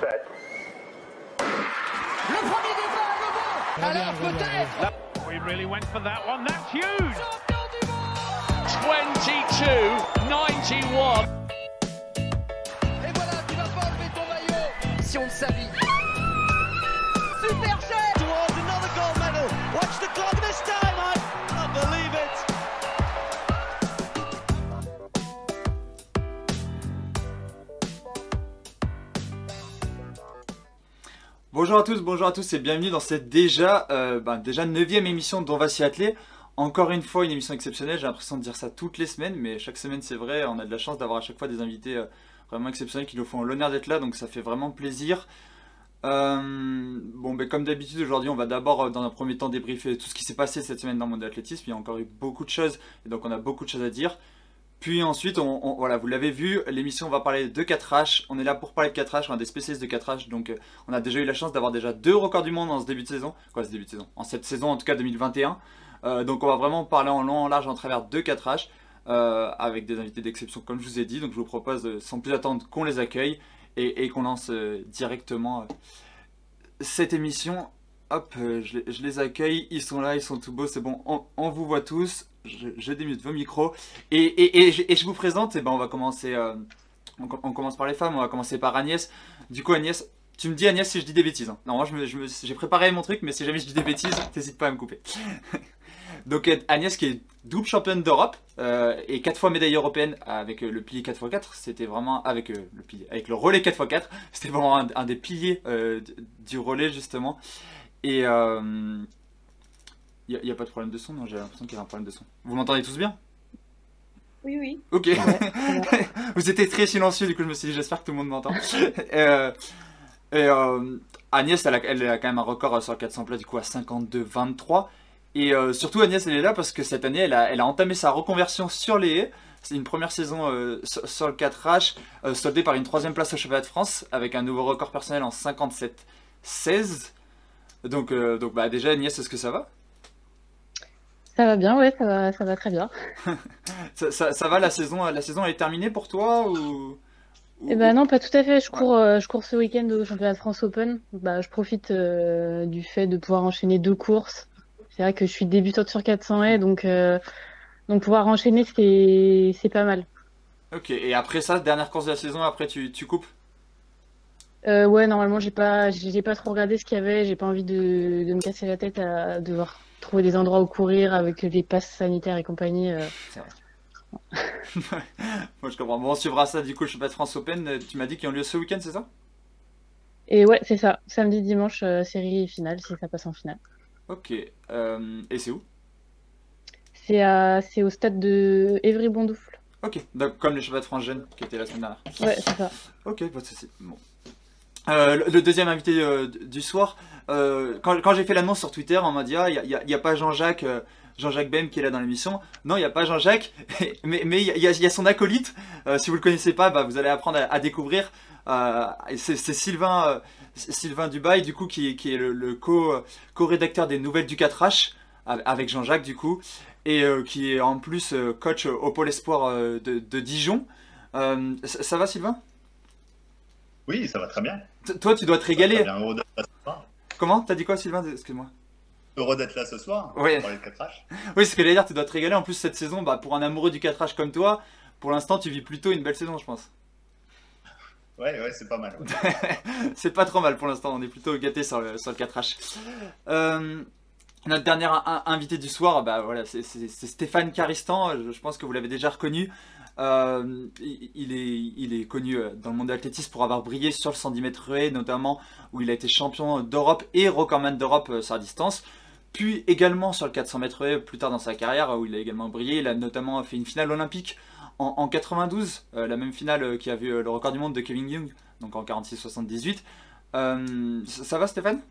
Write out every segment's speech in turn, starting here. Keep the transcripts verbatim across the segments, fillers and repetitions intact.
set. Le premier départ, le bon. Alors peut-être. We really went for that one. That's huge. Champion du monde. twenty-two ninety-one. Et voilà, tu vas pas enlever ton maillot si on le savait. Super chef. Towards another gold medal. Watch the clock this time. I can't believe it. Bonjour à tous, bonjour à tous et bienvenue dans cette déjà, euh, ben déjà neuvième émission d'On va s'y atteler. Encore une fois une émission exceptionnelle, j'ai l'impression de dire ça toutes les semaines, mais chaque semaine c'est vrai, on a de la chance d'avoir à chaque fois des invités euh, vraiment exceptionnels qui nous font l'honneur d'être là, donc ça fait vraiment plaisir. Euh, bon ben comme d'habitude aujourd'hui on va d'abord euh, dans un premier temps débriefer tout ce qui s'est passé cette semaine dans le monde de l'athlétisme, il y a encore eu beaucoup de choses et donc on a beaucoup de choses à dire. Puis ensuite, on, on, voilà, vous l'avez vu, l'émission on va parler de quatre H, on est là pour parler de quatre H, on a des spécialistes de quatre H, donc euh, on a déjà eu la chance d'avoir déjà deux records du monde en ce début de saison, quoi ce début de saison, en cette saison en tout cas deux mille vingt et un, euh, donc on va vraiment parler en long, en large, en travers de quatre H, euh, avec des invités d'exception comme je vous ai dit, donc je vous propose euh, sans plus attendre qu'on les accueille et, et qu'on lance euh, directement euh, cette émission. Hop, euh, je, les, je les accueille, ils sont là, ils sont tout beaux, c'est bon, on, on vous voit tous. Je, je démute vos micros et, et, et, je, et je vous présente, et ben on va commencer, euh, on, on commence par les femmes, on va commencer par Agnès. Du coup Agnès, tu me dis Agnès si je dis des bêtises. Hein. Non, moi je me, je me, j'ai préparé mon truc, mais si jamais je dis des bêtises, t'hésites pas à me couper. Donc Agnès qui est double championne d'Europe euh, et quatre fois médaille européenne avec euh, le pilier quatre par quatre, c'était vraiment avec euh, le pilier, avec le relais quatre par quatre, c'était vraiment un, un des piliers euh, du relais justement. Et euh, il n'y a, a pas de problème de son, non, j'ai l'impression qu'il y a un problème de son. Vous m'entendez tous bien? Oui, oui. Ok. Ouais. Vous étiez très silencieux, du coup je me suis dit j'espère que tout le monde m'entend. euh, et euh, Agnès, elle a, elle a quand même un record sur le quatre cents plats du coup à cinquante-deux vingt-trois. Et euh, surtout Agnès, elle est là parce que cette année, elle a, elle a entamé sa reconversion sur les haies. C'est une première saison euh, sur, sur le quatre H, euh, soldée par une troisième place au championnat de France, avec un nouveau record personnel en cinquante-sept seize. Donc, euh, donc bah, déjà Agnès, est-ce que ça va? Ça va bien, ouais, ça va, ça va très bien. ça, ça, ça va, la saison, la saison elle est terminée pour toi ou, ou... Eh ben non, pas tout à fait. Je cours, ouais. euh, je cours ce week-end au championnat de France Open. Bah, je profite euh, du fait de pouvoir enchaîner deux courses. C'est vrai que je suis débutante sur quatre cents haies, donc, euh, donc pouvoir enchaîner, c'est, c'est pas mal. Ok, et après ça, dernière course de la saison, après tu, tu coupes? Euh, ouais, normalement, j'ai pas, j'ai pas trop regardé ce qu'il y avait. J'ai pas envie de, de me casser la tête à devoir trouver des endroits où courir avec les passes sanitaires et compagnie. Euh... C'est vrai. Moi, je comprends. Bon, on suivra ça du coup, le championnat de France Open. Tu m'as dit qu'ils ont lieu ce week-end, c'est ça? Et ouais, c'est ça. Samedi, dimanche, euh, série finale, si ça passe en finale. Ok. Euh, et c'est où? C'est à... c'est au stade de Évry-Bondoufle. Ok. Donc, comme le championnat de France Jeune qui était la semaine dernière. Ouais, c'est ça. Ok, pas de soucis. Bon. Euh, le, le deuxième invité euh, du soir, euh, quand, quand j'ai fait l'annonce sur Twitter, on m'a dit ah, il n'y a, y a, a pas Jean-Jacques euh, Jean-Jacques Bem qui est là dans l'émission. Non, il n'y a pas Jean-Jacques, mais mais il y, y, y a son acolyte. Euh, si vous le connaissez pas, bah, vous allez apprendre à, à découvrir. Euh, c'est Sylvain euh, Sylvain Dubail, du coup, qui, qui est le, le co, co-rédacteur des nouvelles du quatre H avec Jean-Jacques, du coup, et euh, qui est en plus euh, coach au Pôle Espoir euh, de, de Dijon. Euh, ça, ça va, Sylvain? Oui, ça va très bien. T toi, tu dois te régaler. Bien, heureux d'être là ce soir. Comment? T'as dit quoi, Sylvain? Excuse-moi. Heureux d'être là ce soir. Oui. Pour parler de quatre H. Oui, c'est ce que j'allais dire, tu dois te régaler. En plus, cette saison, bah, pour un amoureux du quatre H comme toi, pour l'instant, tu vis plutôt une belle saison, je pense. Ouais, ouais, c'est pas mal. Ouais. C'est pas trop mal pour l'instant, on est plutôt gâtés sur le, sur le quatre H. Euh, notre dernier un, invité du soir, bah, voilà, c'est Stéphane Caristan. Je, je pense que vous l'avez déjà reconnu. Euh, il, est, il est connu dans le monde de l'athlétisme pour avoir brillé sur le cent dix mètres haies, notamment où il a été champion d'Europe et recordman d'Europe sur la distance, puis également sur le quatre cents mètres haies plus tard dans sa carrière où il a également brillé. Il a notamment fait une finale olympique en, en quatre-vingt-douze, euh, la même finale qui a vu le record du monde de Kevin Young, donc en quarante-six soixante-dix-huit. Euh, ça va, Stéphane?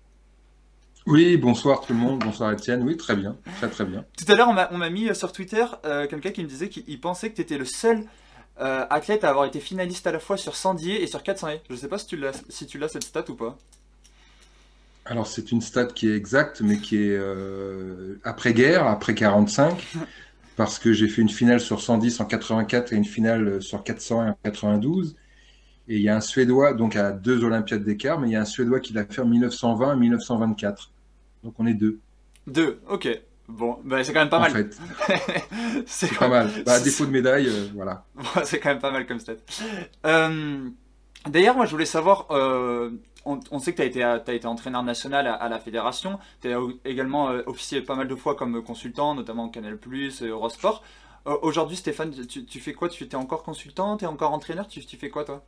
Oui, bonsoir tout le monde, bonsoir Étienne, oui très bien, très très bien. Tout à l'heure on m'a mis sur Twitter euh, quelqu'un qui me disait qu'il pensait que tu étais le seul euh, athlète à avoir été finaliste à la fois sur cent dix et sur quatre cents haies. Je sais pas si tu l'as si tu l'as cette stat ou pas. Alors c'est une stat qui est exacte mais qui est euh, après-guerre, après quarante-cinq, parce que j'ai fait une finale sur cent dix en quatre-vingt-quatre et une finale sur quatre cents en quatre-vingt-douze. Et il y a un Suédois, donc à deux Olympiades d'écart, mais il y a un Suédois qui l'a fait en mille neuf cent vingt et mille neuf cent vingt-quatre. Donc on est deux. Deux, ok. Bon, bah, c'est quand même pas En mal. fait, c'est c'est quand pas mal. Bah, à c'est- défaut de médaille, euh, voilà. Ouais, c'est quand même pas mal comme stat. Euh, D'ailleurs, moi je voulais savoir, euh, on, on sait que tu as été, t'as été entraîneur national à, à la fédération, tu as également euh, officié pas mal de fois comme consultant, notamment Canal+, euh, Eurosport. Euh, Aujourd'hui, Stéphane, tu, tu fais quoi? Tu es encore consultant, tu es encore entraîneur? Tu, tu fais quoi toi?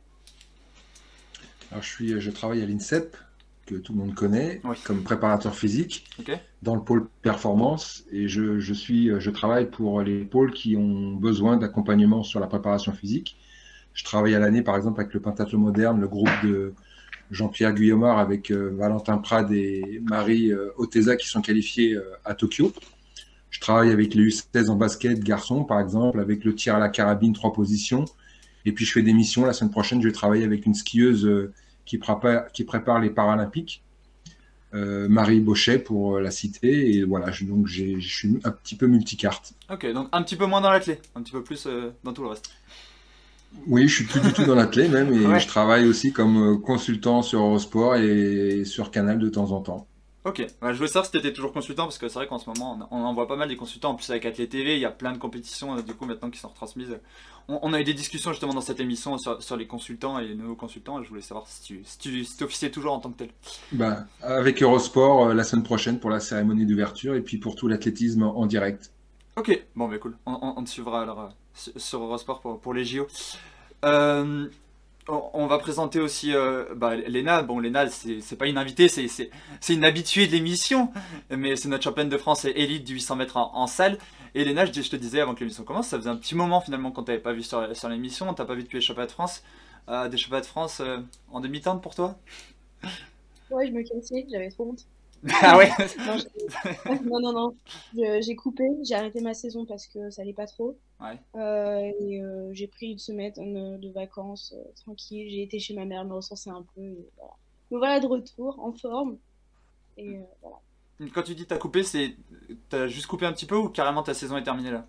Alors, je suis, je travaille à l'INSEP, que tout le monde connaît, Oui. comme préparateur physique, Ok. dans le pôle performance. Et je, je suis, je travaille pour les pôles qui ont besoin d'accompagnement sur la préparation physique. Je travaille à l'année, par exemple, avec le pentathlon moderne, le groupe de Jean-Pierre Guillemard, avec euh, Valentin Prade et Marie euh, Oteza qui sont qualifiés euh, à Tokyo. Je travaille avec les U seize en basket garçon, par exemple, avec le tir à la carabine, trois positions. Et puis, je fais des missions. La semaine prochaine, je vais travailler avec une skieuse euh, qui, prépare, qui prépare les Paralympiques, euh, Marie Bauchet, pour euh, la citer. Et voilà, je, donc j'ai- je suis un petit peu multicarte. Ok, donc un petit peu moins dans l'athlé, un petit peu plus euh, dans tout le reste. Oui, je suis plus du tout dans l'athlé même. Et Ouais. je travaille aussi comme euh, consultant sur Eurosport et sur Canal de temps en temps. Ok, ouais, je voulais savoir si tu étais toujours consultant, parce que c'est vrai qu'en ce moment, on, on en voit pas mal des consultants, en plus avec Athlé T V, il y a plein de compétitions euh, du coup maintenant qui sont retransmises. On, on a eu des discussions justement dans cette émission sur, sur les consultants et les nouveaux consultants, et je voulais savoir si tu si tu si t'officiais toujours en tant que tel. Bah, avec Eurosport euh, la semaine prochaine pour la cérémonie d'ouverture et puis pour tout l'athlétisme en direct. Ok, bon bah cool, on, on- on te suivra alors euh, sur, sur Eurosport pour, pour les J O. Euh, on, on va présenter aussi euh, bah, Léna. Bon, Léna, c'est c'est pas une invitée, c'est c'est- c'est une habituée de l'émission, mais c'est notre championne de France élite du huit cents mètres en, en salle. Et Léna, je, dis- je te disais avant que l'émission commence, ça faisait un petit moment finalement qu'on t'avait pas vu sur, sur l'émission, on t'a pas vu depuis les championnats de France. Euh, des championnats de France euh, en demi-teinte pour toi? Ouais, je me cassais, j'avais trop honte. Ah ouais. Non, j'ai- non, non, non. Je- J'ai coupé, j'ai arrêté ma saison parce que ça allait pas trop. Ouais. Euh, et euh, j'ai pris une semaine euh, de vacances euh, tranquille. J'ai été chez ma mère me ressourcer un peu. Et voilà. Me voilà de retour, en forme. Et euh, voilà. Quand tu dis t'as coupé, c'est t'as juste coupé un petit peu ou carrément ta saison est terminée là?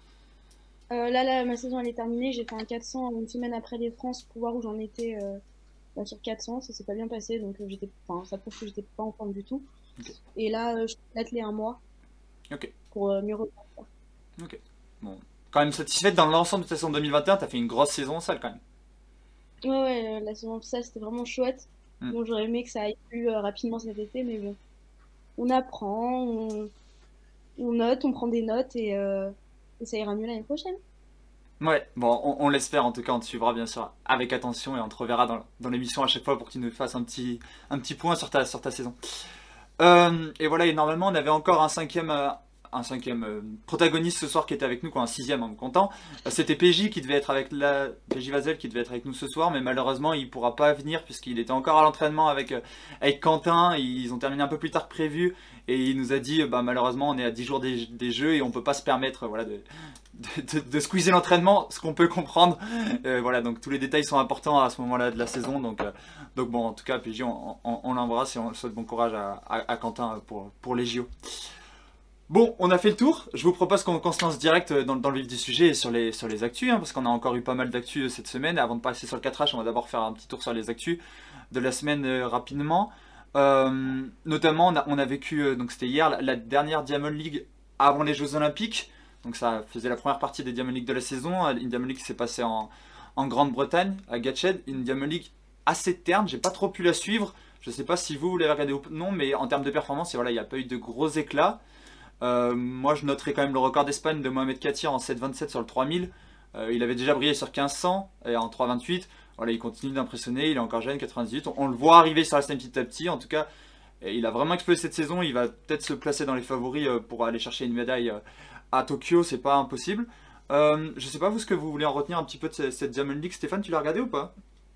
Euh, là, là, ma saison elle est terminée. J'ai fait un quatre cents une semaine après les France pour voir où j'en étais euh, bah, sur quatre cents. Ça s'est pas bien passé, donc euh, j'étais, enfin, ça prouve que j'étais pas en forme du tout. Ok. Et là, euh, je suis attelée un mois Ok. pour euh, mieux reprendre. Ok. Bon. Quand même satisfaite dans l'ensemble de ta saison deux mille vingt et un, t'as fait une grosse saison en salle quand même. Ouais, ouais, euh, la saison ça c'était vraiment chouette. Mm. Bon, j'aurais aimé que ça aille plus euh, rapidement cet été, mais bon. On apprend, on, on note, on prend des notes et, euh, et ça ira mieux l'année prochaine. Ouais, bon, on, on l'espère en tout cas, on te suivra bien sûr avec attention et on te reverra dans, dans l'émission à chaque fois pour que tu nous fasses un petit, un petit point sur ta, sur ta saison. Euh, et voilà, et normalement on avait encore un cinquième, euh, un cinquième euh, protagoniste ce soir qui était avec nous, quoi, un sixième en me comptant. Euh, C'était P J qui devait être avec la P J Vazel qui devait être avec nous ce soir, mais malheureusement il pourra pas venir puisqu'il était encore à l'entraînement avec, euh, avec Quentin. Ils ont terminé un peu plus tard que prévu et il nous a dit euh, bah malheureusement on est à dix jours des, des jeux et on peut pas se permettre euh, voilà de, de, de, de squeezer l'entraînement, ce qu'on peut comprendre. Euh, voilà, donc tous les détails sont importants à ce moment-là de la saison. Donc, euh, donc bon, en tout cas, P J, on, on, on l'embrasse et on souhaite bon courage à, à, à Quentin pour, pour les J O. Bon, on a fait le tour. Je vous propose qu'on qu'on se lance direct dans, dans le vif du sujet et sur les, sur les actus, hein, parce qu'on a encore eu pas mal d'actus cette semaine. Avant de passer sur le quatre H, on va d'abord faire un petit tour sur les actus de la semaine euh, rapidement. Euh, notamment, on a, on a vécu, euh, donc c'était hier, la, la dernière Diamond League avant les Jeux Olympiques. Donc ça faisait la première partie des Diamond League de la saison. Une Diamond League qui s'est passée en, en Grande-Bretagne, à Gateshead. Une Diamond League assez terne, j'ai pas trop pu la suivre. Je sais pas si vous, vous l'avez regardé ou non, mais en termes de performance, voilà, il n'y a pas eu de gros éclats. Euh, moi, je noterai quand même le record d'Espagne de Mohamed Katir en sept vingt-sept sur le trois mille. Euh, il avait déjà brillé sur quinze cents et en trois vingt-huit. Voilà, il continue d'impressionner, il est encore jeune, quatre-vingt-dix-huit. On, on le voit arriver sur la scène petit à petit. En tout cas, il a vraiment explosé cette saison. Il va peut-être se placer dans les favoris pour aller chercher une médaille à Tokyo, c'est pas impossible. Euh, je sais pas vous ce que vous voulez en retenir un petit peu de cette, cette Diamond League. Stéphane, tu l'as regardé ou pas?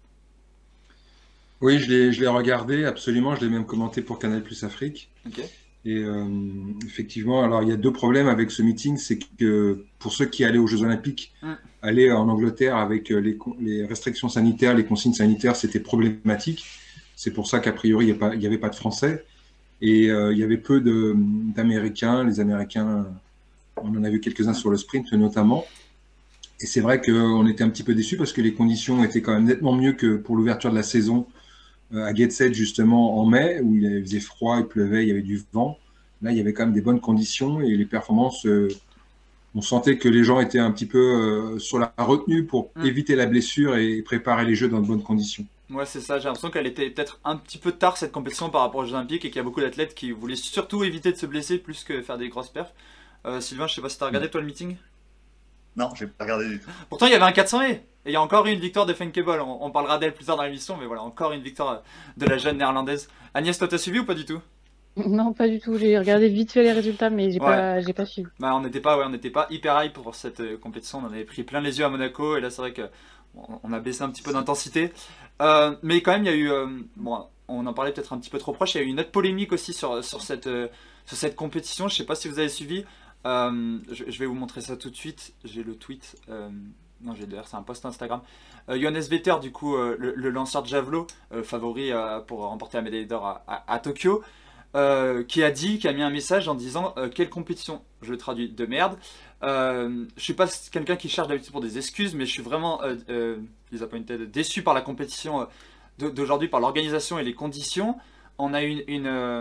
Oui, je l'ai, je l'ai regardé, absolument. Je l'ai même commenté pour Canal Plus Afrique. Ok. Et euh, effectivement, alors il y a deux problèmes avec ce meeting. C'est que pour ceux qui allaient aux Jeux Olympiques, Mm. aller en Angleterre avec les, con- les restrictions sanitaires, les consignes sanitaires, c'était problématique. C'est pour ça qu'a priori, il n'y a pas- il y avait pas de Français. Et euh, il y avait peu de- d'Américains. Les Américains, on en a vu quelques-uns sur le sprint notamment. Et c'est vrai qu'on était un petit peu déçus parce que les conditions étaient quand même nettement mieux que pour l'ouverture de la saison euh, à Gateshead, justement en mai, où il faisait froid, il pleuvait, il y avait du vent. Là, il y avait quand même des bonnes conditions et les performances, euh, on sentait que les gens étaient un petit peu euh, sur la retenue pour Mm. éviter la blessure et préparer les jeux dans de bonnes conditions. Ouais, c'est ça, j'ai l'impression qu'elle était peut-être un petit peu tard cette compétition par rapport aux Jeux Olympiques et qu'il y a beaucoup d'athlètes qui voulaient surtout éviter de se blesser plus que faire des grosses perfs. Euh, Sylvain, je sais pas si t'as regardé toi le meeting? Non, j'ai pas regardé du tout. Pourtant, il y avait un quatre cents et et il y a encore eu une victoire de Fenkebol. On, on parlera d'elle plus tard dans l'émission, mais voilà, encore une victoire de la jeune néerlandaise. Agnès, toi, t'as suivi ou pas du tout? Non, pas du tout. J'ai regardé vite fait les résultats, mais j'ai Ouais. pas, j'ai pas suivi. Bah, on n'était pas, ouais, on n'était pas hyper hype pour cette euh, compétition. On en avait pris plein les yeux à Monaco et là, c'est vrai que bon, on a baissé un petit peu d'intensité. Euh, mais quand même, il y a eu, euh, bon, on en parlait peut-être un petit peu trop proche. Il y a eu une autre polémique aussi sur sur cette euh, sur cette compétition. Je sais pas si vous avez suivi. Euh, je, je vais vous montrer ça tout de suite. J'ai le tweet. Euh, non, j'ai d'ailleurs, c'est un post Instagram. Euh, Johannes Vetter, du coup, euh, le, le lanceur de javelot, euh, favori euh, pour remporter la médaille d'or à, à, à Tokyo. Euh, qui a dit, qui a mis un message en disant euh, quelle compétition, je le traduis de merde. Euh, je suis pas quelqu'un qui cherche d'habitude pour des excuses, mais je suis vraiment euh, euh, disappointed, déçu par la compétition euh, de- d'aujourd'hui, par l'organisation et les conditions. On a une, une, euh,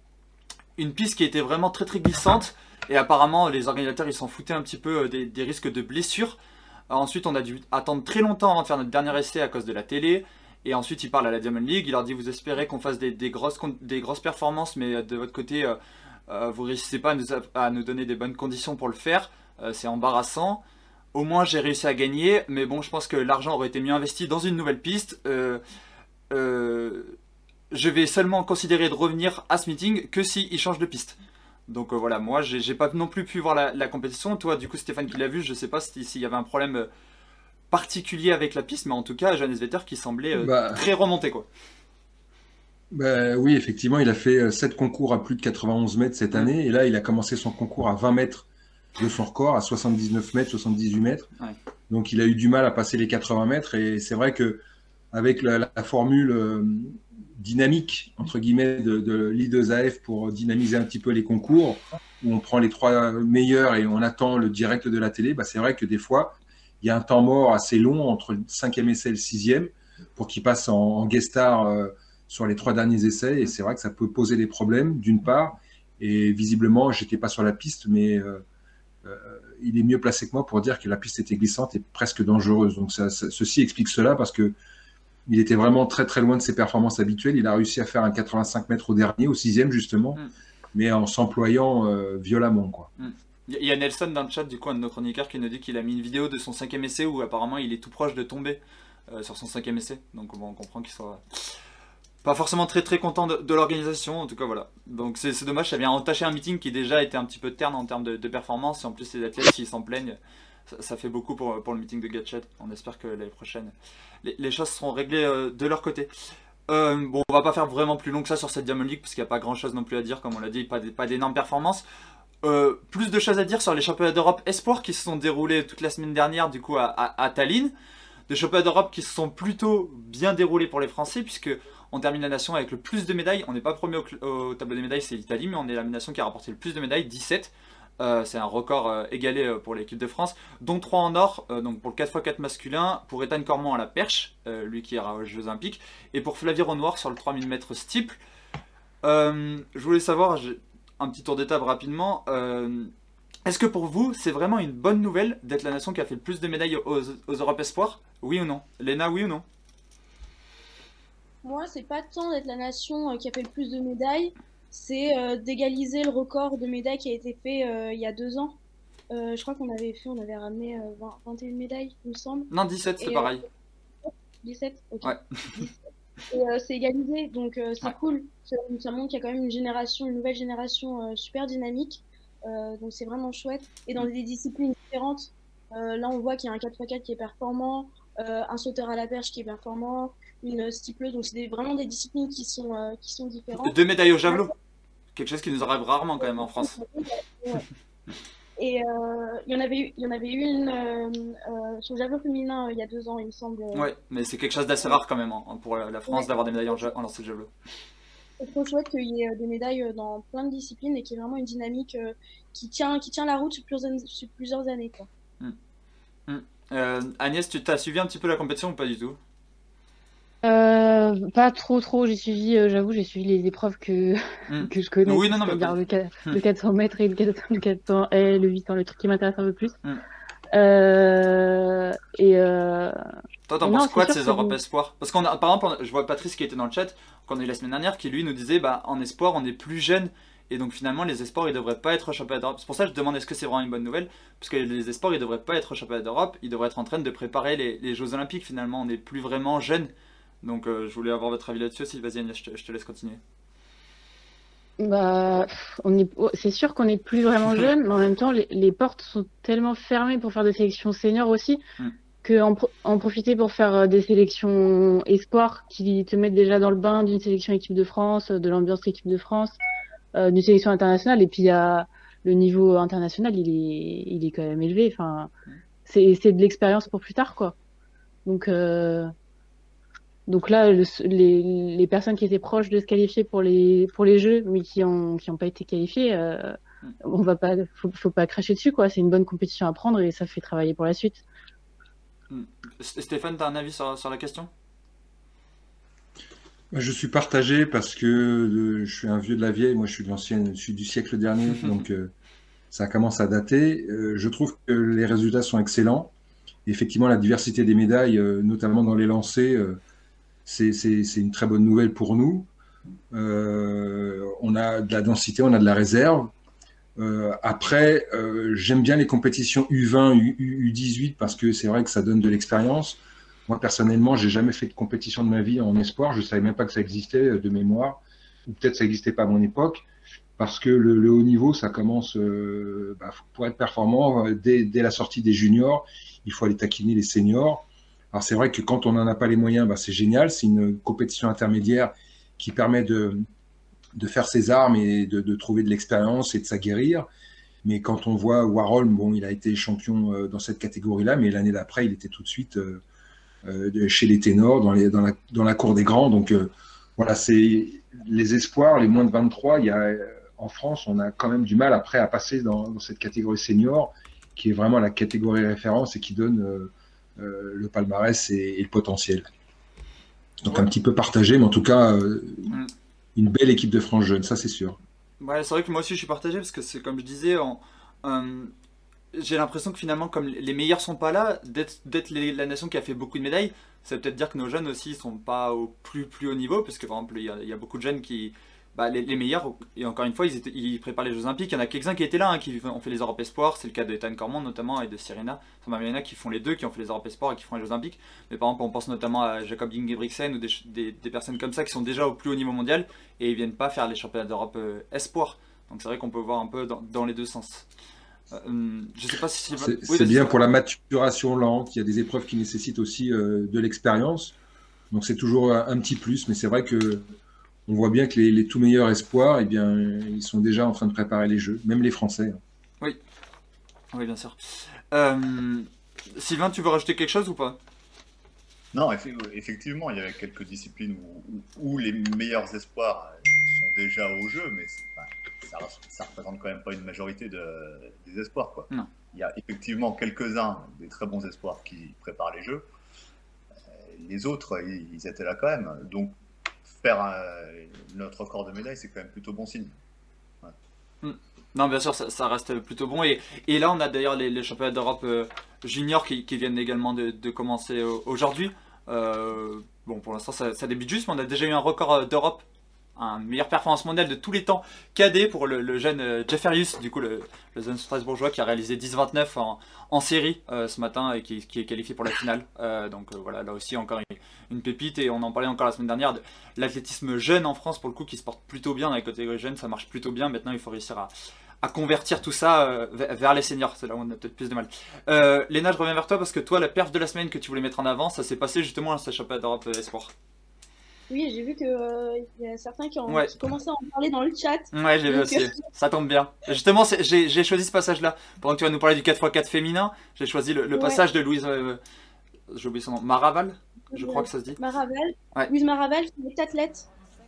une piste qui était vraiment très très glissante et apparemment les organisateurs ils s'en foutaient un petit peu euh, des, des risques de blessures. Euh, ensuite on a dû attendre très longtemps avant de faire notre dernier essai à cause de la télé. Et ensuite, il parle à la Diamond League, il leur dit vous espérez qu'on fasse des, des grosses, con- des grosses performances, mais euh, de votre côté, euh, euh, vous réussissez pas à nous, a- à nous donner des bonnes conditions pour le faire. Euh, c'est embarrassant. Au moins, j'ai réussi à gagner, mais bon, je pense que l'argent aurait été mieux investi dans une nouvelle piste. Euh, euh, je vais seulement considérer de revenir à ce meeting que s'il change de piste. Donc euh, voilà, moi, j'ai j'ai pas non plus pu voir la, la compétition. Toi, du coup, Stéphane qui l'a vu, je sais pas si- s'il y avait un problème euh, particulier avec la piste, mais en tout cas, Johannes Vetter qui semblait euh, Bah, très remonté, quoi. bah oui, effectivement, il a fait euh, sept concours à plus de quatre-vingt-onze mètres cette Mm. année. Et là, il a commencé son concours à vingt mètres de son record, à soixante-dix-neuf mètres, soixante-dix-huit mètres. Ouais. Donc, il a eu du mal à passer les quatre-vingts mètres. Et c'est vrai que avec la, la formule euh, dynamique, entre guillemets, de, de l'I deux A F pour dynamiser un petit peu les concours, où on prend les trois meilleurs et on attend le direct de la télé, bah, c'est vrai que des fois, il y a un temps mort assez long entre le cinquième essai et le sixième pour qu'il passe en, en guest star euh, sur les trois derniers essais. Et c'est vrai que ça peut poser des problèmes, d'une part. Et visiblement, j'étais pas sur la piste, mais euh, euh, il est mieux placé que moi pour dire que la piste était glissante et presque dangereuse. Donc ça, ça- ceci explique cela parce que il était vraiment très très loin de ses performances habituelles. Il a réussi à faire un quatre-vingt-cinq mètres au dernier, au sixième justement, Mm. mais en s'employant euh, violemment, quoi. Il y a Nelson dans le chat, du coup, un de nos chroniqueurs, qui nous dit qu'il a mis une vidéo de son cinquième essai où apparemment il est tout proche de tomber euh, sur son cinquième essai. Donc bon, on comprend qu'il soit pas forcément très très content de, de l'organisation, en tout cas voilà. Donc c'est c'est dommage, ça vient entacher un meeting qui déjà était un petit peu terne en termes de, de performance, et en plus les athlètes s'ils s'en plaignent, ça, ça fait beaucoup pour, pour le meeting de Gatchet. On espère que l'année prochaine, les, les choses seront réglées euh, de leur côté. Euh, bon, on va pas faire vraiment plus long que ça sur cette Diamond League, parce qu'il n'y a pas grand chose non plus à dire, comme on l'a dit, pas, des- pas d'énormes performances. Euh, plus de choses à dire sur les championnats d'Europe Espoir qui se sont déroulés toute la semaine dernière du coup à, à, à Tallinn. Des championnats d'Europe qui se sont plutôt bien déroulés pour les Français puisque on termine la nation avec le plus de médailles. On n'est pas premier au, cl- au tableau des médailles, c'est l'Italie, mais on est la nation qui a rapporté le plus de médailles, dix-sept. Euh, c'est un record euh, égalé euh, pour l'équipe de France, dont trois en or, euh, donc pour le quatre par quatre masculin, pour Ethan Cormont à la perche, euh, lui qui ira aux Jeux Olympiques, et pour Flavie Renoir sur le trois mille mètres steeple. Euh, je voulais savoir, j'ai un petit tour d'étape rapidement. Euh, Est-ce que pour vous, c'est vraiment une bonne nouvelle d'être la nation qui a fait le plus de médailles aux, aux Europes Espoirs? Oui ou non? Léna, oui ou non? Moi, c'est pas tant d'être la nation euh, qui a fait le plus de médailles, c'est euh, d'égaliser le record de médailles qui a été fait euh, il y a deux ans. Euh, je crois qu'on avait fait, on avait ramené euh, vingt, vingt et une médailles, il me semble. Non, dix-sept, c'est Et, pareil. euh, dix-sept, ok. Ouais. Et euh, c'est égalisé, donc euh, c'est Ouais. cool. Ça, ça montre qu'il y a quand même une génération, une nouvelle génération euh, super dynamique. Euh, donc c'est vraiment chouette. Et dans des disciplines différentes, euh, là on voit qu'il y a un quatre par quatre qui est performant, euh, un sauteur à la perche qui est performant, une steepleuse. Donc c'est des- vraiment des disciplines qui sont, euh, qui sont différentes. Deux médailles au javelot. Quelque chose qui nous arrive rarement quand même en France. Ouais. Et euh, il y en avait eu, il y en avait eu une euh, euh, sur le javelot féminin euh, il y a deux ans, il me semble. Ouais, mais c'est quelque chose d'assez rare quand même hein, pour la la France Ouais. d'avoir des médailles en, ja- en lancer de javelot. C'est trop chouette qu'il y ait euh, des médailles euh, dans plein de disciplines et qu'il y ait vraiment une dynamique euh, qui tient, qui tient la route sur plusieurs, années- sur plusieurs années, quoi. Euh, Agnès, tu t'as suivi un petit peu la compétition ou pas du tout? Euh, pas trop trop, j'ai suivi, euh, j'avoue, j'ai suivi les épreuves que, Hmm. que je connais, Oui, non, non, mais c'est-à-dire pas- le, qua- Hmm. le quatre cents mètres et le quatre cents, le quatre cents et le huit cents, le truc qui m'intéresse un peu plus. Hmm. Euh, et euh, Toi, t'en et penses non, quoi c'est de sûr ces que Europe vous- Espoir? Parce qu'on a, par exemple, on a- je vois Patrice qui était dans le chat, qu'on a eu la semaine dernière, qui lui nous disait, bah, en espoir, on est plus jeune, et donc finalement, les espoirs, ils devraient pas être au championnat d'Europe. C'est pour ça que je demande est-ce que c'est vraiment une bonne nouvelle? Parce que les espoirs, ils devraient pas être au championnat d'Europe, ils devraient être en train de préparer les, les Jeux Olympiques. Finalement, on n'est plus vraiment jeune. Donc, euh, je voulais avoir votre avis là-dessus aussi. Vas-y, Agnès, je te, je te laisse continuer. Bah, pff, on est, oh, c'est sûr qu'on n'est plus vraiment jeune, mais en même temps, les, les portes sont tellement fermées pour faire des sélections seniors aussi, Mm. que en, pro- en profiter pour faire euh, des sélections espoirs qui te mettent déjà dans le bain d'une sélection équipe de France, de l'ambiance équipe de France, euh, d'une sélection internationale, et puis il y a le niveau international, il est, il est quand même élevé. Enfin, c'est, c'est de l'expérience pour plus tard, quoi. Donc, euh, donc là, le- les, les personnes qui étaient proches de se qualifier pour les, pour les Jeux, mais qui ont, qui ont pas été qualifiées, euh, on va pas, faut, faut pas cracher dessus, quoi. C'est une bonne compétition à prendre et ça fait travailler pour la suite. Hmm. S- Stéphane, t'as un avis sur, sur la question? Je suis partagé parce que euh, je suis un vieux de la vieille, moi je suis de l'ancienne, je suis du siècle dernier, donc euh, ça commence à dater. Euh, je trouve que les résultats sont excellents. Effectivement, la diversité des médailles, euh, notamment dans les lancers, euh, c'est c'est- c'est une très bonne nouvelle pour nous. Euh, on a de la densité, on a de la réserve. Euh, après, euh, j'aime bien les compétitions U vingt, U, U dix-huit parce que c'est vrai que ça donne de l'expérience. Moi, personnellement, j'ai jamais fait de compétition de ma vie en espoir. Je savais même pas que ça existait euh, de mémoire. Ou peut-être ça n'existait pas à mon époque. Parce que le, le haut niveau, ça commence, euh, bah, pour être performant, euh, dès, dès la sortie des juniors, il faut aller taquiner les seniors. Alors c'est vrai que quand on n'en a pas les moyens, bah, c'est génial. C'est une compétition intermédiaire qui permet de, de faire ses armes et de, de trouver de l'expérience et de s'aguerrir. Mais quand on voit Warhol, bon, il a été champion euh, dans cette catégorie-là, mais l'année d'après, il était tout de suite euh, euh, de- chez les ténors, dans, les, dans, la, dans la cour des grands. Donc euh, voilà, c'est les espoirs, les moins de vingt-trois. Il y a, euh, en France, on a quand même du mal après à passer dans, dans cette catégorie senior, qui est vraiment la catégorie référence et qui donne euh, euh, le palmarès et, et le potentiel. Donc un petit peu partagé, mais en tout cas, euh, Mm. une belle équipe de France jeune, ça c'est sûr. Ouais, c'est vrai que moi aussi je suis partagé parce que c'est comme je disais, en- euh, j'ai l'impression que finalement, comme les meilleurs sont pas là, d'être d'être les- la nation qui a fait beaucoup de médailles, ça veut peut-être dire que nos jeunes aussi sont pas au plus plus haut niveau, parce que par exemple, il y a, il y a beaucoup de jeunes qui, bah, les, les meilleurs, et encore une fois, ils, étaient- ils préparent les Jeux Olympiques. Il y en a quelques-uns qui étaient là, hein, qui ont fait les Europes Espoirs, c'est le cas de Ethan Cormand notamment et de Serena. Enfin, il y en a qui font les deux, qui ont fait les Europes Espoirs et qui font les Jeux Olympiques. Mais par exemple, on pense notamment à Jacob Ingebrigtsen ou des, ch- des, des personnes comme ça qui sont déjà au plus haut niveau mondial et ils viennent pas faire les championnats d'Europe euh, Espoirs. Donc c'est vrai qu'on peut voir un peu dans, dans les deux sens. Euh, hum, je sais pas si... C'est Oui, c'est vas-y, bien Stéphane. pour la maturation lente. Il y a des épreuves qui nécessitent aussi euh, de l'expérience. Donc c'est toujours un, un petit plus. Mais c'est vrai que on voit bien que les, les tout meilleurs espoirs, eh bien, ils sont déjà en train de préparer les Jeux. Même les Français. Oui, oui, bien sûr. Euh, Sylvain, tu veux rajouter quelque chose ou pas? Non, effe- effectivement, il y avait quelques disciplines où, où- où les meilleurs espoirs euh, sont déjà au jeu, mais c'est- enfin, ça, ne représente quand même pas une majorité de- des espoirs, quoi. Non. Il y a effectivement quelques-uns des très bons espoirs qui préparent les Jeux. Euh, Les autres, ils, ils étaient là quand même. Donc, faire euh, notre record de médaille, c'est quand même plutôt bon signe. Non, bien sûr, ça, ça reste plutôt bon. Et, et là, on a d'ailleurs les, les championnats d'Europe euh, juniors qui, qui viennent également de, de commencer euh, aujourd'hui. Euh, bon, pour l'instant, ça, ça débute juste, mais on a déjà eu un record euh, d'Europe, une meilleure performance mondiale de tous les temps, cadet pour le, le jeune euh, Jefferius, du coup, le, le jeune Strasbourgeois qui a réalisé dix vingt-neuf en, en série euh, ce matin et qui, qui est qualifié pour la finale. Euh, donc euh, voilà, là aussi, encore une, une pépite. Et on en parlait encore la semaine dernière de l'athlétisme jeune en France, pour le coup, qui se porte plutôt bien dans les catégories jeunes, ça marche plutôt bien. Maintenant, il faut réussir à à convertir tout ça euh, vers vers les seniors, c'est là où on a peut-être plus de mal. Euh, Léna, je reviens vers toi parce que toi, la perf de la semaine que tu voulais mettre en avant, ça s'est passé justement à ce championnat d'Europe euh, Espoir. Oui, j'ai vu qu'il y a certains qui, ont, Ouais. qui commençaient à en parler dans le chat. Ouais, j'ai vu Donc, aussi, euh, ça tombe bien. Justement, c'est- j'ai j'ai choisi ce passage-là. Pendant que tu vas nous parler du quatre fois quatre féminin, j'ai choisi le, le Ouais. passage de Louise, euh, j'ai oublié son nom, Maraval, je crois que ça se dit. Maraval, Ouais. Louise Maraval, qui est athlète.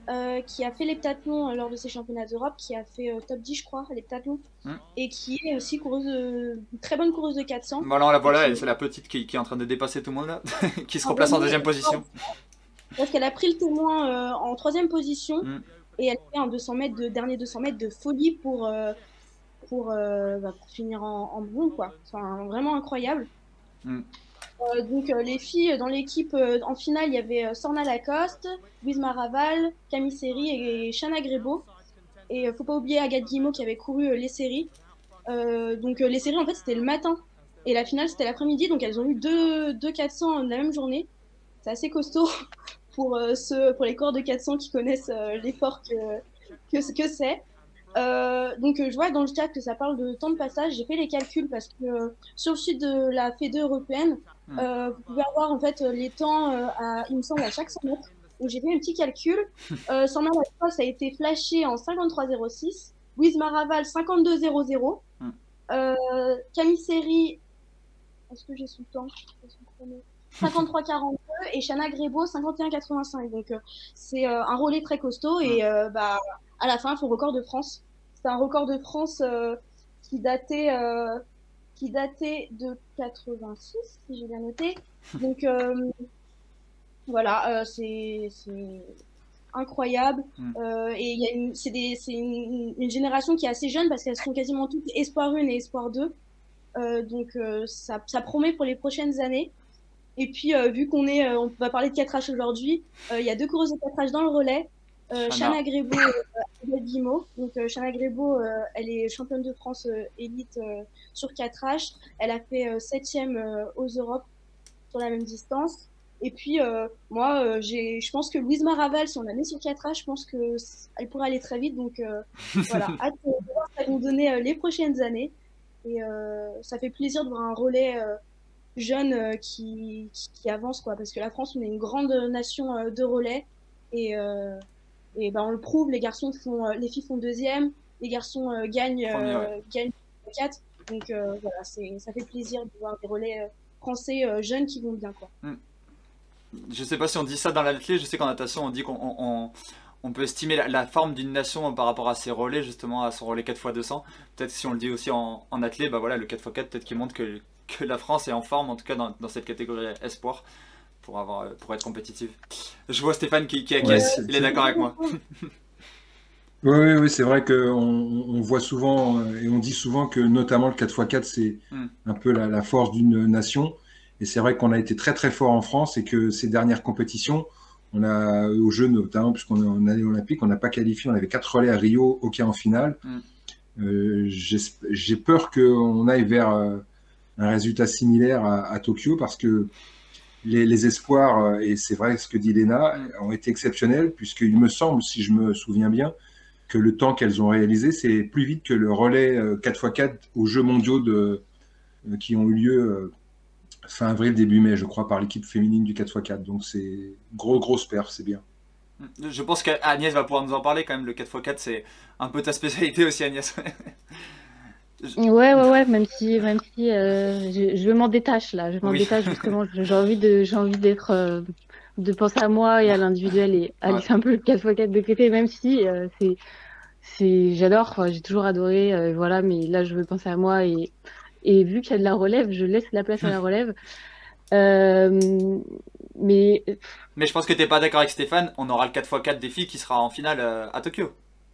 euh, qui a fait l'heptathlon euh, lors de ces championnats d'Europe, qui a fait euh, top dix, je crois, à l'heptathlon, Mm. et qui est aussi coureuse de... une très bonne coureuse de quatre cents. Voilà, la voilà, Et qui- c'est la petite qui, qui est en train de dépasser tout le monde là, qui se Ah, replace en oui, deuxième position. Parce qu'elle a pris le témoin euh, en troisième position Mm. et elle fait un deux cents mètres de dernier deux cents mètres de folie pour, euh, pour, euh, bah, pour finir en, en bon, quoi. Enfin, vraiment incroyable. Mm. Euh, donc euh, les filles dans l'équipe euh, en finale, il y avait euh, Sorna Lacoste, Louise Maraval, Camille Seri et Shana Grebo. Et euh, faut pas oublier Agathe Guillemot qui avait couru euh, les séries. Euh, donc euh, les séries en fait c'était le matin et la finale c'était l'après-midi, donc elles ont eu deux, deux quatre cents la même journée. C'est assez costaud pour, euh, ceux, pour les corps de quatre cents qui connaissent euh, l'effort que, que, que c'est. Euh, donc euh, je vois dans le chat que ça parle de temps de passage. J'ai fait les calculs parce que euh, sur le site de la Fédé européenne, Mm. euh, vous pouvez avoir en fait les temps euh, à, il me semble, à chaque cent mètres. Donc j'ai fait un petit calcul. Euh, Sorna Lacoste a été flashé en cinquante-trois zéro six, Louise Maraval cinquante-deux zéro zéro, Mm. euh, Camille Seri, est-ce que j'ai sous le temps cinquante-trois quarante-deux et Shana Grebo cinquante et un quatre-vingt-cinq. Donc euh, c'est euh, un relais très costaud et euh, bah à la fin il faut le record de France. C'est un record de France euh, qui datait euh, qui datait de quatre-vingt-six si j'ai bien noté. Donc euh, voilà, euh, c'est c'est incroyable. Mm. Euh, et il y a une c'est des c'est une, une génération qui est assez jeune parce qu'elles sont quasiment toutes espoir un et espoir deux. Euh, donc euh, ça, ça promet pour les prochaines années. Et puis euh, vu qu'on est, euh, on va parler de quatre H aujourd'hui, euh, il y a deux coureuses de quatre H dans le relais. Euh, Shana. Shana Grebo et Agathe Guillemot. Donc euh, Shana Grebo, euh, elle est championne de France euh, élite euh, sur quatre H. Elle a fait euh, septième euh, aux Europes sur la même distance. Et puis euh, moi, euh, j'ai, je pense que Louise Maraval, si on la met sur quatre H, je pense que c- elle pourrait aller très vite. Donc euh, voilà, hâte de voir ce qu'elles vont donner euh, les prochaines années. Et euh, ça fait plaisir de voir un relais euh, jeune euh, qui, qui, qui avance, quoi. Parce que la France, on est une grande nation euh, de relais. Et, euh, et ben, on le prouve, les garçons font, euh, les filles font deuxième, les garçons euh, gagnent, Premier, euh, ouais. gagnent quatre. Donc euh, voilà, c'est, ça fait plaisir de voir des relais euh, français euh, jeunes qui vont bien, quoi. Je sais pas si on dit ça dans l'athlé, je sais qu'en natation on dit qu'on on, on- on peut estimer la, la forme d'une nation par rapport à ses relais, justement à son relais quatre fois deux cents. Peut-être si on le dit aussi en, en athlé, bah voilà, le quatre fois quatre peut-être qu'il montre que, que la France est en forme, en tout cas dans, dans cette catégorie espoir, pour, avoir, pour être compétitive. Je vois Stéphane qui, qui acquiesce, Ouais, il est d'accord avec moi. Oui, oui, oui, c'est vrai qu'on on voit souvent euh, et on dit souvent que notamment le quatre fois quatre, c'est Mm. un peu la, la force d'une nation. Et c'est vrai qu'on a été très très fort en France et que ces dernières compétitions, on a aux Jeux notamment, puisqu'on est en année olympique, on n'a pas qualifié, on avait quatre relais à Rio, aucun en finale. Mm. Euh, j'esp- j'ai peur qu'on aille vers euh, un résultat similaire à, à Tokyo parce que les, les espoirs, euh, et c'est vrai ce que dit Léna, Mm. ont été exceptionnels puisqu'il me semble, si je me souviens bien, que le temps qu'elles ont réalisé, c'est plus vite que le relais euh, quatre fois quatre aux Jeux mondiaux de, euh, qui ont eu lieu euh, fin avril, début mai, je crois, par l'équipe féminine du quatre fois quatre. Donc c'est gros, grosse perf, c'est bien. Je pense qu'Agnès va pouvoir nous en parler quand même, le quatre fois quatre c'est un peu ta spécialité aussi Agnès. Ouais, ouais, ouais, même si, même si euh, je, je m'en détache là, je m'en Oui. détache justement. J'ai envie de, j'ai envie d'être, euh, de penser à moi et à l'individuel et à Ouais. laisser un peu le quatre fois quatre de côté, même si euh, c'est, c'est, j'adore, enfin, j'ai toujours adoré, euh, voilà, mais là je veux penser à moi et, et vu qu'il y a de la relève, je laisse la place à la relève. Euh, mais Mais je pense que t'es pas d'accord avec Stéphane, on aura le quatre fois quatre des filles qui sera en finale euh, à Tokyo.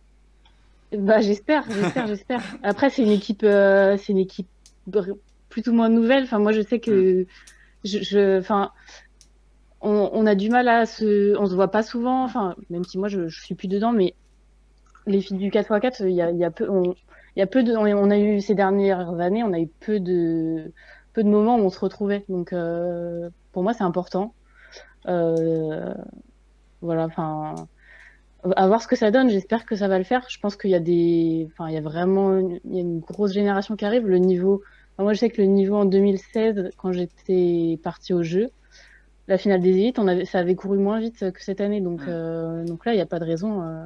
bah j'espère, j'espère, j'espère. Après c'est une équipe, euh, c'est une équipe br- plus ou moins nouvelle. Enfin moi je sais que je, je, enfin on, on a du mal à se, on se voit pas souvent. Enfin même si moi je, je suis plus dedans, mais les filles du quatre fois quatre, il y a, il y a peu, on, il y a peu de, on, on a eu ces dernières années, on a eu peu de, peu de moments où on se retrouvait. Donc euh, pour moi c'est important. Euh, voilà, enfin. À voir ce que ça donne, j'espère que ça va le faire. Je pense qu'il y a des, enfin, il y a vraiment, une... il y a une grosse génération qui arrive. Le niveau, enfin, moi je sais que le niveau en deux mille seize, quand j'étais partie au jeu, la finale des élites, on avait, ça avait couru moins vite que cette année. Donc, Mm. euh, donc là, il n'y a pas de raison. Euh,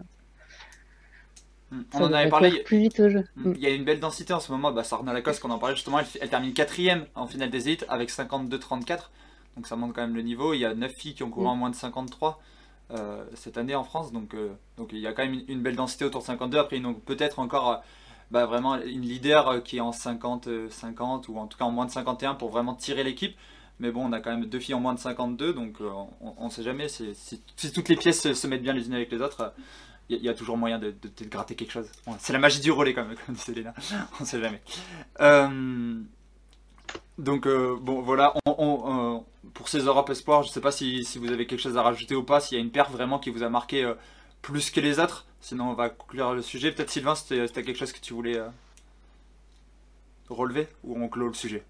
Mm. ça On en devrait avait parlé. courir plus vite au jeu. Mm. Il y a une belle densité en ce moment. Bah, Sarna Lacoste, qu'on en parlait justement, elle, elle termine quatrième en finale des élites avec cinquante-deux trente-quatre. Donc ça montre quand même le niveau. Il y a neuf filles qui ont couru Mm. en moins de cinquante-trois. euh, cette année en France. Donc, euh, donc il y a quand même une, une belle densité autour de cinquante-deux. Après, donc peut-être encore euh, bah, vraiment une leader euh, qui est en cinquante cinquante ou en tout cas en moins de cinquante et un pour vraiment tirer l'équipe. Mais bon, on a quand même deux filles en moins de cinquante-deux, donc euh, on ne sait jamais. Si, si, si toutes les pièces se, se mettent bien les unes avec les autres, il euh, y, y a toujours moyen de, de, de gratter quelque chose. Bon, c'est la magie du relais, quand même, comme dit Léna. On ne sait jamais. Euh, donc, euh, bon, voilà. On, on, euh, pour ces Europe Espoir, je ne sais pas si, si vous avez quelque chose à rajouter ou pas, s'il y a une perf vraiment qui vous a marqué euh, plus que les autres. Sinon, on va conclure le sujet. Peut-être, Sylvain, c'était quelque chose que tu voulais euh, relever, ou on clôt le sujet?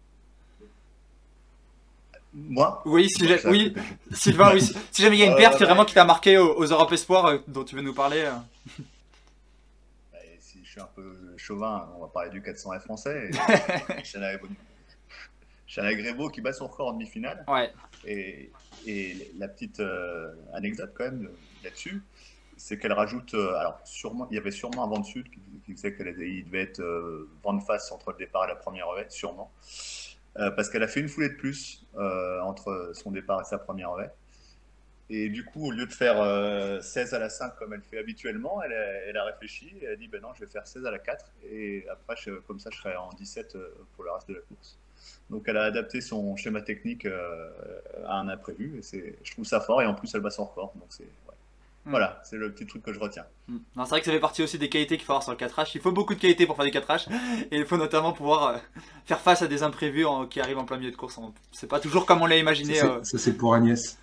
Moi Oui, si j'ai- oui, Sylvain, oui. Si si jamais il y a une perf qui, vraiment qui t'a marqué aux, aux Europe Espoir euh, dont tu veux nous parler. euh. Et si je suis un peu chauvin, on va parler du quatre cents F français. et Chana Chana Grébeau qui bat son record en demi-finale. Ouais. Et, et la petite euh, anecdote quand même là-dessus, c'est qu'elle rajoute, euh, alors sûrement, il y avait sûrement un vent de sud qui, qui disait qu'il devait être euh, vent de face entre le départ et la première haie, sûrement. Euh, parce qu'elle a fait une foulée de plus euh, entre son départ et sa première haie. Et du coup, au lieu de faire euh, seize à la cinq comme elle fait habituellement, elle a, elle a réfléchi et elle a dit ben non, je vais faire seize à la quatre et après, je, comme ça, je serai en dix-sept pour le reste de la course. Donc, elle a adapté son schéma technique euh, à un imprévu et c'est, je trouve ça fort et en plus, elle bat son record. Donc, c'est, ouais. Mm. Voilà, c'est le petit truc que je retiens. Mm. Non, c'est vrai que ça fait partie aussi des qualités qu'il faut avoir sur le quatre H. Il faut beaucoup de qualités pour faire du quatre H et il faut notamment pouvoir euh, faire face à des imprévus en- qui arrivent en plein milieu de course. On- C'est pas toujours comme on l'a Ça, imaginé. c'est euh. ça, c'est pour Agnès.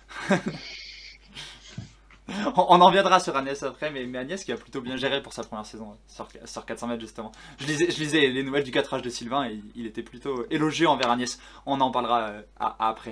On, on en reviendra sur Agnès après, mais, mais Agnès qui a plutôt bien géré pour sa première saison euh, sur, sur quatre cents mètres justement. Je lisais, je lisais les nouvelles du quatre H de Sylvain et il, il était plutôt élogieux envers Agnès. On en parlera euh, à- à après.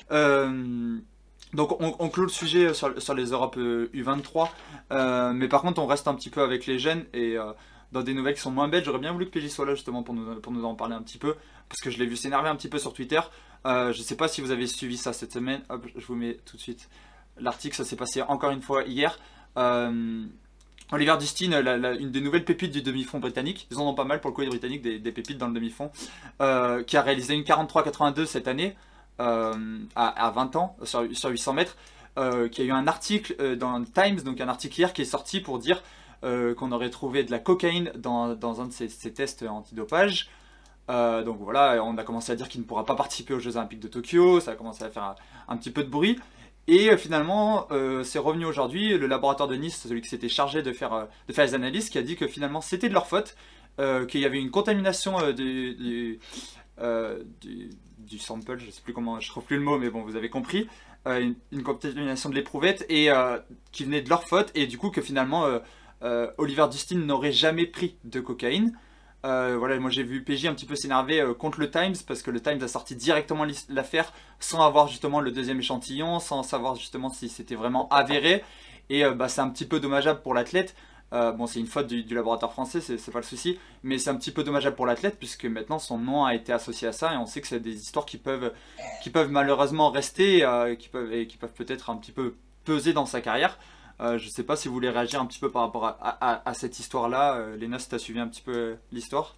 Euh, donc on, on clôt le sujet sur, sur les Europes euh, U vingt-trois, euh, mais par contre on reste un petit peu avec les jeunes et euh, dans des nouvelles qui sont moins belles. J'aurais bien voulu que P J soit là justement pour nous, pour nous en parler un petit peu, parce que je l'ai vu s'énerver un petit peu sur Twitter. Euh, je sais pas si vous avez suivi ça cette semaine. Hop, je vous mets tout de suite l'article, ça s'est passé encore une fois hier. Euh, Oliver Dustin, la- la- une des nouvelles pépites du demi-fond britannique, ils en ont pas mal pour le coup les britanniques, des, des pépites dans le demi-fond, euh, qui a réalisé une quarante-trois quatre-vingt-deux cette année, euh, à, à vingt ans, sur, sur huit cents mètres, euh, qui a eu un article euh, dans Times, donc un article hier qui est sorti pour dire euh, qu'on aurait trouvé de la cocaïne dans, dans un de ses, ses tests antidopage. Euh, donc voilà, on a commencé à dire qu'il ne pourra pas participer aux Jeux Olympiques de Tokyo, ça a commencé à faire un, un petit peu de bruit. Et euh, finalement, euh, c'est revenu aujourd'hui, le laboratoire de Nice, celui qui s'était chargé de faire, euh, de faire les analyses, qui a dit que finalement c'était de leur faute, euh, qu'il y avait une contamination euh, du, du, euh, du, du sample, je sais plus comment, je trouve plus le mot, mais bon, vous avez compris, euh, une, une contamination de l'éprouvette, et euh, qui venait de leur faute, et du coup que finalement euh, euh, Oliver Dustin n'aurait jamais pris de cocaïne. Euh, voilà, moi j'ai vu P J un petit peu s'énerver euh, contre le Times parce que le Times a sorti directement l'is- l'affaire sans avoir justement le deuxième échantillon, sans savoir justement si c'était vraiment avéré. Et euh, bah, c'est un petit peu dommageable pour l'athlète. Euh, bon, c'est une faute du, du laboratoire français, c'est c'est pas le souci, mais c'est un petit peu dommageable pour l'athlète puisque maintenant son nom a été associé à ça et on sait que c'est des histoires qui peuvent, qui peuvent malheureusement rester, euh, qui peuvent, et qui peuvent peut-être un petit peu peser dans sa carrière. Euh, je sais pas si vous voulez réagir un petit peu par rapport à, à- à cette histoire-là. Euh, Léna, si tu as suivi un petit peu euh, l'histoire.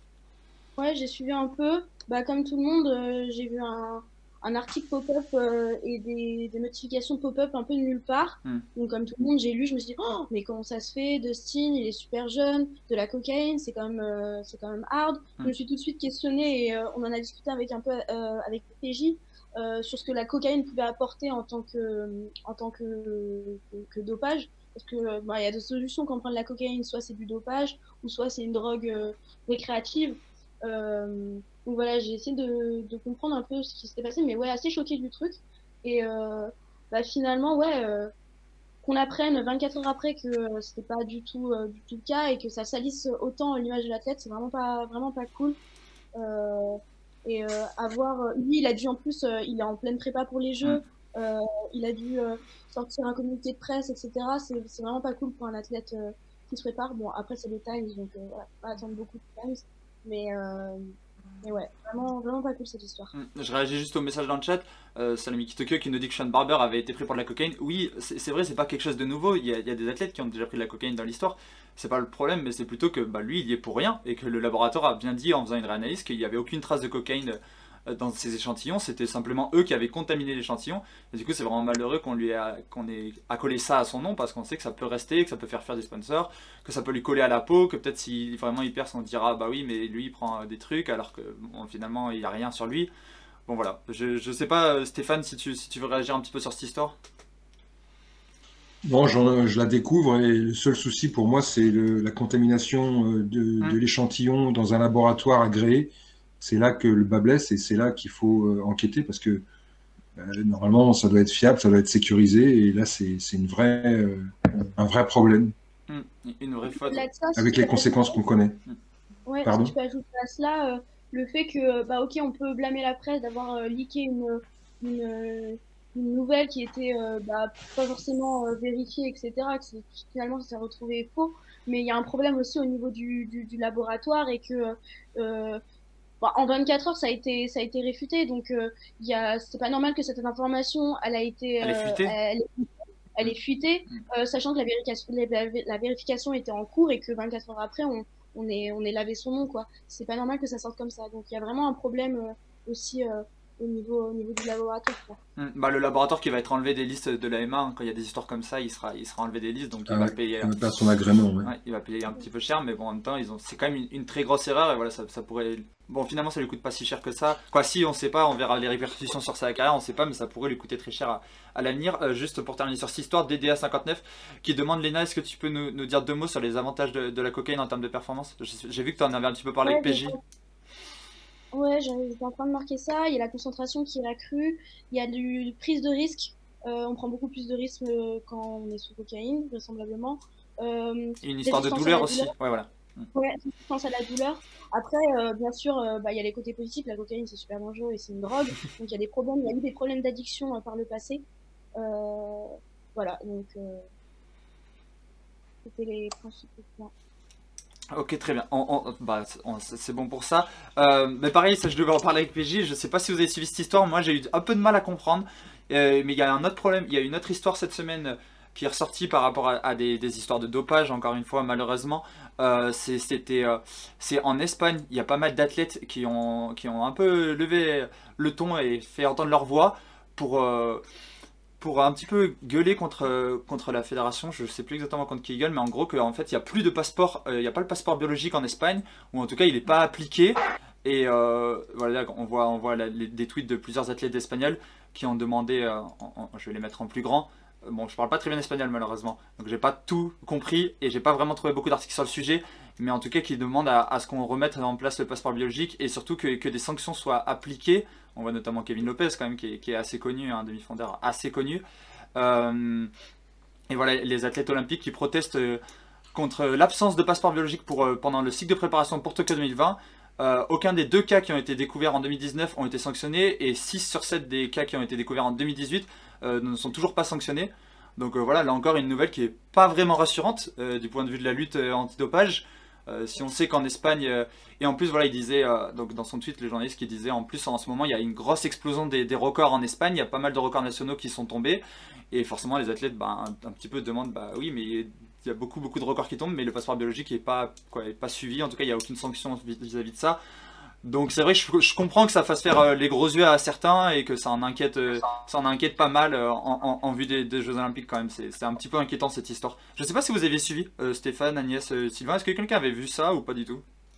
Ouais, j'ai suivi un peu. Bah, comme tout le monde, euh, j'ai vu un, un article pop-up euh, et des, des notifications pop-up un peu de nulle part. Hmm. Donc, comme tout le monde, j'ai lu, je me suis dit, oh, mais comment ça se fait? Dustin, il est super jeune, de la cocaïne, c'est quand même, euh, c'est quand même hard. Je me suis tout de suite questionnée et euh, on en a discuté avec un peu euh, avec P J euh, sur ce que la cocaïne pouvait apporter en tant que, en tant que, que, que dopage. Parce que euh, bah, il y a deux solutions quand on prend de la cocaïne, soit c'est du dopage, ou soit c'est une drogue euh, récréative. Euh, donc voilà, j'ai essayé de, de comprendre un peu ce qui s'était passé, mais ouais, assez choquée du truc. Et euh, bah, finalement, ouais, euh, qu'on apprenne vingt-quatre heures après que euh, c'était pas du tout, euh, du tout le cas et que ça salisse autant l'image de l'athlète, c'est vraiment pas, vraiment pas cool. Euh, et euh, avoir, lui, il a dû en plus, euh, il est en pleine prépa pour les Jeux, euh, il a dû euh, sortir un communiqué de presse, et cetera. C'est c'est vraiment pas cool pour un athlète euh, qui se prépare. Bon, après, c'est les Times, donc euh, voilà, faut pas attendre beaucoup de Times. Mais, euh, mais ouais, vraiment, vraiment pas cool cette histoire. Mm. Je réagis juste au message dans le chat. Euh, Salamiki Tokyo qui nous dit que Sean Barber avait été pris pour de la cocaïne. Oui, c'est c'est vrai, c'est pas quelque chose de nouveau. Il y, a, il y a des athlètes qui ont déjà pris de la cocaïne dans l'histoire. C'est pas le problème, mais c'est plutôt que bah, lui, il y est pour rien et que le laboratoire a bien dit en faisant une réanalyse qu'il n'y avait aucune trace de cocaïne euh, dans ces échantillons, c'était simplement eux qui avaient contaminé l'échantillon. Et du coup, c'est vraiment malheureux qu'on lui a, qu'on ait accolé ça à son nom parce qu'on sait que ça peut rester, que ça peut faire faire des sponsors, que ça peut lui coller à la peau, que peut-être si vraiment il perce, on dira bah oui, mais lui il prend euh, des trucs alors que bon, finalement il n'y a rien sur lui. Bon voilà, je, je sais pas, euh, Stéphane, si tu, si tu veux réagir un petit peu sur cette histoire. Non, j'en- je la découvre et le seul souci pour moi, c'est le- la contamination euh, de, de Hmm. l'échantillon dans un laboratoire agréé. C'est là que le bas blesse et c'est là qu'il faut euh, enquêter parce que euh, normalement, ça doit être fiable, ça doit être sécurisé et là, c'est c'est une vraie, euh, un vrai problème Hmm. Une vraie faute. Au-delà de ça, si avec tu les peux conséquences ajouter- qu'on connaît. Ouais, si Pardon? tu peux ajouter à cela euh, le fait que, bah ok, on peut blâmer la presse d'avoir euh, leaké une, une, euh, une nouvelle qui était euh, bah, pas forcément euh, vérifiée, et cetera, que c'est- finalement ça s'est retrouvé faux, mais il y a un problème aussi au niveau du, du, du laboratoire et que euh, bah, en vingt-quatre heures ça a été, ça a été réfuté, donc euh, il y a, c'est pas normal que cette information, elle a été, Elle est euh, fuitée. elle, elle est fuitée, euh, sachant que la vérification, la, la vérification était en cours et que vingt-quatre heures après, on, on est, on est lavé son nom, quoi. C'est pas normal que ça sorte comme ça. Donc il y a vraiment un problème euh, aussi euh, au niveau, au niveau du laboratoire, quoi. Hmm. Bah, le laboratoire qui va être enlevé des listes de l'A M A, hein, quand il y a des histoires comme ça, il sera, il sera enlevé des listes, donc il Ah va ouais, payer. on n'a pas son agrément. Ouais. Ouais, il va payer un petit peu cher, mais bon, en même temps, ils ont, c'est quand même une, une très grosse erreur et voilà, ça, ça pourrait. Bon, finalement, ça lui coûte pas si cher que ça. Quoi, si, on sait pas, on verra les répercussions sur sa carrière, on sait pas, mais ça pourrait lui coûter très cher à, à l'avenir. Euh, juste pour terminer sur cette histoire, D D A cinquante-neuf qui demande Léna, est-ce que tu peux nous, nous dire deux mots sur les avantages de, de la cocaïne en termes de performance? J'ai j'ai vu que tu en avais un petit peu parlé Ouais, avec P J. Ouais, j'ai- j'étais en train de marquer ça. Il y a la concentration qui est accrue. Il y a du prise de risque. Euh, on prend beaucoup plus de risques euh, quand on est sous cocaïne, vraisemblablement. Euh, Et une histoire de résistance à douleur la aussi. douleur. Ouais, voilà. Ouais, résistance à la douleur. Après, euh, bien sûr, euh, bah, il y a les côtés positifs. La cocaïne, c'est super dangereux et c'est une drogue. Donc, il y a des problèmes. Il y a eu des problèmes d'addiction euh, par le passé. Euh, voilà, donc euh, c'était les principaux points. Ok, très bien. On- on- bah, c'est on- c'est bon pour ça. Euh, mais pareil, ça je devais en parler avec P J. Je sais pas si vous avez suivi cette histoire. Moi, j'ai eu un peu de mal à comprendre. Euh, mais il y a un autre problème. Il y a une autre histoire cette semaine euh, qui est ressortie par rapport à, à des, des histoires de dopage. Encore une fois, malheureusement, Euh, c'est c'était, euh, c'est en Espagne. Il y a pas mal d'athlètes qui ont, qui ont un peu levé le ton et fait entendre leur voix pour euh, pour un petit peu gueuler contre, contre la fédération, je sais plus exactement contre qui il gueule, mais en gros qu'en fait il n'y a plus de passeport, euh, il n'y a pas le passeport biologique en Espagne, ou en tout cas il n'est pas appliqué, et euh, voilà, on voit, on voit la- les- des tweets de plusieurs athlètes espagnols qui ont demandé, euh, en- en- je vais les mettre en plus grand. Euh, bon, je parle pas très bien espagnol malheureusement, donc j'ai pas tout compris, et j'ai pas vraiment trouvé beaucoup d'articles sur le sujet, mais en tout cas qui demandent à, à ce qu'on remette en place le passeport biologique, et surtout que, que des sanctions soient appliquées. On voit notamment Kevin Lopez quand même qui est, qui est assez connu, un demi-fondeur assez connu. Euh, et voilà les athlètes olympiques qui protestent euh, contre l'absence de passeport biologique pour, euh, pendant le cycle de préparation pour Tokyo deux mille vingt. Euh, aucun des deux cas qui ont été découverts en deux mille dix-neuf ont été sanctionnés et six sur sept des cas qui ont été découverts en deux mille dix-huit euh, ne sont toujours pas sanctionnés. Donc euh, voilà, là encore une nouvelle qui est pas vraiment rassurante euh, du point de vue de la lutte euh, antidopage. Euh, si on sait qu'en Espagne, euh, et en plus voilà il disait, euh, donc dans son tweet le journaliste qui disait en plus en ce moment il y a une grosse explosion des, des records en Espagne, il y a pas mal de records nationaux qui sont tombés, et forcément les athlètes bah, un, un petit peu demandent, bah oui mais il y a beaucoup beaucoup de records qui tombent, mais le passeport biologique n'est pas, quoi, est pas suivi, en tout cas il n'y a aucune sanction vis-à-vis de ça. Donc c'est vrai que je, je comprends que ça fasse faire euh, les gros yeux à certains et que ça en inquiète, euh, ça en inquiète pas mal euh, en, en- en vue des, des Jeux Olympiques quand même. C'est c'est un petit peu inquiétant cette histoire. Je sais pas si vous avez suivi, euh, Stéphane, Agnès, euh, Sylvain. Est-ce que quelqu'un avait vu ça ou pas du tout?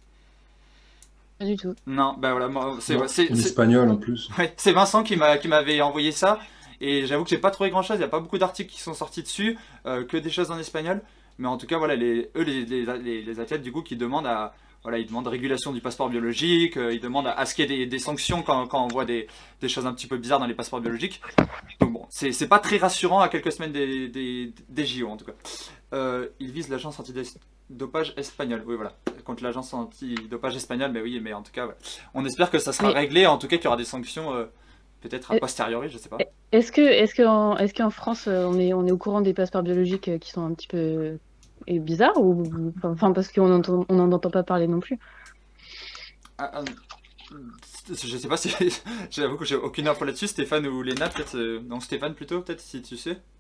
Pas du tout. Non, bah voilà, moi, c'est Non, c'est- en c'est- espagnol en plus. ouais, c'est Vincent qui m'a qui m'avait envoyé ça, et j'avoue que j'ai pas trouvé grand chose. Il y a pas beaucoup d'articles qui sont sortis dessus, euh, que des choses en espagnol. Mais en tout cas, voilà, les, eux, les, les, les- les athlètes du coup qui demandent à, voilà, ils demandent régulation du passeport biologique, euh, ils demandent à, à ce qu'il y ait des, des sanctions quand, quand on voit des, des choses un petit peu bizarres dans les passeports biologiques. Donc bon, c'est c'est pas très rassurant à quelques semaines des, des, des J O en tout cas. Euh, ils visent l'agence antidopage espagnole, oui voilà, contre l'agence antidopage espagnole, mais oui, mais en tout cas, ouais. On espère que ça sera Mais- réglé, en tout cas qu'il y aura des sanctions, euh, peut-être a Et- posteriori, je sais pas. Est-ce que, est-ce qu'en, est-ce qu'en France, euh, on est, on est au courant des passeports biologiques euh, qui sont un petit peu euh, et bizarres ou enfin parce qu'on entend, on n'en entend pas parler non plus. Ah, euh, je sais pas si, j'avoue que j'ai aucune info là-dessus, Stéphane ou Léna, peut-être, euh, non Stéphane plutôt, peut-être si tu sais.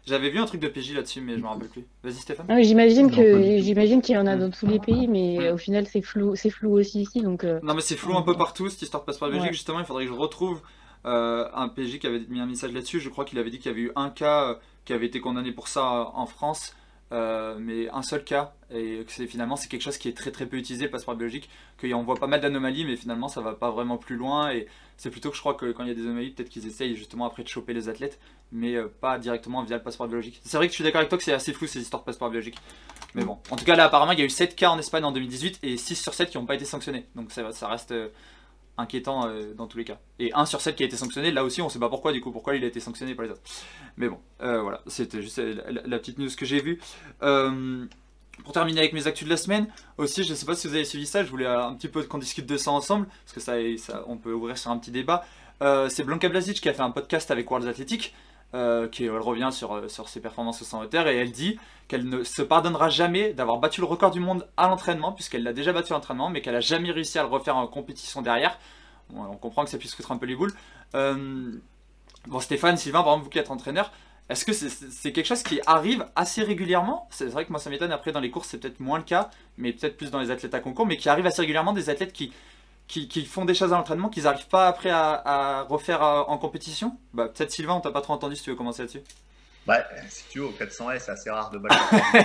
J'avais vu un truc de P J là-dessus, mais je me rappelle plus. Vas-y Stéphane. Ah, j'imagine Non, pas du que tout. j'imagine qu'il y en a dans tous les pays, mais Mm. au final c'est flou, c'est flou aussi ici, donc euh, Non mais c'est flou un peu partout cette histoire de passeport de Belgique, ouais. justement il faudrait que je retrouve euh, un P J qui avait mis un message là-dessus, je crois qu'il avait dit qu'il y avait eu un cas euh, qui avait été condamné pour ça euh, en France, euh, mais un seul cas, et que c'est finalement c'est quelque chose qui est très très peu utilisé le passeport biologique, qu'on voit pas mal d'anomalies mais finalement ça va pas vraiment plus loin, et c'est plutôt que je crois que quand il y a des anomalies peut-être qu'ils essayent justement après de choper les athlètes, mais euh, pas directement via le passeport biologique. C'est vrai que je suis d'accord avec toi que c'est assez flou ces histoires de passeport biologique. Mais bon, en tout cas là apparemment il y a eu sept cas en Espagne en deux mille dix-huit et six sur sept qui n'ont pas été sanctionnés. Donc ça, ça reste euh, inquiétant euh, dans tous les cas. Et un sur sept qui a été sanctionné, là aussi on sait pas pourquoi du coup, pourquoi il a été sanctionné par les autres. Mais bon, euh, voilà, c'était juste euh, la, la petite news que j'ai vue. Euh, pour terminer avec mes actus de la semaine, aussi je sais pas si vous avez suivi ça, je voulais euh, un petit peu qu'on discute de ça ensemble, parce que ça, ça on peut ouvrir sur un petit débat. Euh, c'est Blanka Blasic qui a fait un podcast avec World Athletic. Euh, qui elle revient sur, sur ses performances au cent mètres et elle dit qu'elle ne se pardonnera jamais d'avoir battu le record du monde à l'entraînement puisqu'elle l'a déjà battu à l'entraînement mais qu'elle a jamais réussi à le refaire en compétition derrière. Bon, on comprend que ça puisse foutre un peu les boules. Euh, bon Stéphane, Sylvain, par exemple vous qui êtes entraîneur, est-ce que c'est c'est quelque chose qui arrive assez régulièrement? C'est vrai que moi ça m'étonne, après dans les courses c'est peut-être moins le cas, mais peut-être plus dans les athlètes à concours, mais qui arrive assez régulièrement des athlètes qui Qui, qui font des choses à l'entraînement qu'ils n'arrivent pas après à, à refaire à, en compétition. Bah, peut-être Sylvain, on t'a pas trop entendu si tu veux commencer là-dessus. Bah, si tu veux, au quatre cents S, c'est assez rare de battre.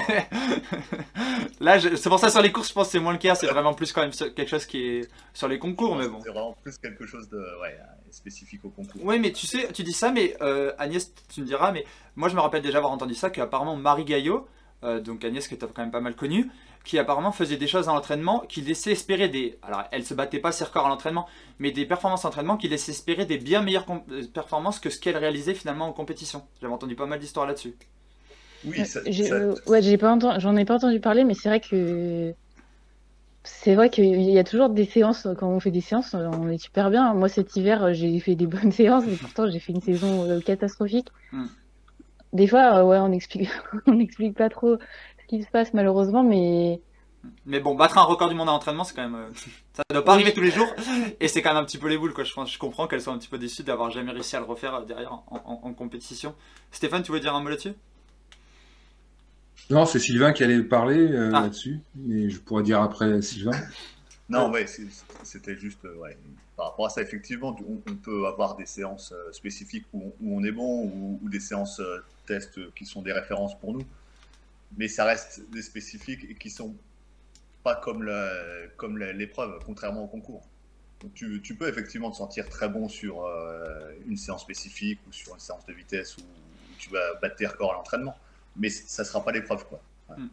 Là, je- c'est pour ça sur les courses, je pense que c'est moins le cas. C'est vraiment plus quand même sur- quelque chose qui est sur les concours, mais bon. C'est vraiment plus quelque chose de ouais, spécifique au concours. Oui, mais tu sais, tu dis ça, mais euh, Agnès, tu me diras, mais moi je me rappelle déjà avoir entendu ça, qu'apparemment Marie Gaillot, euh, donc Agnès que tu as quand même pas mal connue, qui apparemment faisait des choses à l'entraînement qui laissaient espérer des... Alors elle se battait pas ses records à l'entraînement, mais des performances à l'entraînement qui laissaient espérer des bien meilleures com- euh, performances que ce qu'elle réalisait finalement en compétition. J'avais entendu pas mal d'histoires là-dessus. Oui, ça, J'ai- ça- euh, ouais, j'ai pas entendu, j'en ai pas entendu parler, mais c'est vrai que c'est vrai qu'il y a toujours des séances, quand on fait des séances, on est super bien. Moi cet hiver, j'ai fait des bonnes séances, mais pourtant j'ai fait une saison euh, catastrophique. Hmm. Des fois, euh, ouais, on explique, on explique pas trop ce qui se passe malheureusement, mais Mais bon, battre un record du monde à l'entraînement, c'est quand même... euh, ça doit pas arriver tous les jours, et c'est quand même un petit peu les boules, quoi. Je, pense, je comprends qu'elles sont un petit peu déçues d'avoir jamais réussi à le refaire euh, derrière en, en- en compétition. Stéphane, tu veux dire un mot là-dessus? Non, c'est Sylvain qui allait parler euh, Ah. là-dessus, mais je pourrais dire après Sylvain. Non, ouais, c'est- c'était juste, euh, ouais. Par rapport à ça, effectivement, on, on peut avoir des séances euh, spécifiques où on, où on est bon, ou, ou des séances euh, tests qui sont des références pour nous, mais ça reste des spécifiques et qui sont pas comme la- comme la- l'épreuve, contrairement au concours. Donc tu, tu peux effectivement te sentir très bon sur euh, une séance spécifique ou sur une séance de vitesse où, où tu vas battre tes records à l'entraînement, mais c- ça sera pas l'épreuve, quoi. Ouais.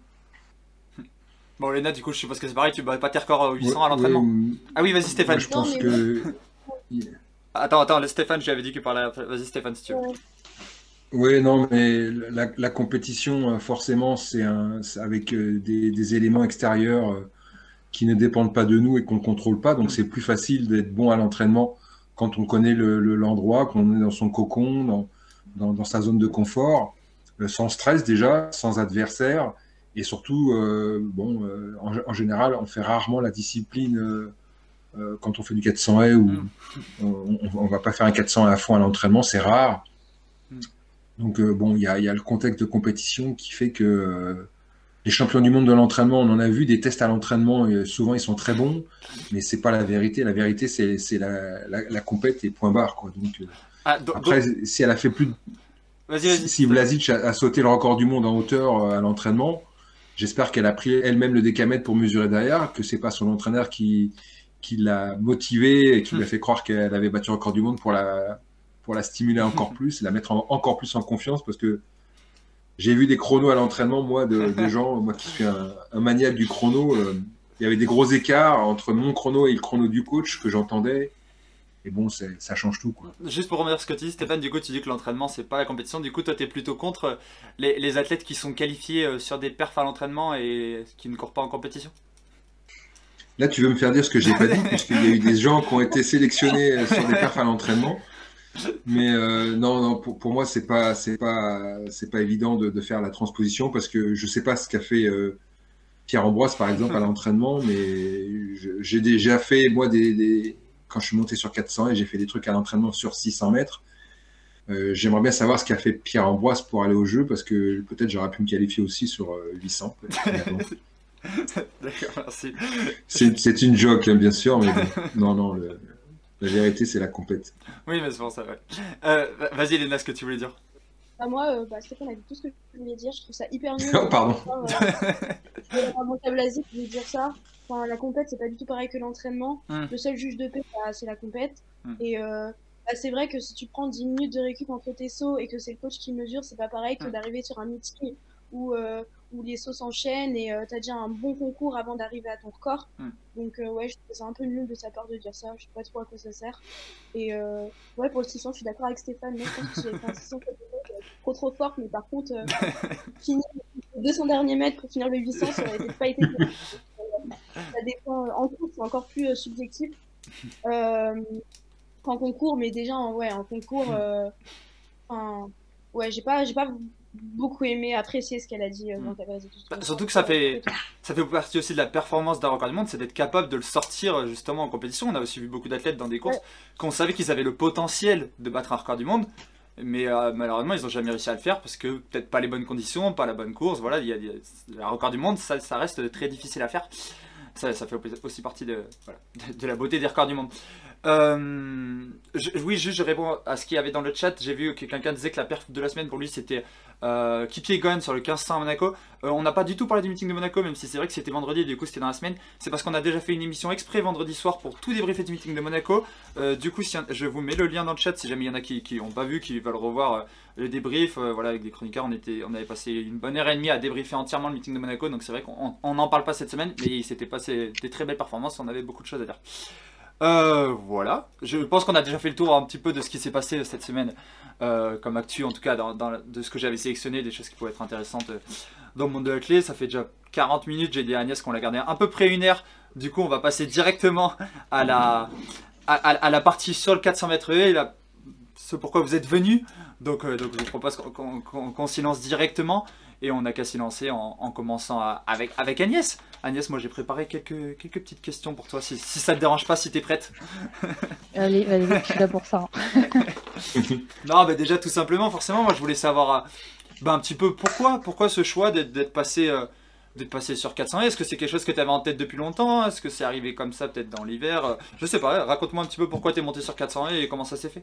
Bon, Léna, du coup, je suppose que c'est pareil, tu bats pas tes records à huit cents Ouais, à l'entraînement. ouais, Ah oui, vas-y Stéphane. moi, je pense Non, mais que Attends, attends, laisse Stéphane, j'avais dit qu'il parlait après. Vas-y Stéphane, si tu veux. Ouais. oui, non, mais la, la compétition, euh, forcément, c'est un, c'est avec euh, des, des éléments extérieurs euh, qui ne dépendent pas de nous et qu'on ne contrôle pas. Donc, c'est plus facile d'être bon à l'entraînement quand on connaît le, le- l'endroit, qu'on est dans son cocon, dans, dans, dans sa zone de confort, euh, sans stress déjà, sans adversaire. Et surtout, euh, bon, euh, en, en général, on fait rarement la discipline euh, euh, quand on fait du quatre cents haies ou Mm. on ne va pas faire un quatre cents à fond à l'entraînement, c'est rare. Mm. Donc, euh, bon, il y a, il y a le contexte de compétition qui fait que euh, les champions du monde de l'entraînement, on en a vu des tests à l'entraînement, et souvent ils sont très bons, mais c'est pas la vérité. La vérité, c'est c'est la, la, la compète et point barre, quoi. Donc, euh, Ah, do- après, do- si elle a fait plus de... vas-y, Si, vas-y. si Vlasic a, a sauté le record du monde en hauteur euh, à l'entraînement, j'espère qu'elle a pris elle-même le décamètre pour mesurer derrière, que c'est pas son entraîneur qui, qui l'a motivée et qui lui a fait croire qu'elle avait battu le record du monde pour la, pour la stimuler encore plus, la mettre en- encore plus en confiance, parce que j'ai vu des chronos à l'entraînement, moi, de, de gens, moi qui suis un, un maniaque du chrono, euh, il y avait des gros écarts entre mon chrono et le chrono du coach que j'entendais. Et bon, c'est- ça change tout, quoi. Juste pour revenir sur ce que tu dis, Stéphane, du coup, tu dis que l'entraînement, c'est pas la compétition. Du coup, toi, t'es plutôt contre euh, les, les athlètes qui sont qualifiés euh, sur des perfs à l'entraînement et qui ne courent pas en compétition. Là, tu veux me faire dire ce que j'ai pas dit, puisqu'il y a eu des gens qui ont été sélectionnés euh, sur des perfs à l'entraînement. Mais euh, non, non, pour, pour moi, c'est pas, c'est pas, c'est pas évident de, de faire la transposition, parce que je sais pas ce qu'a fait euh, Pierre Ambroise, par exemple, à l'entraînement, mais je- j'ai déjà fait, moi, des, des- quand je suis monté sur quatre cents et j'ai fait des trucs à l'entraînement sur six cents mètres. Euh, j'aimerais bien savoir ce qu'a fait Pierre-Ambroise pour aller au jeu, parce que peut-être j'aurais pu me qualifier aussi sur euh, huit cents. D'accord, merci. C'est c'est une joke, hein, bien sûr, mais bon. Non, non, le- la vérité, c'est la compète. Oui, mais c'est pour ça, ouais. Euh, va- vas-y, Elena, ce que tu voulais dire. Bah, moi, euh, bah, Stéphane a dit tout ce que je voulais dire. Je trouve ça hyper nul. Oh, pardon. Je vais avoir mon Blasi qui veut dire ça. Enfin, la compète, c'est pas du tout pareil que l'entraînement. Hmm. Le seul juge de paix, bah, c'est la compète. Hmm. Et euh, bah, c'est vrai que si tu prends dix minutes de récup entre tes sauts et que c'est le coach qui mesure, c'est pas pareil que Hmm. d'arriver sur un meeting où, euh, où les sauts s'enchaînent et euh, t'as déjà un bon concours avant d'arriver à ton record. Hmm. Donc, euh, ouais, je trouve ça un peu nul de sa part de dire ça. Je sais pas trop à quoi ça sert. Et euh, ouais, pour le six cents, je suis d'accord avec Stéphane. Moi, je pense que si j'avais fait un six cents, trop trop forte, mais par contre, euh, finir les deux cents derniers mètres pour finir le huit cents, ça aurait été- pas été possible. Ça dépend. euh, En cours, c'est encore plus euh, subjectif euh, qu'en concours, mais déjà, en, ouais, en concours, euh, enfin, ouais, j'ai pas, j'ai pas beaucoup aimé apprécier ce qu'elle a dit. Euh, Bianca Blasi, tout ce Bah, que- surtout que ça fait, ça fait partie aussi de la performance d'un record du monde, c'est d'être capable de le sortir euh, justement en compétition. On a aussi vu beaucoup d'athlètes dans des courses Ouais. qu'on savait qu'ils avaient le potentiel de battre un record du monde, mais euh, malheureusement ils n'ont jamais réussi à le faire parce que peut-être pas les bonnes conditions, pas la bonne course. Voilà, il y a, il y a- le record du monde, ça, ça reste très difficile à faire. Ça, ça fait aussi partie de, voilà, de, de la beauté des records du monde. Euh, je- oui, juste je réponds à ce qu'il y avait dans le chat. J'ai vu que quelqu'un disait que la perf de la semaine pour lui c'était euh, Kipiegon sur le quinze cents à Monaco. Euh, on n'a pas du tout parlé du meeting de Monaco, même si c'est vrai que c'était vendredi et du coup c'était dans la semaine. C'est parce qu'on a déjà fait une émission exprès vendredi soir pour tout débriefer du meeting de Monaco. Euh, du coup, si, je vous mets le lien dans le chat si jamais il y en a qui n'ont pas vu, qui veulent revoir euh, le débrief. Euh, voilà, avec des chroniqueurs, on, était, on avait passé une bonne heure et demie à débriefer entièrement le meeting de Monaco. Donc c'est vrai qu'on n'en parle pas cette semaine, mais il s'était passé des très belles performances. On avait beaucoup de choses à dire. Euh, voilà, je pense qu'on a déjà fait le tour un petit peu de ce qui s'est passé cette semaine, euh, comme actu en tout cas, dans, dans- de ce que j'avais sélectionné, des choses qui pouvaient être intéressantes euh, dans le monde de la clé. Ça fait déjà quarante minutes, j'ai dit à Agnès qu'on l'a gardé à peu près une heure, du coup on va passer directement à la, à, à- à la partie sur le quatre cents mètres haies, la- ce pourquoi vous êtes venus. Donc, euh, donc je vous propose qu'on qu'on- qu'on- qu'on s'y lance directement. Et on n'a qu'à s'y lancer en, en commençant à- avec, avec Agnès. Agnès, moi j'ai préparé quelques, quelques petites questions pour toi, si, si ça te dérange pas, si t'es prête. Allez, vas-y, je suis là pour ça. Non, bah déjà tout simplement, forcément, moi je voulais savoir euh, bah, un petit peu pourquoi, pourquoi ce choix d'être d'être passé, euh, d'être passé sur quatre cents. Est-ce que c'est quelque chose que tu avais en tête depuis longtemps? Est-ce que c'est arrivé comme ça peut-être dans l'hiver? Euh, Je sais pas, raconte-moi un petit peu pourquoi tu es monté sur quatre cents et comment ça s'est fait.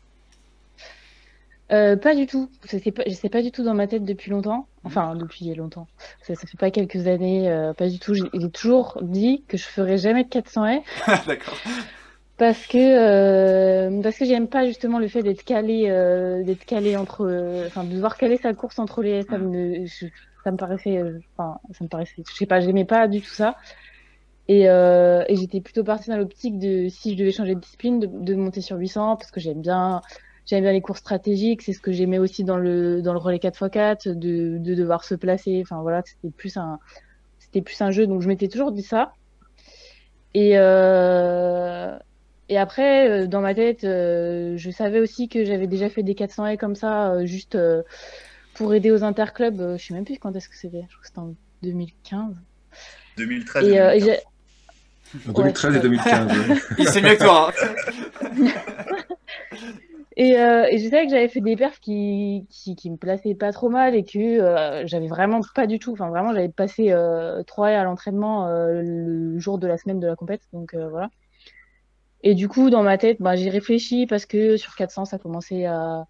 Euh, pas du tout. C'était pas, j'étais pas du tout dans ma tête depuis longtemps. Enfin, depuis longtemps. Ça, ça fait pas quelques années. euh, pas du tout. J'ai j'ai toujours dit que je ferais jamais de quatre cents haies D'accord. parce que euh, parce que j'aime pas justement le fait d'être calé, euh, d'être calé entre, euh, enfin, de devoir caler sa course entre les haies. Ça me, je- ça me paraissait, euh, enfin, ça me paraissait. Je sais pas, j'aimais pas du tout ça. Et, euh, et j'étais plutôt partie dans l'optique de, si je devais changer de discipline, de, de monter sur huit cents parce que j'aime bien, j'aime bien les courses stratégiques. C'est ce que j'aimais aussi dans le, dans le relais quatre par quatre, de, de devoir se placer. Enfin voilà, c'était plus un, c'était plus un jeu. Donc je m'étais toujours dit ça. Et, euh, et après, euh, dans ma tête, euh, je savais aussi que j'avais déjà fait des quatre cents haies comme ça, euh, juste euh, pour aider aux interclubs. Euh, je sais même plus quand est-ce que c'était. Je crois que c'était en deux mille quinze. deux mille treize Et, euh, et deux mille quinze. j'ai- En deux mille treize Ouais. et deux mille quinze. ouais. Il sait mieux que toi. Hein. Et, euh, et je savais que j'avais fait des perfs qui, qui, qui me plaçaient pas trop mal et que euh, j'avais vraiment pas du tout, enfin vraiment j'avais passé euh, trois haies à l'entraînement euh, le jour de la semaine de la compète, donc euh, voilà. Et du coup dans ma tête, bah, j'ai réfléchi parce que sur quatre cents ça commençait à...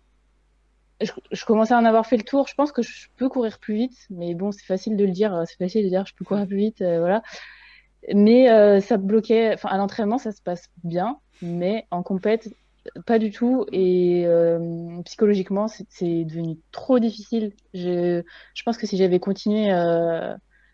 Je, je commençais à en avoir fait le tour, je pense que je peux courir plus vite, mais bon c'est facile de le dire, c'est facile de dire je peux courir plus vite, euh, voilà. Mais euh, ça bloquait, enfin à l'entraînement ça se passe bien, mais en compète pas du tout. Et euh, psychologiquement c'est c'est devenu trop difficile. Je, je pense que si j'avais continué, euh,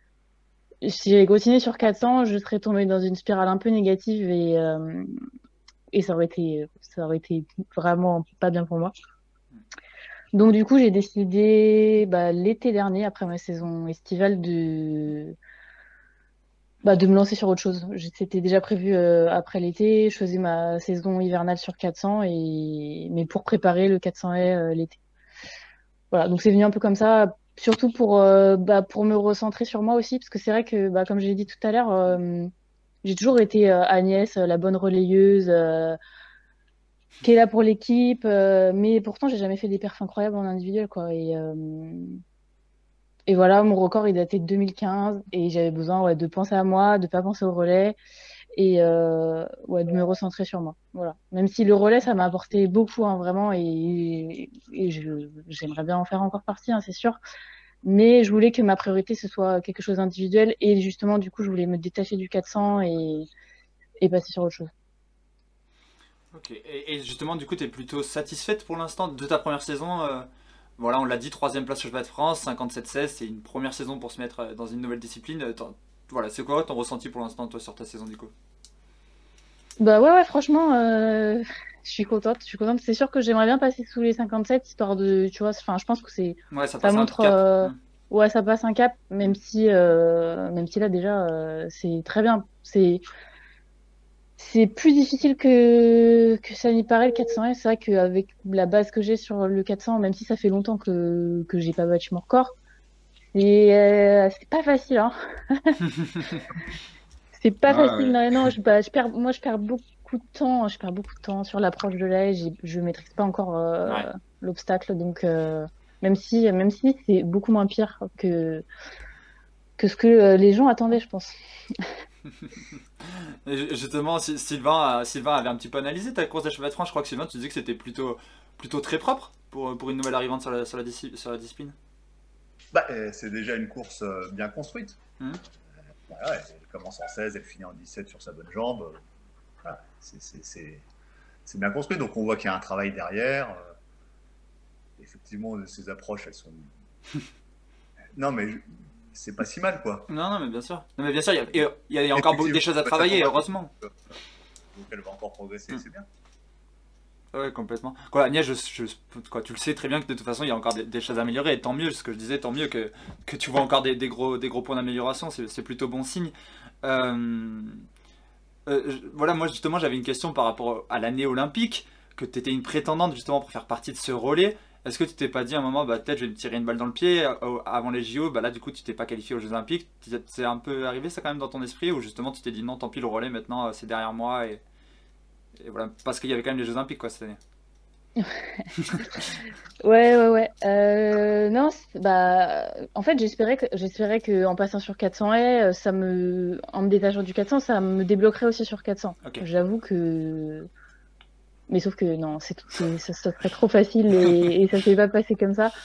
si j'avais continué sur quatre cents, je serais tombée dans une spirale un peu négative et, euh, et ça aurait été, ça aurait été vraiment pas bien pour moi. Donc du coup j'ai décidé bah, l'été dernier, après ma saison estivale, de Bah, de me lancer sur autre chose. J'ai- C'était déjà prévu euh, après l'été. Je faisais ma saison hivernale sur quatre cents, et... mais pour préparer le quatre cents haies euh, l'été. Voilà, donc c'est venu un peu comme ça, surtout pour, euh, bah, pour me recentrer sur moi aussi, parce que c'est vrai que, bah, comme je l'ai dit tout à l'heure, euh, j'ai toujours été euh, Agnès, euh, la bonne relayeuse, euh, qui est là pour l'équipe. euh, mais pourtant, j'ai jamais fait des perfs incroyables en individuel, quoi. Et, euh, et voilà, mon record, il datait de deux mille quinze et j'avais besoin ouais, de penser à moi, de pas penser au relais et euh, ouais, de me recentrer sur moi. Voilà. Même si le relais, ça m'a apporté beaucoup, hein, vraiment, et, et je- j'aimerais bien en faire encore partie, hein, c'est sûr. Mais je voulais que ma priorité, ce soit quelque chose d'individuel et justement, du coup, je voulais me détacher du quatre cents et, et passer sur autre chose. Ok. Et, et justement, du coup, tu es plutôt satisfaite pour l'instant de ta première saison euh, Voilà, on l'a dit, troisième place sur le championnat de France, cinquante-sept seize, c'est une première saison pour se mettre euh, dans une nouvelle discipline. Euh, t'en- Voilà, c'est quoi ton ressenti pour l'instant, toi, sur ta saison, du coup? Bah ouais, ouais, franchement, euh, je suis contente. Je suis contente. C'est sûr que j'aimerais bien passer sous les cinquante-sept, histoire de, tu vois, enfin, je pense que c'est, Ouais, ça ça passe un montre, cap. euh, Hmm. ouais, ça passe un cap, même si, euh, même si là déjà, euh, c'est très bien. C'est, c'est plus difficile que, que ça n'y paraît le quatre cents S. C'est vrai qu'avec la base que j'ai sur le quatre cents, même si ça fait longtemps que, que j'ai pas battu mon record, et euh, c'est pas facile, hein. C'est pas Ah, facile, ouais. non, non, je, bah, je perds, moi je perds beaucoup de temps, je perds beaucoup de temps sur l'approche de l'aile, j'ai- je maîtrise pas encore euh, Ouais. l'obstacle, donc euh, même si, même si c'est beaucoup moins pire que, que ce que euh, les gens attendaient, je pense. Et ju- justement, Sy- Sylvain, a- Sylvain avait un petit peu analysé ta course de championnat de France. Je crois que Sylvain, tu disais que c'était plutôt, plutôt très propre pour, pour une nouvelle arrivante sur la, sur la, disci- sur la discipline. Bah, euh, c'est déjà une course euh, bien construite. Hmm. Voilà, elle commence en seize, elle finit en dix-sept sur sa bonne jambe. Euh, Voilà, c'est- c'est c'est- c'est bien construit. Donc on voit qu'il y a un travail derrière. Euh, effectivement, ces approches, elles sont. Non, mais je- c'est pas si mal, quoi. Non, non, mais bien sûr. Non, mais bien sûr, il y a, il y a- il y a encore beaucoup- Effectivement, des choses à ça travailler, combat. heureusement. Donc elle va encore progresser, Hmm. c'est bien. Ouais, complètement. Quoi, Agnès, je, je- quoi, tu le sais très bien que de toute façon, il y a encore des, des choses à améliorer. Et tant mieux, ce que je disais, tant mieux que, que tu vois encore des, des gros, des gros points d'amélioration. C'est c'est plutôt bon signe. Euh, euh, je- voilà, moi, justement, j'avais une question par rapport à l'année olympique, que tu étais une prétendante, justement, pour faire partie de ce relais. Est-ce que tu t'es pas dit à un moment, bah, peut-être je vais me tirer une balle dans le pied euh, avant les J O, bah là, du coup, tu t'es pas qualifié aux Jeux Olympiques. C'est un peu arrivé, ça, quand même, dans ton esprit, ou justement, tu t'es dit, non, tant pis, le relais, maintenant, euh, c'est derrière moi, et, et voilà, parce qu'il y avait quand même les Jeux Olympiques, quoi, cette année. Ouais, ouais, ouais. Euh, non, c'est- bah, en fait, j'espérais que, j'espérais que en passant sur quatre cents haies, euh, ça me, en me détachant du quatre cents, ça me débloquerait aussi sur quatre cents. Ok. J'avoue que, mais sauf que non, c'est, c'est, ça, ça serait trop facile et, et ça s'est pas passé comme ça.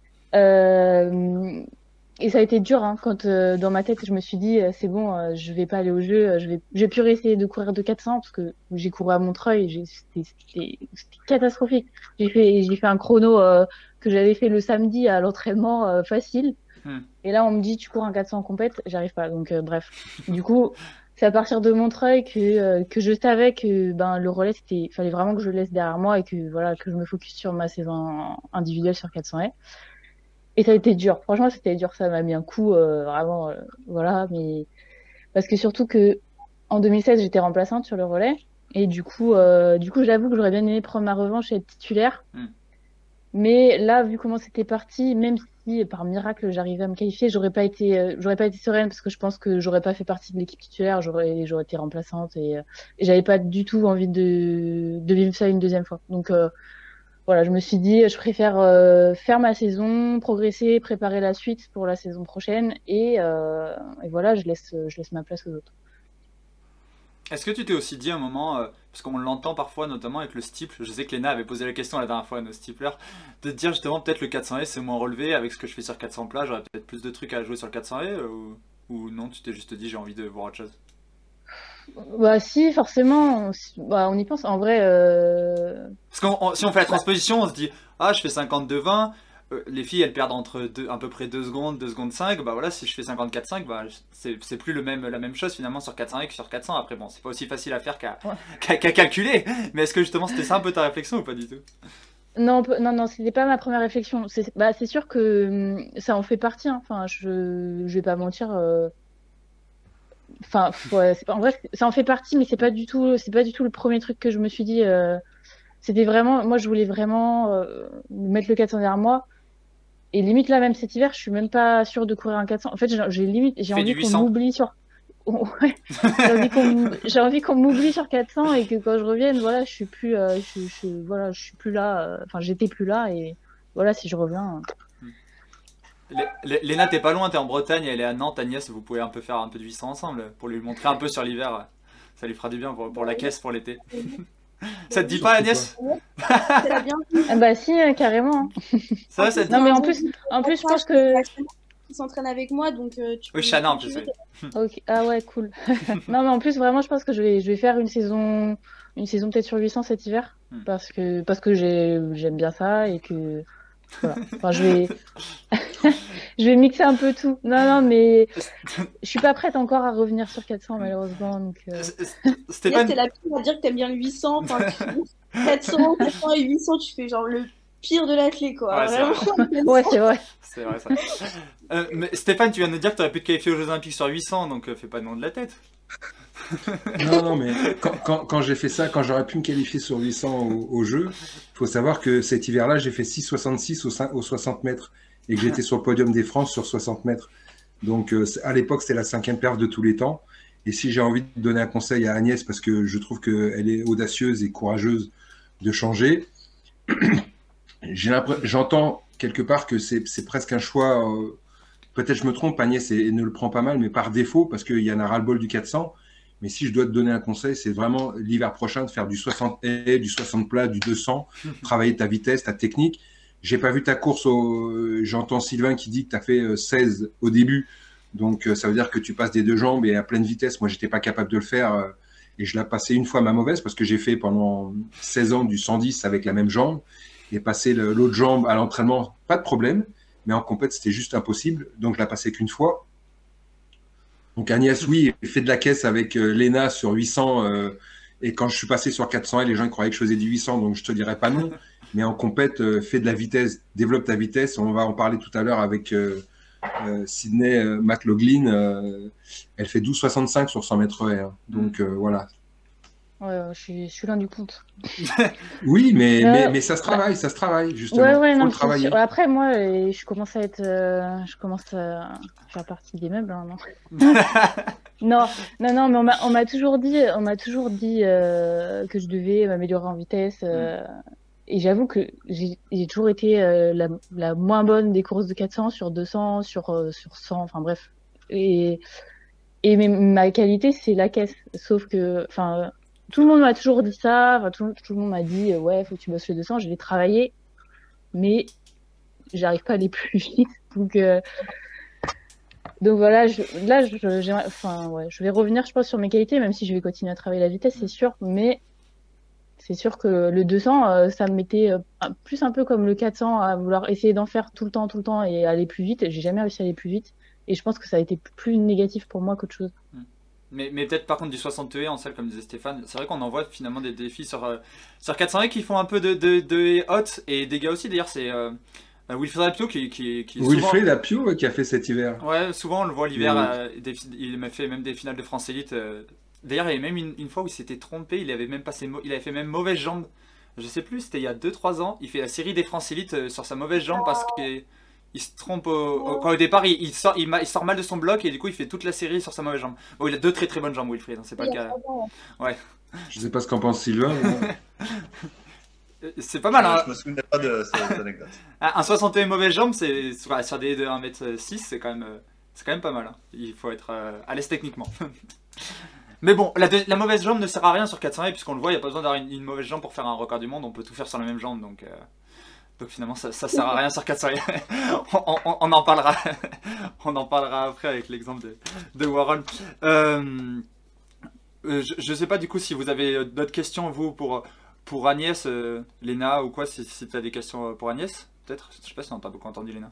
Euh, et ça a été dur, hein, quand euh, dans ma tête, je me suis dit, euh, c'est bon, euh, je vais pas aller au jeu, euh, je vais, j'ai pu essayer de courir de quatre cents parce que j'ai couru à Montreuil, j'ai- c'était c'était- c'était catastrophique. J'ai fait, j'ai fait un chrono euh, que j'avais fait le samedi à l'entraînement euh, facile. Hmm. Et là, on me dit, tu cours un quatre cents en compète, j'arrive pas. Donc, euh, bref. Du coup, c'est à partir de Montreuil que, euh, que je savais que ben, le relais, c'était, fallait vraiment que je le laisse derrière moi et que, voilà, que je me focus sur ma saison individuelle sur quatre cents haies. Et ça a été dur. Franchement, c'était dur. Ça m'a mis un coup, euh, vraiment, euh, voilà. Mais parce que surtout que en deux mille seize, j'étais remplaçante sur le relais. Et du coup, euh, du coup, j'avoue que j'aurais bien aimé prendre ma revanche et être titulaire. Hmm. Mais là, vu comment c'était parti, même si par miracle j'arrivais à me qualifier, j'aurais pas été, euh, j'aurais pas été sereine parce que je pense que j'aurais pas fait partie de l'équipe titulaire. J'aurais, j'aurais été remplaçante et, euh, et j'avais pas du tout envie de, de vivre ça une deuxième fois. Donc euh, voilà, je me suis dit, je préfère euh, faire ma saison, progresser, préparer la suite pour la saison prochaine et, euh, et voilà, je laisse, je laisse ma place aux autres. Est-ce que tu t'es aussi dit à un moment, euh, parce qu'on l'entend parfois notamment avec le steeple, je sais que Léna avait posé la question la dernière fois à nos steeplers, de te dire justement peut-être le quatre cents haies c'est moins relevé, avec ce que je fais sur quatre cents plats, j'aurais peut-être plus de trucs à jouer sur le quatre cents haies, euh, ou, ou non, tu t'es juste dit j'ai envie de voir autre chose? Bah si, forcément, on, s- bah, on y pense. En vrai, euh... Parce que si on fait la bah, transposition, on se dit ah je fais cinquante-deux vingt, euh, les filles elles perdent entre deux- à peu près deux secondes, deux secondes cinq, bah voilà si je fais cinquante-quatre cinq, bah c'est c'est plus le même, la même chose finalement sur quatre cents haies que sur quatre cents. Après bon, c'est pas aussi facile à faire qu'à ouais. qu'à qu'à calculer, mais est-ce que justement c'était ça un peu ta réflexion ou pas du tout? Non, on peut- non, non, c'était pas ma première réflexion. C'est bah, c'est sûr que hum, ça en fait partie, hein. Enfin, je, je vais pas mentir. euh, Enfin, pff, ouais, c'est pas- en vrai, ça en fait partie, mais c'est pas du tout, c'est pas du tout le premier truc que je me suis dit. euh, C'était vraiment, moi, je voulais vraiment euh, mettre le quatre cents derrière moi. Et limite là, même cet hiver, je suis même pas sûre de courir un quatre cents. En fait, j'ai j'ai limite, j'ai Fais du envie qu'on huit cents. m'oublie sur. Ouais, j'ai envie qu'on j'ai envie qu'on m'oublie sur quatre cents et que quand je revienne, voilà, je suis plus, euh, je, je, voilà, je suis plus là. euh, Enfin, j'étais plus là et voilà, si je reviens. Lé- Lé- Léna, t'es pas loin, t'es en Bretagne, elle est à Nantes, Agnès, vous pouvez un peu faire un peu de huit cents ensemble pour lui montrer un peu sur l'hiver. Ça lui fera du bien pour, pour la caisse pour l'été. Ça te dit pas, Surtout Agnès? C'est la bienvenue. Ah bah si, euh, carrément. Ça va, ça te dit? Non mais en plus, en plus, je pense que. Qui s'entraîne avec moi, donc euh, tu peux. Oui, Chana en quand tu plus, veux, oui. Ok. Ah ouais, cool. Non mais en plus, vraiment, je pense que je vais, je vais faire une saison, une saison peut-être sur huit cents cet hiver Hmm. parce que parce que j'ai, j'aime bien ça et que voilà. Enfin, je vais, je vais mixer un peu tout. Non non, mais je suis pas prête encore à revenir sur quatre cents malheureusement. Donc. euh, S- S- Yes, Stéphane, t'es la pire à dire que t'aimes bien le huit cents. Enfin, tu- quatre cents, quatre cents et huit cents, tu fais genre le pire de l'athlète, quoi. Ouais, c'est Vraiment. Ouais, c'est vrai. c'est vrai ça. Euh, mais Stéphane, tu viens de dire que t'aurais pu te qualifier aux Jeux Olympiques sur huit cents, donc euh, fais pas de nom de la tête. Non, non, mais quand, quand, quand j'ai fait ça, quand j'aurais pu me qualifier sur huit cents au, au jeu, il faut savoir que cet hiver-là, j'ai fait six soixante-six au, cin- au soixante mètres et que j'étais sur le podium des France sur soixante mètres. Donc, euh, c'est- à l'époque, c'était la cinquième perf de tous les temps. Et si j'ai envie de donner un conseil à Agnès, parce que je trouve qu'elle est audacieuse et courageuse de changer, j'ai l'impr- j'entends quelque part que c'est c'est presque un choix. euh, Peut-être je me trompe, Agnès, et, et ne le prend pas mal, mais par défaut, parce qu'il y en a ras-le-bol du quatre cents. Mais si je dois te donner un conseil, c'est vraiment l'hiver prochain de faire du soixante haies, du soixante plat, du deux cents, travailler ta vitesse, ta technique. J'ai pas vu ta course. Au... J'entends Sylvain qui dit que tu as fait euh, seize au début. Donc euh, ça veut dire que tu passes des deux jambes et à pleine vitesse. Moi, j'étais pas capable de le faire. euh, Et je l'ai passé une fois ma mauvaise parce que j'ai fait pendant seize ans du cent dix avec la même jambe. Et passer le- l'autre jambe à l'entraînement, pas de problème. Mais en compète, c'était juste impossible. Donc je l'ai passé qu'une fois. Donc Agnès, oui, fait de la caisse avec euh, Léna sur huit cents. euh, et quand je suis passé sur quatre cents, les gens ils croyaient que je faisais du huit cents, donc je te dirais pas non. Mais en compète, euh, fais de la vitesse, développe ta vitesse. On va en parler tout à l'heure avec euh, euh, Sydney euh, McLaughlin. euh, elle fait douze soixante-cinq sur cent mètres haies. hein. Donc euh, voilà. Ouais, ouais, je suis, je suis loin du compte. Oui, mais, Euh, mais, mais ça se travaille, ça se travaille, justement. Ouais, ouais, Faut non, le mais c'est travailler. sûr. Après, moi, euh, je commence à être, euh, je commence à faire partie des meubles, hein, non? Non, non, non, mais on m'a, on m'a toujours dit, on m'a toujours dit euh, que je devais m'améliorer en vitesse. euh, Et j'avoue que j'ai j'ai toujours été euh, la, la moins bonne des courses de quatre cents sur deux cents, sur, euh, sur cent, enfin bref. Et, et mais, ma qualité, c'est la caisse. Sauf que, enfin, tout le monde m'a toujours dit ça. Enfin, tout, tout le monde m'a dit, euh, ouais, faut que tu bosses le deux cents. Je l'ai travaillé, mais j'arrive pas à aller plus vite. Donc, euh, donc voilà, je, là, je, j'aimerais- enfin, ouais, je vais revenir, je pense, sur mes qualités, même si je vais continuer à travailler la vitesse, c'est sûr. Mais c'est sûr que le deux cents, euh, ça me mettait euh, un- plus un peu comme le quatre cents à vouloir essayer d'en faire tout le temps, tout le temps et aller plus vite. J'ai jamais réussi à aller plus vite. Et je pense que ça a été plus négatif pour moi qu'autre chose. Mais, mais peut-être par contre du soixante haies en salle, comme disait Stéphane. C'est vrai qu'on en voit finalement des défis sur, euh, sur quatre cents haies qui font un peu de, de, de haies hautes et des gars aussi. D'ailleurs, c'est euh, euh, Wilfried Apio qui, qui, qui est souvent- Wilfried Apio euh, qui a fait cet hiver. Ouais, souvent on le voit l'hiver. Oui. euh, des- il m'a fait même des finales de France Elite. euh. D'ailleurs, il y avait même une, une fois où il s'était trompé. Il avait même passé, mau- il avait fait même mauvaise jambe. Je sais plus, c'était il y a deux trois ans. Il fait la série des France Elite euh, sur sa mauvaise jambe parce qu'il il se trompe au, au- quand au départ il, il sort, il, ma- il sort mal de son bloc et du coup il fait toute la série sur sa mauvaise jambe. Bon, il a deux très très bonnes jambes, Wilfried. hein, c'est pas le cas. Ouais, Je sais pas ce qu'en pense Sylvain. mais- Euh, c'est pas mal. Hein. Je me souvenais pas de cette anecdote. Ah, un soixante et un mauvaise jambe, c'est sur, sur des de un mètre six, c'est quand même, euh, c'est quand même pas mal. hein. Il faut être euh, à l'aise techniquement. Mais bon, la, deux- la mauvaise jambe ne sert à rien sur quatre cents haies puisqu'on le voit, il n'y a pas besoin d'avoir une, une mauvaise jambe pour faire un record du monde. On peut tout faire sur la même jambe, donc. euh, Donc finalement ça, ça sert à rien sur quatre cents haies. on, on- on en parlera. on en parlera après avec l'exemple de, de Warren. Euh, euh, je, je sais pas du coup si vous avez d'autres questions vous pour, pour Agnès, euh, Léna ou quoi, si, si tu as des questions euh, pour Agnès, peut-être. Je sais pas si on t'a beaucoup entendu Léna.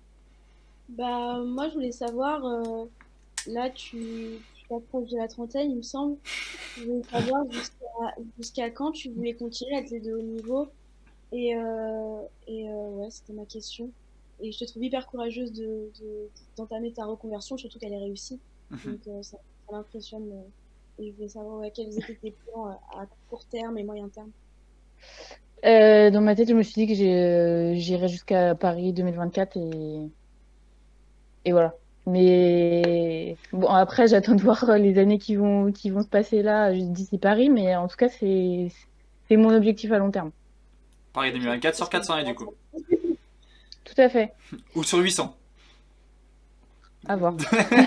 Bah, moi, je voulais savoir, euh, là, tu, tu t'approches de la trentaine, il me semble. Je voulais savoir jusqu'à jusqu'à quand tu voulais continuer à être de haut niveau. Et, euh, et euh, ouais, c'était ma question. Et je te trouve hyper courageuse de, de- d'entamer ta reconversion, surtout qu'elle est réussie. Donc, euh, ça, ça m'impressionne. euh, et je voulais savoir ouais, quels étaient tes plans à, à court terme et moyen terme. Euh, dans ma tête, je me suis dit que j'ai- euh, j'irais jusqu'à Paris deux mille vingt-quatre et, et voilà. Mais bon, après, j'attends de voir les années qui vont, qui vont se passer là, juste d'ici Paris. Mais en tout cas, c'est, c'est mon objectif à long terme. Paris deux mille vingt-quatre sur quatre cents et du coup. Tout à fait. Ou sur huit cents. À voir.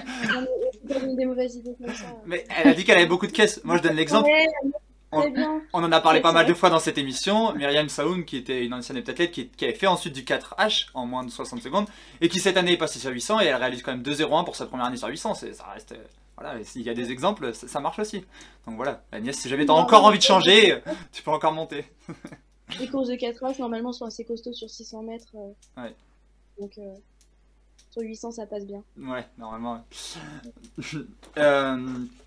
Des mauvaises idées comme ça. Mais elle a dit qu'elle avait beaucoup de caisses. Moi, je donne l'exemple. Ouais, On, très bien. on en a parlé Ouais, pas c'est mal de vrai. fois dans cette émission. Myriam Saoun, qui était une ancienne heptathlète, qui, qui avait fait ensuite du quatre H en moins de soixante secondes, et qui cette année est passée sur huit cents, et elle réalise quand même deux zéro un pour sa première année sur huit cents. C'est, ça reste, euh, voilà, s'il y a des exemples, ça, ça marche aussi. Donc voilà, Agnès, si jamais t'as encore envie de changer, euh, tu peux encore monter. Les courses de quatre H, normalement, sont assez costauds sur six cents mètres. euh, Ouais. Donc, euh, sur huit cents, ça passe bien. Ouais, normalement. Ouais. euh,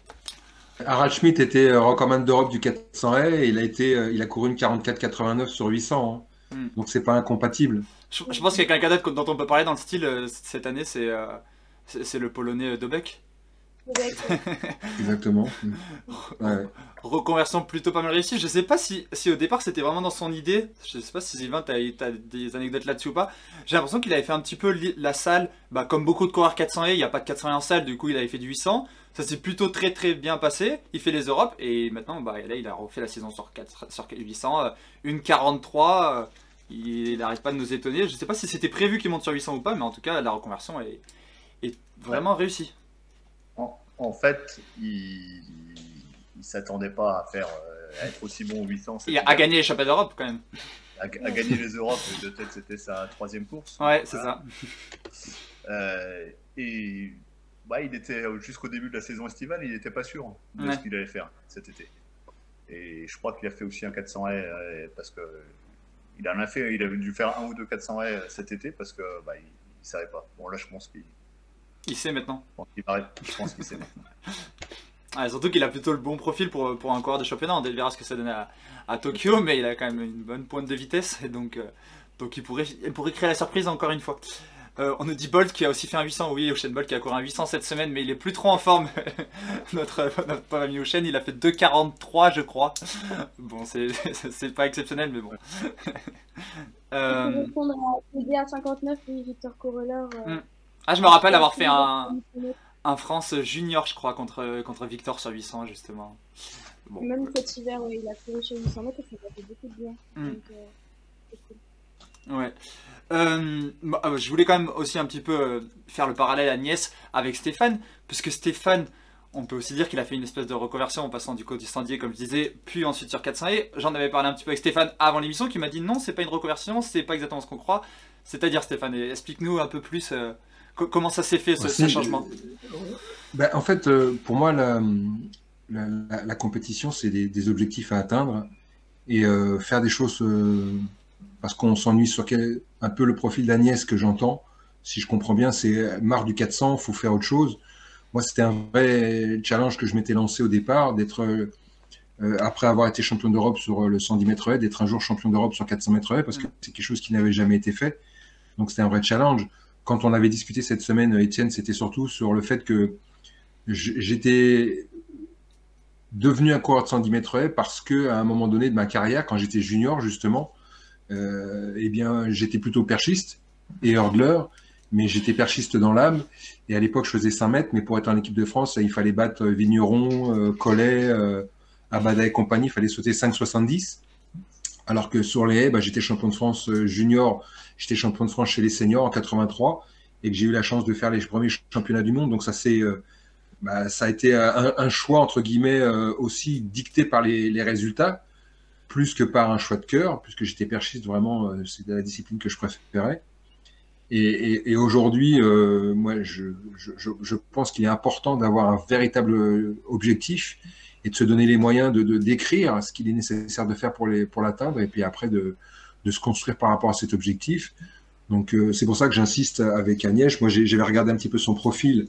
Harald Schmidt était euh, recordman d'Europe du quatre cents haies et il a, été, euh, il a couru une quarante-quatre quatre-vingt-neuf sur huit cents. Hein. Hmm. Donc c'est pas incompatible. je, je pense qu'il y a quelqu'un d'autre dont on peut parler dans le style euh, cette année, c'est, euh, c'est, c'est le Polonais Dobek. Avec, euh, Exactement. Ouais. Reconversion plutôt pas mal réussie. Je sais pas si, si au départ c'était vraiment dans son idée. Je sais pas si Sylvain, t'as, t'as des anecdotes là-dessus ou pas. J'ai l'impression qu'il avait fait un petit peu li- la salle, bah, comme beaucoup de coureurs quatre cents haies, il n'y a pas de quatre cents haies en salle, du coup il avait fait du huit cents. Ça s'est plutôt très très bien passé. Il fait les Europes et maintenant bah, là il a refait la saison sur, quatre, sur huit cents. euh, Une quarante-trois, euh, il n'arrête pas de nous étonner. Je sais pas si c'était prévu qu'il monte sur huit cents ou pas, mais en tout cas la reconversion est, est vraiment réussie. En, en fait, il ne s'attendait pas à faire euh, à être aussi bon au huit cents. Et à gagner les championnats d'Europe quand même. À, à gagner les Europes, de tête, c'était sa troisième course. Ouais, c'est Voilà. ça. Euh, et bah, il était jusqu'au début de la saison estivale, il n'était pas sûr de Ouais. ce qu'il allait faire cet été. Et je crois qu'il a fait aussi un quatre cents haies euh, parce que il en a fait, il avait dû faire un ou deux quatre cents haies cet été parce que bah, il, il savait pas. Bon là, je pense qu'il, Il sait maintenant. je pense qu'il arrête. Je pense qu'il sait maintenant. Ah, surtout qu'il a plutôt le bon profil pour, pour un coureur de championnat. On verra ce que ça donne à, à Tokyo, mais il a quand même une bonne pointe de vitesse. Et donc, euh, donc il, pourrait, il pourrait créer la surprise encore une fois. Euh, on nous dit Bolt qui a aussi fait un huit cents. Oui, Usain Bolt qui a couru un huit cents cette semaine, mais il est plus trop en forme. notre, notre pauvre ami Usain, il a fait deux quarante-trois, je crois. Bon, c'est, c'est pas exceptionnel, mais bon. Pour euh, répondre à P D A cinquante-neuf, oui, Victor Correlleur. euh, Mm. Ah, je me rappelle avoir fait un, un France Junior, je crois, contre, contre Victor sur huit cents, justement. Bon. Même cet hiver, ouais, il a couru sur huit cents mètres et ça lui a fait beaucoup de bien. Mm. Donc, euh, c'est cool. Ouais. Euh, bah, euh, je voulais quand même aussi un petit peu euh, faire le parallèle Agnès avec Stéphane, puisque Stéphane, on peut aussi dire qu'il a fait une espèce de reconversion en passant du côté Sandier, comme je disais, puis ensuite sur quatre cents haies. J'en avais parlé un petit peu avec Stéphane avant l'émission, qui m'a dit non, c'est pas une reconversion, c'est pas exactement ce qu'on croit. C'est-à-dire, Stéphane, explique-nous un peu plus euh, co- comment ça s'est fait ce, ce C'est- changement. Ben, en fait, euh, pour moi, la, la, la- la compétition, c'est des, des objectifs à atteindre et euh, faire des choses euh, parce qu'on s'ennuie sur quel, un peu le profil d'Agnès que j'entends. Si je comprends bien, c'est marre du quatre cents, faut faire autre chose. Moi, c'était un vrai challenge que je m'étais lancé au départ, d'être, euh, après avoir été champion d'Europe sur le cent dix mètres haies, d'être un jour champion d'Europe sur quatre cents mètres haies, parce que c'est quelque chose qui n'avait jamais été fait. Donc, c'était un vrai challenge. Quand on avait discuté cette semaine, Étienne, c'était surtout sur le fait que j- j'étais devenu un coureur de cent dix mètres haies parce que à un moment donné de ma carrière, quand j'étais junior justement, euh, eh bien j'étais plutôt perchiste et hurdleur, mais j'étais perchiste dans l'âme. Et à l'époque, je faisais cinq mètres, mais pour être en équipe de France, il fallait battre Vigneron, euh, Collet, euh, Abada et compagnie, il fallait sauter cinq soixante-dix. Alors que sur les haies, bah, j'étais champion de France euh, junior, j'étais champion de France chez les seniors en quatre-vingt-trois, et que j'ai eu la chance de faire les premiers championnats du monde. Donc ça c'est euh, bah, ça a été un, un choix, entre guillemets, euh, aussi dicté par les, les résultats, plus que par un choix de cœur, puisque j'étais perchiste, vraiment, euh, c'est la discipline que je préférais. Et, et, et aujourd'hui, euh, moi, je, je, je pense qu'il est important d'avoir un véritable objectif et de se donner les moyens de, de d'écrire ce qu'il est nécessaire de faire pour, les, pour l'atteindre, et puis après de, de se construire par rapport à cet objectif. Donc, euh, c'est pour ça que j'insiste avec Agnès. Moi, j'ai, j'avais regardé un petit peu son profil,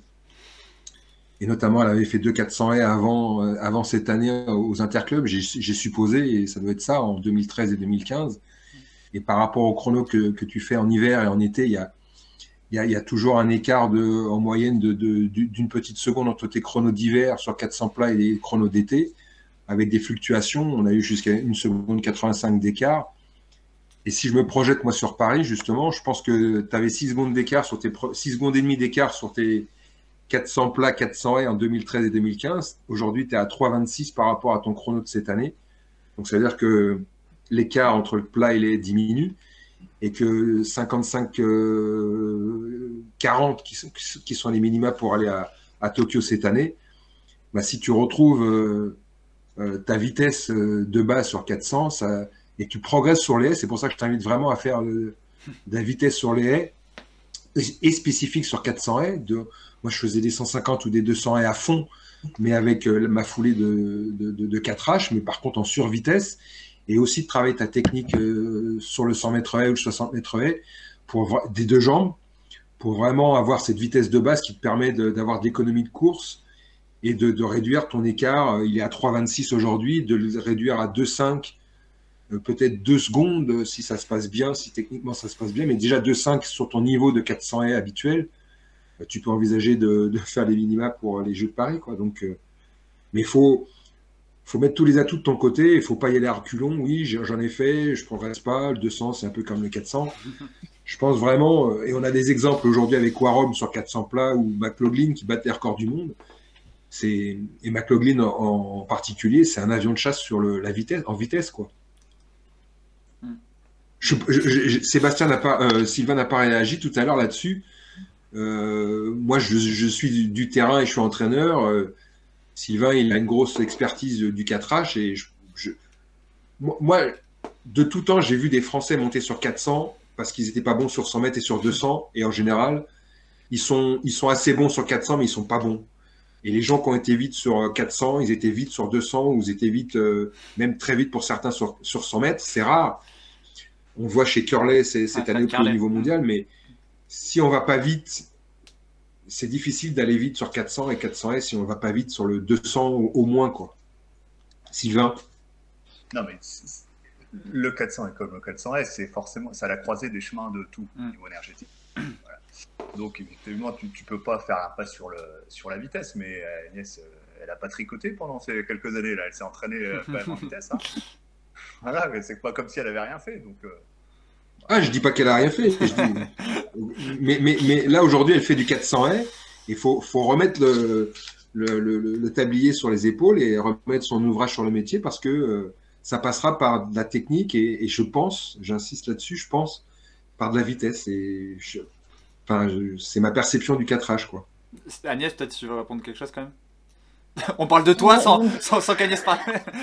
et notamment, elle avait fait deux quatre cents haies avant, euh, avant cette année aux interclubs. J'ai, j'ai supposé, et ça doit être ça, en deux mille treize et deux mille quinze. Et par rapport au chrono que, que tu fais en hiver et en été, il y a, il y a, il y a toujours un écart de, en moyenne de, de, d'une petite seconde entre tes chronos d'hiver sur quatre cents plats et les chronos d'été, avec des fluctuations. On a eu jusqu'à une seconde quatre-vingt-cinq d'écart. Et si je me projette, moi, sur Paris, justement, je pense que tu avais six secondes d'écart sur tes six secondes et demie d'écart sur tes quatre cents plats, quatre cents haies en deux mille treize et deux mille quinze. Aujourd'hui, tu es à trois vingt-six par rapport à ton chrono de cette année. Donc, ça veut dire que l'écart entre le plat et les haies diminue et que cinquante-cinq quarante qui sont, qui sont les minima pour aller à, à Tokyo cette année, bah, si tu retrouves euh, euh, ta vitesse de base sur quatre cents, ça, et que tu progresses sur les haies, c'est pour ça que je t'invite vraiment à faire de, de la vitesse sur les haies et spécifique sur quatre cents haies. De, moi, je faisais des cent cinquante ou des deux cents haies à fond, mais avec euh, ma foulée de, de, de, de quatre H, mais par contre en survitesse, et aussi de travailler ta technique euh, sur le cent mètres haies ou le soixante mètres haies pour des deux jambes, pour vraiment avoir cette vitesse de base qui te permet d'avoir de, d'économie de course et de, de réduire ton écart. Il est à trois vingt-six aujourd'hui, de le réduire à deux cinq, euh, peut-être deux secondes si ça se passe bien, si techniquement ça se passe bien, mais déjà deux cinq sur ton niveau de quatre cents haies habituel, euh, tu peux envisager de, de faire les minima pour les Jeux de Paris, quoi. Donc, euh, mais il faut... Il faut mettre tous les atouts de ton côté, il ne faut pas y aller à reculons. Oui, j'en ai fait, je ne progresse pas. Le deux cents, c'est un peu comme le quatre cents. Je pense vraiment, et on a des exemples aujourd'hui avec Warom sur quatre cents plats ou McLaughlin qui battent les records du monde. Et McLaughlin en, en particulier, c'est un avion de chasse sur le, la vitesse, en vitesse, quoi. Je, je, je, Sébastien n'a pas, euh, Sylvain n'a pas réagi tout à l'heure là-dessus. Euh, moi, je, je suis du, du terrain et je suis entraîneur. Euh, Sylvain, il a une grosse expertise du quatre H et je, je, moi, de tout temps, j'ai vu des Français monter sur quatre cents parce qu'ils n'étaient pas bons sur cent mètres et sur deux cents. Et en général, ils sont, ils sont assez bons sur quatre cents, mais ils ne sont pas bons. Et les gens qui ont été vite sur quatre cents, ils étaient vite sur deux cents ou ils étaient vite, euh, même très vite pour certains sur, sur cent mètres. C'est rare. On voit chez Curley cette ah, année au niveau mondial, mais si on ne va pas vite, c'est difficile d'aller vite sur quatre cents et quatre cents S si on ne va pas vite sur le deux cents au, au moins, quoi. Sylvain? Non, mais le quatre cents et comme le quatre cents S, c'est forcément, ça a la croisée des chemins de tout au niveau énergétique. Voilà. Donc, évidemment, tu ne peux pas faire un pas sur, le, sur la vitesse, mais Agnès, elle n'a pas tricoté pendant ces quelques années, là. Elle s'est entraînée quand même en vitesse. Hein. Voilà, mais c'est pas comme si elle n'avait rien fait. Donc, euh... Ah, je dis pas qu'elle a rien fait. Je dis... mais, mais, mais là, aujourd'hui, elle fait du quatre cents haies. Il faut, faut remettre le, le, le, le tablier sur les épaules et remettre son ouvrage sur le métier parce que euh, ça passera par de la technique et, et je pense, j'insiste là-dessus, je pense, par de la vitesse. Et je, enfin, je, c'est ma perception du quatre H, quoi. Agnès, peut-être tu veux répondre quelque chose quand même. On parle de toi sans, sans, sans qu'Agnès parle.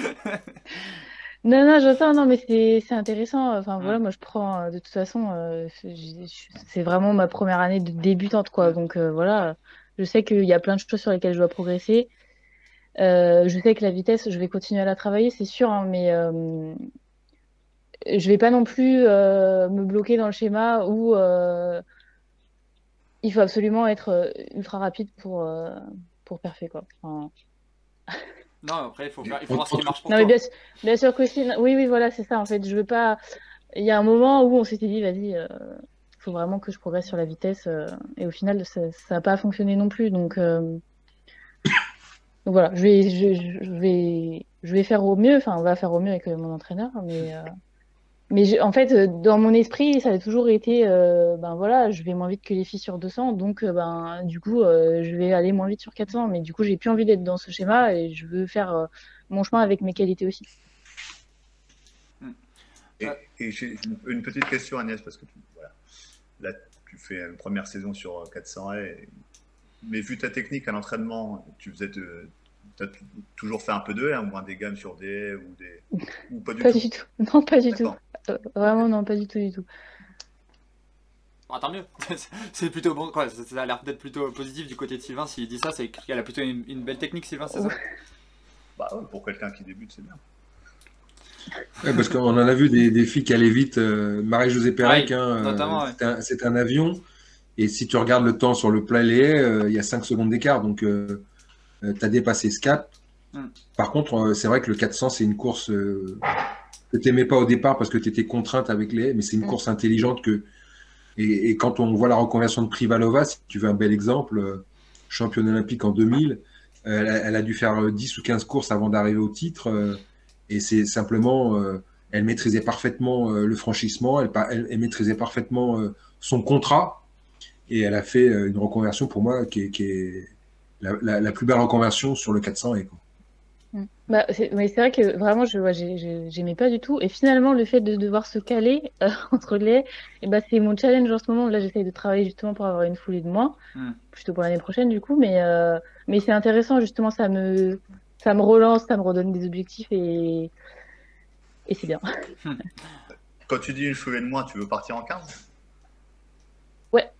Non, non, j'entends, non, mais c'est c'est intéressant. Enfin, voilà, moi, je prends, de toute façon, euh, c'est vraiment ma première année de débutante, quoi. Donc, euh, voilà, je sais qu'il y a plein de choses sur lesquelles je dois progresser. Euh, je sais que la vitesse, je vais continuer à la travailler, c'est sûr, hein, mais euh, je vais pas non plus euh, me bloquer dans le schéma où euh, il faut absolument être ultra rapide pour, euh, pour parfait, quoi. Enfin... Non, après, il faut, faire, il faut voir ce qui marche pour non, toi. Mais bien, bien sûr que si. Oui, oui, voilà, c'est ça. En fait, je veux pas. Il y a un moment où on s'était dit, vas-y, il euh, faut vraiment que je progresse sur la vitesse. Euh, et au final, ça n'a pas fonctionné non plus. Donc, euh... donc voilà, je vais, je, je, vais, je vais faire au mieux. Enfin, on va faire au mieux avec mon entraîneur. Mais, euh... mais je, en fait, dans mon esprit, ça a toujours été, euh, ben voilà, je vais moins vite que les filles sur deux cents. Donc, euh, ben, du coup, euh, je vais aller moins vite sur quatre cents. Mais du coup, j'ai plus envie d'être dans ce schéma et je veux faire euh, mon chemin avec mes qualités aussi. Et, et j'ai une petite question, Agnès, parce que tu, voilà, là, tu fais une première saison sur quatre cents haies. Mais vu ta technique à l'entraînement, tu faisais de, as toujours fait un peu de haies, hein, ou moins des gammes sur des haies ou des ou pas du pas tout. Du tout. Non, pas du tout. Euh, vraiment, non, pas du tout, du tout. Ah, tant mieux. C'est plutôt bon. Quoi, ça a l'air d'être plutôt positif du côté de Sylvain. S'il dit ça, c'est qu'elle a plutôt une, une belle technique, Sylvain, c'est ça? Bah ouais, pour quelqu'un qui débute, c'est bien. Ouais, parce qu'on en a vu des, des filles qui allaient vite. Euh, Marie-Josée Pérec, ouais, hein, notamment, ouais. c'est un, un avion. Et si tu regardes le temps sur le plat et les haies, euh, il y a cinq secondes d'écart. Donc, euh, euh, tu as dépassé ce cap. Mm. Par contre, euh, c'est vrai que le quatre cents, c'est une course euh, que tu n'aimais pas au départ parce que tu étais contrainte avec les haies, mais c'est une mm. course intelligente. que et, et quand on voit la reconversion de Privalova, si tu veux un bel exemple, euh, championne olympique en deux mille, euh, elle, a, elle a dû faire dix ou quinze courses avant d'arriver au titre. Euh, et c'est simplement, euh, Elle maîtrisait parfaitement euh, le franchissement, elle, elle, elle maîtrisait parfaitement euh, son contrat, et elle a fait euh, une reconversion pour moi qui est, qui est la, la, la plus belle reconversion sur le quatre cents et quoi. Bah, c'est ouais, c'est vrai que vraiment, je ouais, j'ai- j'ai- j'aimais pas du tout. Et finalement, le fait de devoir se caler euh, entre les, et bah, c'est mon challenge en ce moment. Là, j'essaye de travailler justement pour avoir une foulée de moins, Hmm. plutôt pour l'année prochaine du coup. Mais, euh, mais c'est intéressant, justement, ça me, ça me relance, ça me redonne des objectifs et, et c'est bien. Quand tu dis une foulée de moins, tu veux partir en quinze? Ouais.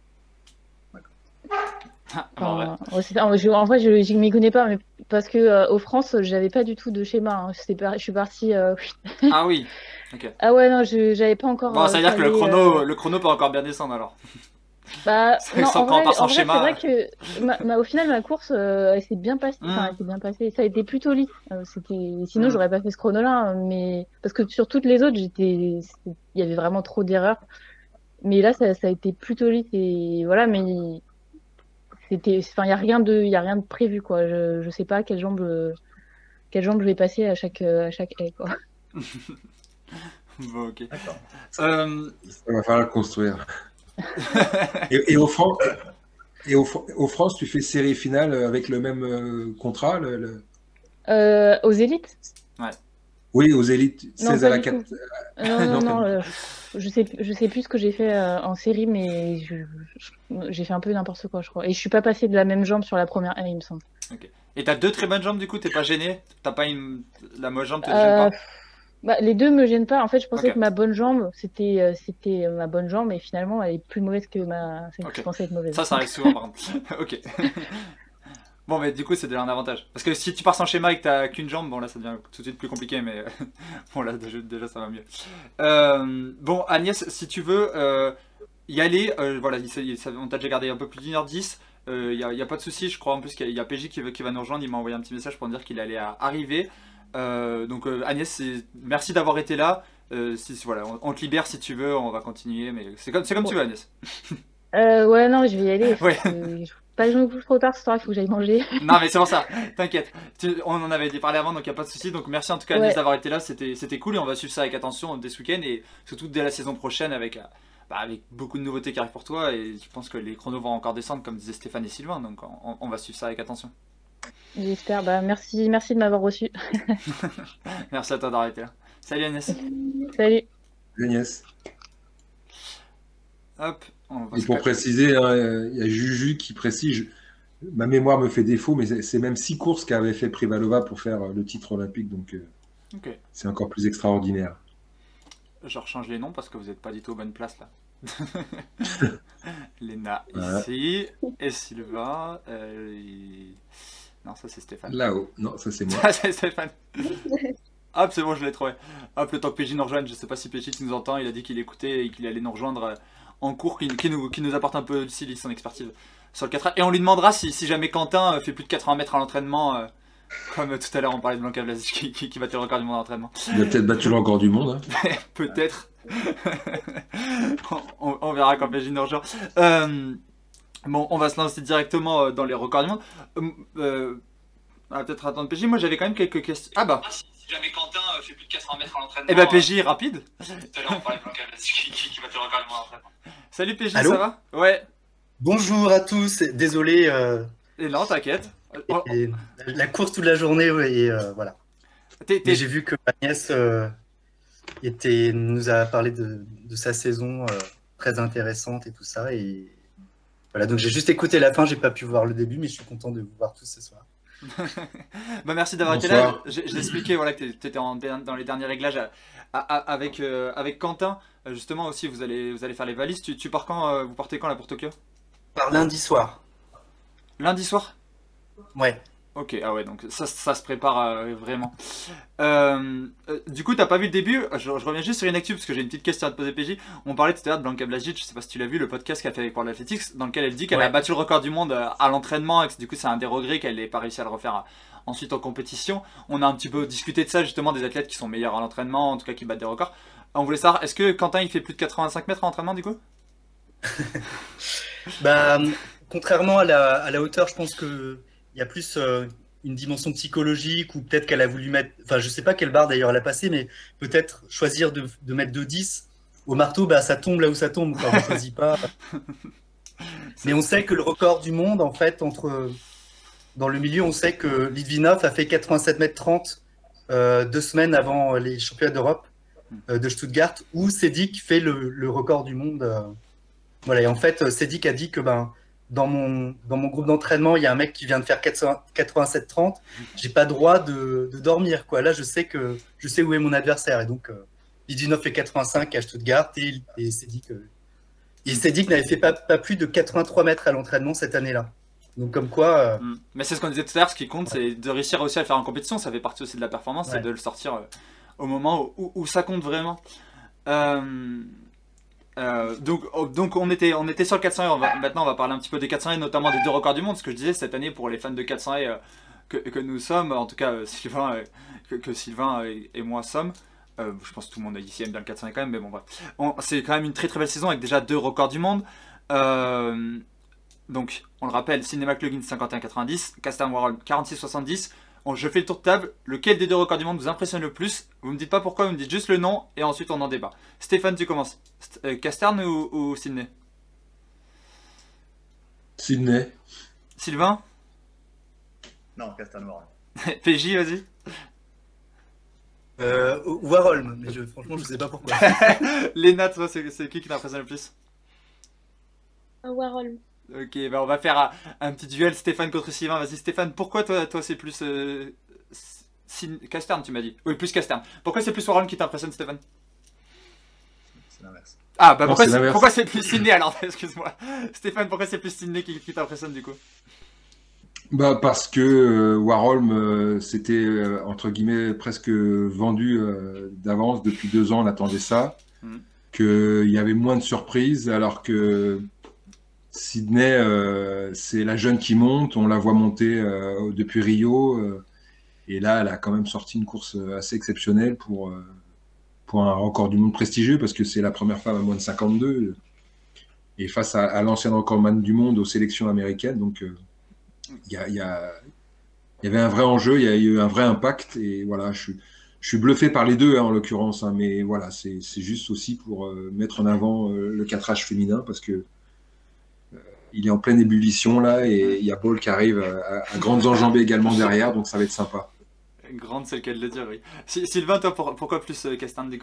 Ah, en vrai. Enfin, ouais, c'est ça. En je- en vrai, je ne m'y connais pas, mais parce que euh, aux France, j'avais pas du tout de schéma. Hein. J'étais par- Je suis partie. euh, Ah oui, ok. Ah ouais, non, je j'avais pas encore Bon, euh, ça veut dire que le calé, chrono, euh, le chrono peut encore bien descendre alors. Bah, C'est non, sans en quand on vrai, part sans en vrai, schéma. c'est vrai que ma, ma- au final, ma course, euh, elle s'est bien passée. Enfin, Hmm. elle s'est bien passée. Ça a été plutôt lisse. Euh, c'était... Sinon, Hmm. j'aurais pas fait ce chrono-là. Hein, mais parce que sur toutes les autres, j'étais, il y avait vraiment trop d'erreurs. Mais là, ça, ça a été plutôt lisse et voilà. Mais c'était, enfin, il y a rien de, il y a rien de prévu quoi. Je, je sais pas quelle jambe, euh, quelle jambe je vais passer à chaque, euh, à chaque haie, quoi. Bon, ok. D'accord. Euh, Ça va falloir le construire. Et, et, au Fran- et au, Fran- au France, tu fais série finale avec le même euh, contrat le, le- Euh, aux élites? Oui, aux élites, Non, seize à pas la du quatre. tout. Non, non, Non, non. pas du euh, je sais, je sais plus ce que j'ai fait euh, en série, mais je- je- j'ai fait un peu n'importe quoi, je crois. Et je suis pas passée de la même jambe sur la première haie, il me semble. Et t'as deux très bonnes jambes du coup, t'es pas gêné? T'as pas une. La mauvaise jambe te gêne Euh, pas? bah, les deux me gênent pas. En fait, je pensais Ok. que ma bonne jambe, c'était euh, c'était ma bonne jambe, et finalement, elle est plus mauvaise que ma celle que Ok. je pensais être mauvaise. Ça, ça arrive souvent par contre. Ok. Bon, mais du coup, c'est déjà un avantage. Parce que si tu pars sans schéma et que t'as qu'une jambe, bon là, ça devient tout de suite plus compliqué, mais bon là, déjà, déjà, ça va mieux. Euh, bon, Agnès, si tu veux euh, y aller, euh, voilà, il s'est- il s'est- on t'a déjà gardé un peu plus d'une heure dix. Il n'y a, y a pas de souci, je crois en plus qu'il y a, y a P J qui, veut- qui va nous rejoindre. Il m'a envoyé un petit message pour me dire qu'il allait à- arriver. Euh, donc, euh, Agnès, c'est- merci d'avoir été là. Euh, si, voilà, on, on te libère si tu veux, on va continuer, mais c'est comme, c'est comme tu veux, Agnès. Euh, ouais, non, je vais y aller. Il faut Ouais. que- Pas que je me couche trop tard ce soir, il faut que j'aille manger. Non mais c'est pour ça, t'inquiète. Tu- On en avait parlé avant donc il n'y a pas de souci. Donc merci en tout cas Agnès Ouais. d'avoir été là, c'était c'était cool et on va suivre ça avec attention dès ce week-end et surtout dès la saison prochaine avec, euh, bah, avec beaucoup de nouveautés qui arrivent pour toi et je pense que les chronos vont encore descendre comme disaient Stéphane et Sylvain donc on, on va suivre ça avec attention. J'espère. Bah, merci, merci de m'avoir reçu. Merci à toi d'avoir été là. Salut Agnès. Salut. Agnès. Hop, on va Et se pour calmer. préciser, hein, il y a Juju qui précise, je- ma mémoire me fait défaut, mais c'est- c'est même six courses qu'avait fait Privalova pour faire euh, le titre olympique, donc euh, Ok, c'est encore plus extraordinaire. je rechange les noms parce que vous n'êtes pas du tout aux bonnes places là. Léna Voilà. ici et Sylvain. euh, il- Non ça c'est Stéphane. Là-haut, non, ça c'est moi. Ah, c'est Stéphane. Hop, c'est bon, je l'ai trouvé. Hop, le temps que P J nous rejoigne, je sais pas si P J tu nous entends, il a dit qu'il écoutait et qu'il allait nous rejoindre euh, en cours, qui, qui nous, qui nous apporte un peu aussi son expertise sur le quatre heures. Et on lui demandera si, si jamais Quentin euh, fait plus de quatre-vingts mètres à l'entraînement, euh, comme euh, tout à l'heure on parlait de Blanca Vlasic qui, qui, qui battait le record du monde d'entraînement. Il a peut-être battu le record du monde. Hein. Peut-être. on, on verra quand P J nous rejoint. Euh, bon, on va se lancer directement euh, dans les records du monde. Euh, euh, on va peut-être attendre P J. Moi j'avais quand même quelques questions. Ah bah. Si jamais Quentin euh, fait plus de quatre-vingts mètres à l'entraînement. Eh bah P J, rapide. Tout à l'heure on parlait de Blanca Vlasic qui, qui, qui battait le record du monde d'entraînement. Salut P J, Allô ça va? Ouais. Bonjour à tous, désolé, euh, Et non, t'inquiète. Oh, et la course toute la journée, ouais, et euh, voilà. t'es- Mais t'es- j'ai vu que Agnès euh, était, nous a parlé de, de sa saison euh, très intéressante et tout ça. Et voilà, donc j'ai juste écouté la fin, j'ai pas pu voir le début, mais je suis content de vous voir tous ce soir. Bah merci d'avoir été là. Bonsoir. J'ai j'ai expliqué voilà, que tu étais dans les derniers réglages à- à- à- avec, euh, avec Quentin. Euh, Justement aussi, vous allez, vous allez faire les valises. Tu, tu pars quand, euh, vous partez quand là pour Tokyo? Par lundi soir. Lundi soir? Ouais. Ok, ah ouais, donc ça, ça se prépare euh, vraiment. Euh, euh, du coup, t'as pas vu le début? je, je reviens juste sur une actu parce que j'ai une petite question à te poser, P J. On parlait tout à l'heure de Blanca Blažić, je sais pas si tu l'as vu, le podcast qu'elle fait avec World Athletics, dans lequel elle dit qu'elle Ouais. a battu le record du monde euh, à l'entraînement et que du coup, c'est un des regrets qu'elle n'ait pas réussi à le refaire euh, ensuite en compétition. On a un petit peu discuté de ça, justement, des athlètes qui sont meilleurs à l'entraînement, en tout cas qui battent des records. On voulait savoir, est-ce que Quentin il fait plus de quatre-vingt-cinq mètres à l'entraînement du coup? Bah, contrairement à la, à la hauteur, je pense que il y a plus euh, une dimension psychologique ou peut-être qu'elle a voulu mettre, enfin je sais pas quelle barre d'ailleurs elle a passé, mais peut-être choisir de, de mettre deux dix au marteau, bah ça tombe là où ça tombe, quoi. On choisit pas. Mais on sait que le record du monde, en fait, entre dans le milieu, on sait que Litvinov a fait quatre-vingt-sept mètres trente euh, deux semaines avant les championnats d'Europe euh, de Stuttgart, où Sedic fait le, le record du monde. Euh, voilà, et en fait, Sedic a dit que ben dans mon dans mon groupe d'entraînement, il y a un mec qui vient de faire quatre-vingt-sept trente, j'ai pas droit de, de dormir, quoi. Là, je sais que je sais où est mon adversaire, et donc euh, Litvinov fait quatre-vingt-cinq à Stuttgart et, et Sedic euh, et Sedic n'avait fait pas, pas plus de quatre-vingt-trois mètres à l'entraînement cette année-là. Donc comme quoi... Euh... Mm. Mais c'est ce qu'on disait tout à l'heure, ce qui compte, c'est de réussir aussi à le faire en compétition, ça fait partie aussi de la performance, ouais. C'est de le sortir euh, au moment où, où ça compte vraiment. Euh, euh, donc, oh, donc on, était, on était sur le quatre cents, on va, maintenant on va parler un petit peu des quatre cents et notamment des deux records du monde, ce que je disais cette année pour les fans de quatre cents et euh, que, que nous sommes, en tout cas euh, Sylvain, euh, que, que Sylvain et, et moi sommes. Euh, je pense que tout le monde ici aime bien le quatre cents quand même, mais bon bref. C'est quand même une très très belle saison avec déjà deux records du monde. Euh, donc on le rappelle, Sidney McLaughlin cinquante et un quatre-vingt-dix, Caster Warhol quarante-six soixante-dix. On, je fais le tour de table, lequel des deux records du monde vous impressionne le plus? Vous me dites pas pourquoi, vous me dites juste le nom et ensuite on en débat. Stéphane, tu commences. Euh, Castern ou, ou Sidney? Sidney. Sylvain? Non, Caster Warhol. P J, vas-y. Euh, Warhol, mais je, franchement, je sais pas pourquoi. Léna, toi, c'est qui qui t'impressionne le plus? uh, Warhol. Ok, bah on va faire un, un petit duel Stéphane contre Sylvain. Vas-y Stéphane, pourquoi toi, toi c'est plus euh, Castern, tu m'as dit? Oui, plus Castern. Pourquoi c'est plus Warhol qui t'impressionne, Stéphane? C'est l'inverse. Ah, bah non, pourquoi c'est plus Sidney alors? Excuse-moi. Stéphane, pourquoi c'est plus Sidney qui, qui t'impressionne du coup? Bah parce que euh, Warhol, euh, c'était euh, entre guillemets presque vendu euh, d'avance. Depuis deux ans, on attendait ça. Mm. Qu'il y avait moins de surprises, alors que Sidney, euh, c'est la jeune qui monte. On la voit monter euh, depuis Rio. Euh, et là, elle a quand même sorti une course assez exceptionnelle pour, euh, pour un record du monde prestigieux, parce que c'est la première femme à moins de cinquante-deux. Et face à, à l'ancien recordman du monde aux sélections américaines. Donc... Euh, Il y, a, il, y a, il y avait un vrai enjeu, il y a eu un vrai impact, et voilà, je, je suis bluffé par les deux hein, en l'occurrence, hein, mais voilà, c'est juste aussi pour euh, mettre en avant euh, le quatre H féminin, parce que euh, il est en pleine ébullition là, et il y a Paul qui arrive à, à grandes enjambées également derrière, donc ça va être sympa. Grande, c'est le cas de le dire, oui. Sylvain, toi, pour, pourquoi plus euh, Castern Dico?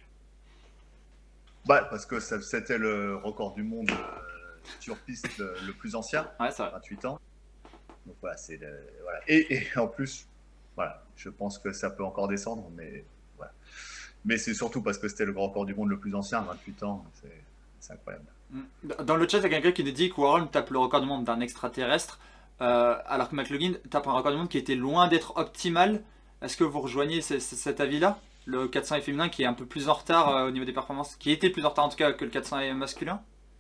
Bah, parce que c'était le record du monde euh, sur piste le, le plus ancien, ouais, ça vingt-huit ans. Donc voilà, c'est voilà. Et, et en plus, voilà, je pense que ça peut encore descendre, mais voilà. Mais c'est surtout parce que c'était le grand record du monde le plus ancien, vingt-huit ans, c'est incroyable. Dans le chat, il y a quelqu'un qui nous dit que Warhol tape le record du monde d'un extraterrestre, euh, alors que McLaughlin tape un record du monde qui était loin d'être optimal. Est-ce que vous rejoignez c cet avis-là? Le quatre cents est féminin qui est un peu plus en retard euh, au niveau des performances, qui était plus en retard en tout cas que le quatre cents est masculin?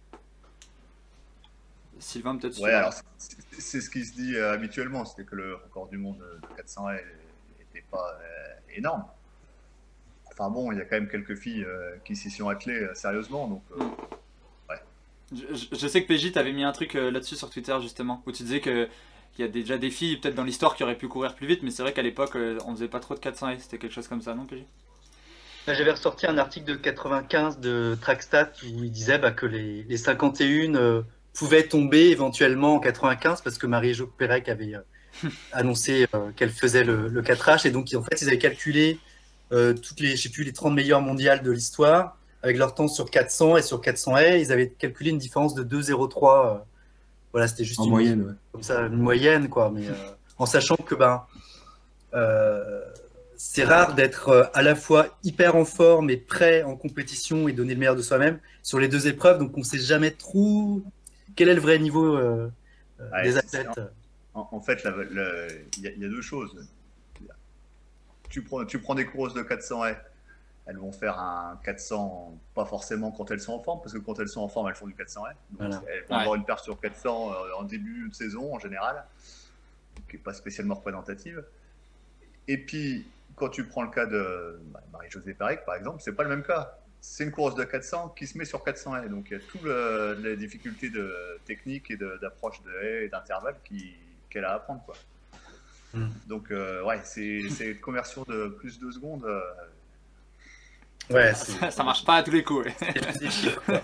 Sylvain, peut-être. Ouais, alors c'est ce qui se dit euh, habituellement, c'était que le record du monde de quatre cents n'était pas euh, énorme. Enfin bon, il y a quand même quelques filles euh, qui s'y sont attelées euh, sérieusement, donc euh, ouais. Je, je sais que P J t'avais mis un truc euh, là-dessus sur Twitter justement, où tu disais que il y a déjà des filles peut-être dans l'histoire qui auraient pu courir plus vite, mais c'est vrai qu'à l'époque euh, on faisait pas trop de quatre cents et c'était quelque chose comme ça, non P J? J'avais ressorti un article de quatre-vingt-quinze de Trackstat où il disait bah, que les, les cinquante et une euh, pouvait tomber éventuellement en quatre-vingt-quinze parce que Marie-Jo Pérec avait euh, annoncé euh, qu'elle faisait le, le quatre H, et donc en fait ils avaient calculé euh, toutes les, je sais plus, les trente meilleures mondiales de l'histoire avec leur temps sur quatre cents et sur quatre cents haies, ils avaient calculé une différence de deux virgule zéro trois. Euh, voilà, c'était juste en une moyenne, ouais. Comme ça, une moyenne quoi, mais euh, en sachant que ben euh, c'est rare d'être à la fois hyper en forme et prêt en compétition et donner le meilleur de soi-même sur les deux épreuves, donc on sait jamais trop quel est le vrai niveau euh, ouais, des athlètes. En, en fait, il y, y a deux choses. Tu prends, tu prends des coureuses de quatre cents haies, elles vont faire un quatre cents, pas forcément quand elles sont en forme, parce que quand elles sont en forme, elles font du quatre cents haies. Donc voilà. Elles vont ouais. avoir une perte sur quatre cents en début de saison en général, qui n'est pas spécialement représentative. Et puis, quand tu prends le cas de Marie-Josée Pérec, par exemple, c'est pas le même cas. C'est une course de quatre cents qui se met sur quatre cents haies. Donc, il y a toutes les difficultés de technique et d'approche de, de haies et d'intervalle qu'elle a à apprendre, quoi. Mm. Donc, euh, ouais, c'est une conversion de plus de secondes. Euh... Ouais, ça, ça marche pas à tous les coups. Ouais.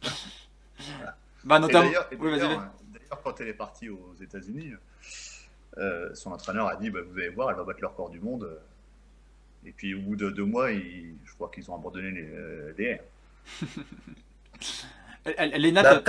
Bah, notamment. D'ailleurs, oui, quand elle est partie aux États-Unis, euh, son entraîneur a dit bah, vous allez voir, elle va battre le record du monde. Et puis, au bout de deux mois, il... je crois qu'ils ont abandonné les, euh, les airs. Léna, bah,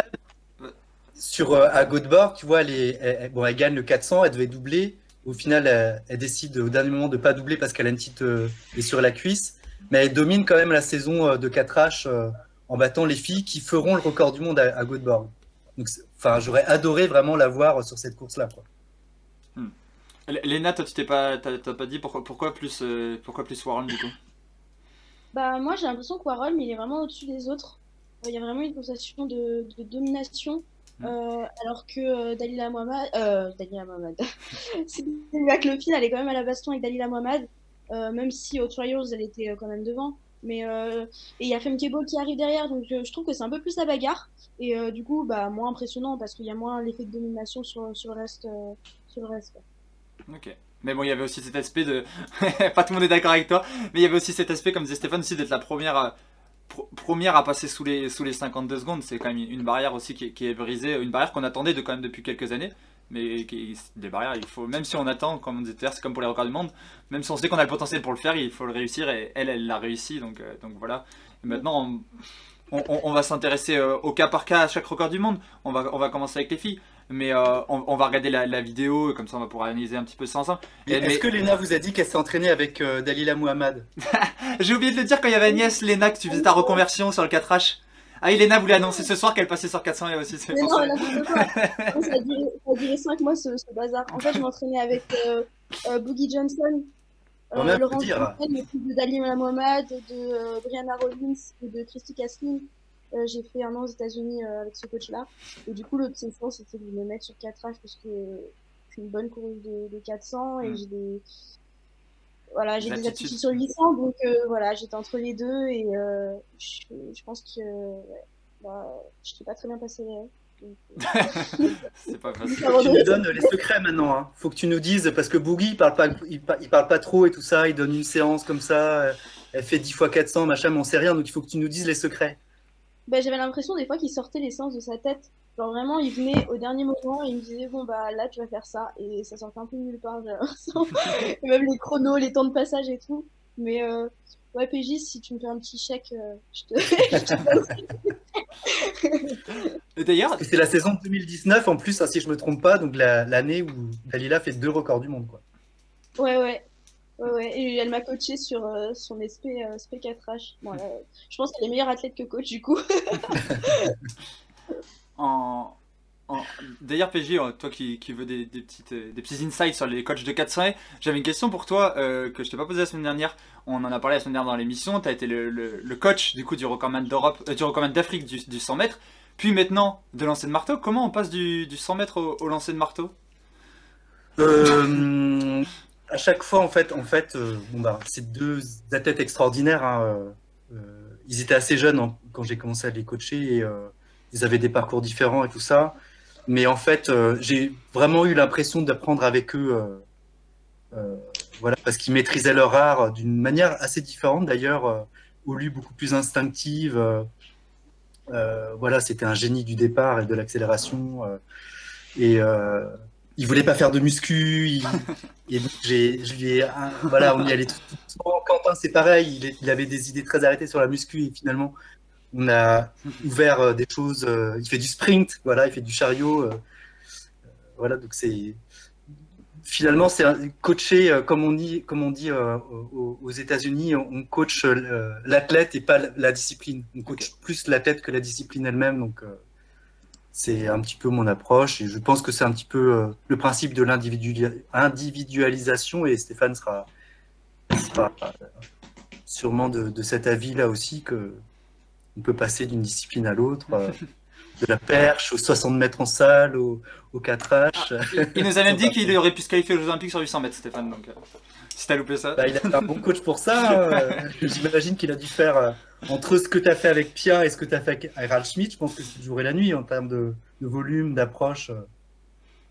sur euh, à Göteborg, tu vois, elle, est, elle, bon, elle gagne le quatre cents, elle devait doubler. Au final, elle, elle décide au dernier moment de ne pas doubler parce qu'elle a une petite euh, blessure à la cuisse. Mais elle domine quand même la saison euh, de quatre H euh, en battant les filles qui feront le record du monde à, à Göteborg. Donc, enfin, j'aurais adoré vraiment la voir sur cette course-là, quoi. Hmm. Léna, toi, tu t'es pas, t'as, t'as pas dit pourquoi, pourquoi plus, euh, pourquoi plus Warhol du coup? Bah moi, j'ai l'impression que Warhol, il est vraiment au-dessus des autres. Il y a vraiment une sensation de, de domination. Euh, alors que euh, Dalila Mohamed, euh, Dalila Mohamed, Sylvia Clopin, elle est quand même à la baston avec Dalila Mohamed, euh, même si aux Trials elle était euh, quand même devant. Mais euh, et il y a Femkebo qui arrive derrière, donc je, je trouve que c'est un peu plus la bagarre et euh, du coup bah moins impressionnant parce qu'il y a moins l'effet de domination sur sur le reste, euh, sur le reste. Quoi. Ok. Mais bon, il y avait aussi cet aspect de, pas tout le monde est d'accord avec toi, mais il y avait aussi cet aspect, comme disait Stéphane, aussi d'être la première. À... première à passer sous les, sous les cinquante-deux secondes, c'est quand même une barrière aussi qui est, qui est brisée, une barrière qu'on attendait de, quand même depuis quelques années, mais qui, des barrières, il faut, même si on attend, comme on disait tout à l'heure, c'est comme pour les records du monde, même si on sait qu'on a le potentiel pour le faire, il faut le réussir, et elle, elle l'a réussi, donc, euh, donc voilà. Et maintenant, on, on, on va s'intéresser euh, au cas par cas à chaque record du monde, on va, on va commencer avec les filles, mais euh, on, on va regarder la, la vidéo, comme ça on va pouvoir analyser un petit peu ça ensemble. Est-ce mais... que Léna vous a dit qu'elle s'est entraînée avec euh, Dalila Mohamed? J'ai oublié de le dire quand il y avait Agnès, Léna, que tu faisais ta reconversion sur le quatre H. Ah oui, Léna voulait annoncer ce soir qu'elle passait sur quatre cents et aussi. Mais non, ça. n'importe quoi. Ça a duré, ça a duré cinq mois ce, ce bazar. En fait, je m'entraînais avec euh, euh, Boogie Johnson, euh, Laurent Johnson, mais plus de Dalila Mohamed, de euh, Brianna Rollins et de Christy Casling. Euh, j'ai fait un an aux États-Unis euh, avec ce coach-là. Et du coup, l'obsession, c'était de me mettre sur quatre H parce que je suis une bonne coureuse de, de quatre cents et mm. j'ai des. Voilà, j'ai des aptitudes sur huit cents, donc euh, voilà, j'étais entre les deux et euh, je, je pense que ouais, bah, je t'ai pas très bien passé les règles. C'est pas facile. Faut que tu nous donnes les secrets maintenant. Hein. Faut que tu nous dises, parce que Boogie, il parle pas, il, il parle pas trop et tout ça, il donne une séance comme ça, elle fait dix fois quatre cents, machin, mais on sait rien, donc il faut que tu nous dises les secrets. Bah, j'avais l'impression des fois qu'il sortait les séances de sa tête. Genre vraiment, il venait au dernier moment et il me disait bon bah là tu vas faire ça et ça sortait un peu nulle part. Et même les chronos, les temps de passage et tout. Mais euh, ouais P J, si tu me fais un petit chèque, euh, je te. Et d'ailleurs, c'est la saison deux mille dix-neuf en plus, hein, si je me trompe pas, donc l'année où Dalila fait deux records du monde quoi. Ouais ouais. Ouais, ouais, et elle m'a coaché sur euh, son S P, euh, S P quatre H. Bon, là, je pense qu'elle est meilleure athlète que coach du coup. en... en... D'ailleurs, P J, toi qui, qui veux des, des, petites, des petits insights sur les coachs de quatre cents, j'avais une question pour toi euh, que je t'ai pas posée la semaine dernière. On en a parlé la semaine dernière dans l'émission. Tu as été le, le, le coach du coup du recordman d'Europe, euh, du recordman d'Afrique du, du cent mètres, puis maintenant de lancer de marteau. Comment on passe du, du cent mètres au, au lancer de marteau? euh... À chaque fois, en fait, en fait euh, bon, bah, c'est deux athlètes extraordinaires. Hein, euh, ils étaient assez jeunes hein, quand j'ai commencé à les coacher et euh, ils avaient des parcours différents et tout ça. Mais en fait, euh, j'ai vraiment eu l'impression d'apprendre avec eux, euh, euh, voilà, parce qu'ils maîtrisaient leur art d'une manière assez différente d'ailleurs, euh, au lieu beaucoup plus instinctive. Euh, euh, voilà, c'était un génie du départ et de l'accélération. Euh, et euh, il voulait pas faire de muscu. Il, et donc j'ai, je lui ai, voilà, on y allait tout, tout, tout. Quentin, c'est pareil. Il, est, il avait des idées très arrêtées sur la muscu et finalement, on a ouvert euh, des choses. Euh, il fait du sprint, voilà, il fait du chariot. Euh, voilà, donc c'est finalement c'est coacher euh, comme on dit, comme on dit euh, aux, aux États-Unis, on coach euh, l'athlète et pas la discipline. On coach plus l'athlète que la discipline elle-même. Donc euh, c'est un petit peu mon approche et je pense que c'est un petit peu euh, le principe de l'individualisation et Stéphane sera, sera sûrement de, de cet avis-là aussi que on peut passer d'une discipline à l'autre, euh, de la perche aux soixante mètres en salle, au, au quatre H. Ah, il, il nous a même dit qu'il aurait pu se qualifier aux Jeux Olympiques sur huit cents mètres, Stéphane, donc euh, si t'as loupé ça. Bah, il a un bon coach pour ça. Euh, J'imagine qu'il a dû faire... Euh, entre ce que tu as fait avec Pia et ce que tu as fait avec Ralph Schmitt, je pense que c'est le jour et la nuit en termes de, de volume, d'approche.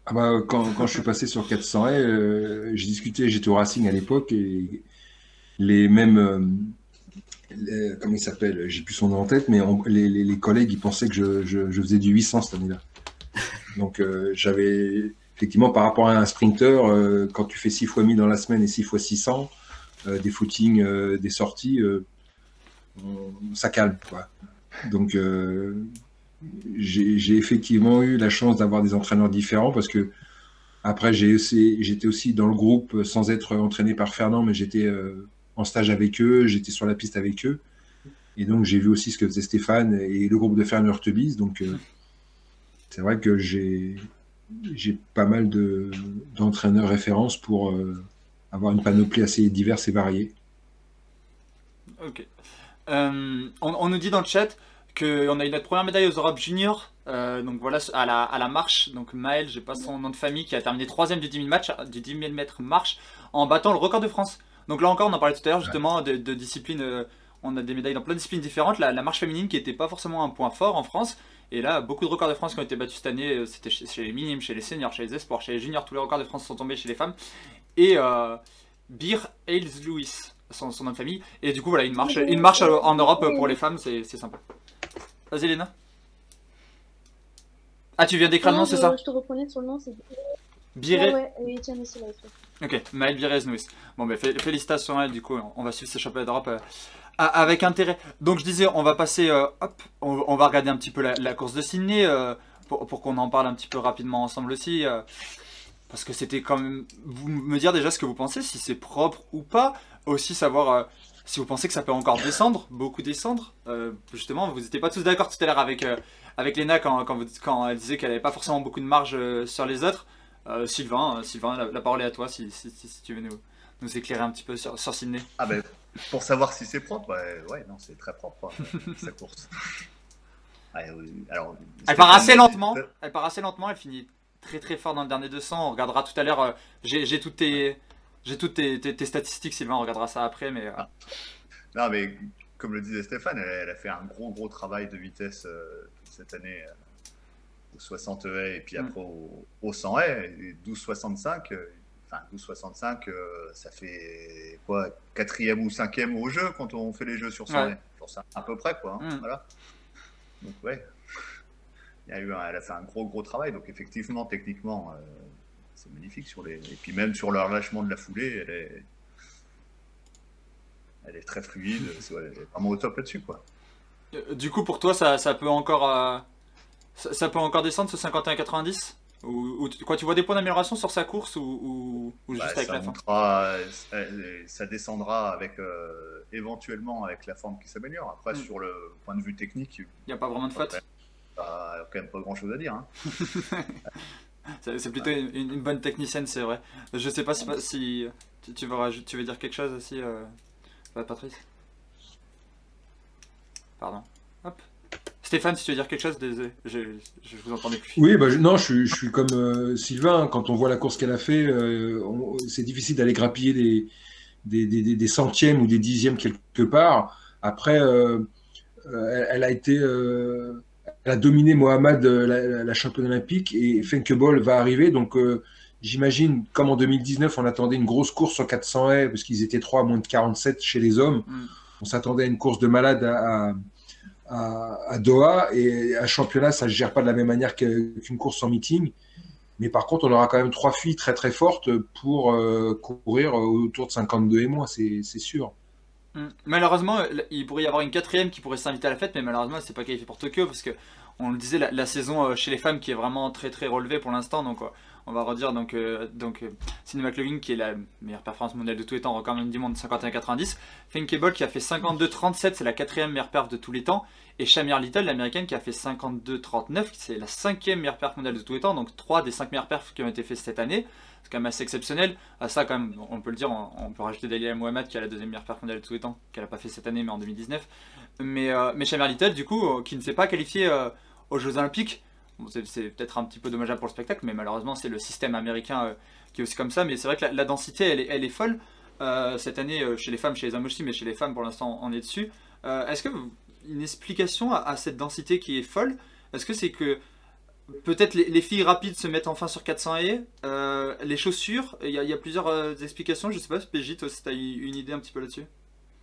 Ah bah, quand, quand je suis passé sur quatre cents haies, euh, j'ai discuté, j'étais au Racing à l'époque, et les mêmes, euh, les- comment il s'appelle, j'ai plus son nom en tête, mais on- les, les- les collègues, ils pensaient que je, je- je faisais du huit cents cette année-là. Donc euh, j'avais, effectivement, par rapport à un sprinter, euh, quand tu fais six fois mille dans la semaine et six fois six cents, euh, des footings, euh, des sorties, euh, on- ça calme, quoi. Donc euh, j'ai j'ai effectivement eu la chance d'avoir des entraîneurs différents, parce que après, j'ai aussi, j'étais aussi dans le groupe sans être entraîné par Fernand, mais j'étais euh, en stage avec eux, j'étais sur la piste avec eux. Et donc, j'ai vu aussi ce que faisait Stéphane et le groupe de Fernand Hurtebise. Donc, euh, c'est vrai que j'ai j'ai pas mal de, d'entraîneurs références pour euh, avoir une panoplie assez diverse et variée. Ok. Euh, on, on nous dit dans le chat qu'on a eu notre première médaille aux Europes Juniors. Euh, donc voilà, à la, à la marche. Donc Maël, j'ai pas son nom de famille, qui a terminé troisième du dix mille match, du dix mille mètres marche en battant le record de France. Donc là encore, on en parlait tout à l'heure justement de, de disciplines. Euh, on a des médailles dans plein de disciplines différentes. La, la marche féminine qui n'était pas forcément un point fort en France. Et là, beaucoup de records de France qui ont été battus cette année. C'était chez, chez les minimes, chez les seniors, chez les espoirs, chez les juniors. Tous les records de France sont tombés chez les femmes. Et euh, Bir Ailes-Lewis, son, son nom de famille. Et du coup, voilà, une marche, une marche en Europe pour les femmes, c'est c'est sympa. Vas-y, Léna. Ah, tu viens d'écrire le nom, c'est ça? Je te reprenais sur le nom, c'est Biré. Ouais, ouais, et Etienne aussi, là. Ok, Maël Birez-Nouis. Bon, ben bah, félicitations à elle, du coup, on va suivre ces championnats d'Europe euh, avec intérêt. Donc, je disais, on va passer, euh, hop, on, on va regarder un petit peu la, la course de Sydney, euh, pour, pour qu'on en parle un petit peu rapidement ensemble aussi. Euh, parce que c'était quand même. Vous me dire déjà ce que vous pensez, si c'est propre ou pas. Aussi savoir. Euh, Si vous pensez que ça peut encore descendre, beaucoup descendre, euh, justement, vous n'étiez pas tous d'accord tout à l'heure avec, euh, avec Léna quand, quand, vous, quand elle disait qu'elle n'avait pas forcément beaucoup de marge euh, sur les autres. Euh, Sylvain, euh, Sylvain la, la parole est à toi si, si, si, si tu veux nous, nous éclairer un petit peu sur, sur Sydney. Ah ben, pour savoir si c'est propre, ouais, ouais, non, c'est très propre, euh, sa course. Ouais, oui, alors, elle part assez lentement, elle part assez lentement, elle finit très très fort dans le dernier deux cents. On regardera tout à l'heure, euh, j'ai toutes tes... J'ai toutes tes, tes, tes statistiques, Sylvain, on regardera ça après, mais... Euh... Ah. Non, mais comme le disait Stéphane, elle, elle a fait un gros, gros travail de vitesse euh, toute cette année euh, au soixante haies et puis après mm. au, au cent haies, et douze soixante-cinq, euh, enfin douze soixante-cinq, euh, ça fait quoi, quatrième ou cinquième au jeu quand on fait les jeux sur cent haies, pour ça, à peu près, quoi, hein, mm. voilà. Donc, ouais, il y a eu un, elle a fait un gros, gros travail, donc effectivement, techniquement... Euh, c'est magnifique sur les et puis même sur le relâchement de la foulée, elle est elle est très fluide, c'est elle est vraiment au top là-dessus, quoi. Du coup, pour toi, ça, ça peut encore euh, ça, ça peut encore descendre ce cinquante et un quatre-vingt-dix, ou, ou quoi, tu vois des points d'amélioration sur sa course ou, ou, ou juste bah, avec la montera, fin ça descendra avec euh, éventuellement avec la forme qui s'améliore. Après, mm. sur le point de vue technique, il n'y a pas vraiment de faute. Il n'y a quand même pas grand-chose à dire, hein. C'est plutôt une, une bonne technicienne, c'est vrai. Je sais pas si, si tu, tu, veux rajouter, tu veux dire quelque chose aussi, euh, Patrice? Pardon. Hop. Stéphane, si tu veux dire quelque chose, désolé, je, je vous entendais plus. Oui, bah, je, non, je suis, je suis comme euh, Sylvain. Quand on voit la course qu'elle a fait, euh, c'est difficile d'aller grappiller des, des, des, des centièmes ou des dixièmes quelque part. Après, euh, elle, elle a été... Euh, elle a dominé Mohamed, la, la championne olympique, et Fenkebol va arriver. Donc, euh, j'imagine, comme en deux mille dix-neuf, on attendait une grosse course sur quatre cents haies, parce qu'ils étaient trois à moins de quarante-sept chez les hommes. Mm. On s'attendait à une course de malade à, à, à Doha, et à championnat, ça ne se gère pas de la même manière qu'une course sans meeting. Mais par contre, on aura quand même trois filles très très fortes pour euh, courir autour de cinquante-deux et moins, c'est sûr. Malheureusement, il pourrait y avoir une quatrième qui pourrait s'inviter à la fête, mais malheureusement, elle ne s'est pas qualifiée pour Tokyo parce que, on le disait, la, la saison chez les femmes qui est vraiment très très relevée pour l'instant. Donc, on va redire donc, euh, donc Sydney McLaughlin qui est la meilleure performance mondiale de tous les temps, record du monde cinquante et un quatre-vingt-dix. Fenkebol qui a fait cinquante-deux trente-sept, c'est la quatrième meilleure perf de tous les temps. Et Shamir Little, l'américaine, qui a fait cinquante-deux trente-neuf, c'est la cinquième meilleure perf mondiale de tous les temps. Donc trois des cinq meilleures perfs qui ont été faites cette année. C'est quand même assez exceptionnel. À ça, quand même, on peut le dire, on, on peut rajouter Dalia Mohamed qui a la deuxième meilleure perf mondiale de tous les temps, qu'elle n'a pas fait cette année mais en deux mille dix-neuf. Mais, euh, mais Shamir Little, du coup, euh, qui ne s'est pas qualifié euh, aux Jeux Olympiques. Bon, c'est peut-être un petit peu dommageable pour le spectacle, mais malheureusement, c'est le système américain euh, qui est aussi comme ça. Mais c'est vrai que la, la densité, elle est, elle est folle. Euh, cette année, euh, chez les femmes, chez les hommes aussi, mais chez les femmes, pour l'instant, on est dessus. Euh, Est-ce que vous, une explication à, à cette densité qui est folle, est-ce que c'est que peut-être les, les filles rapides se mettent enfin sur quatre cents haies. Euh, les chaussures, il y, a- il y a plusieurs euh, explications. Je sais pas, P J, toi, si tu as une idée un petit peu là-dessus.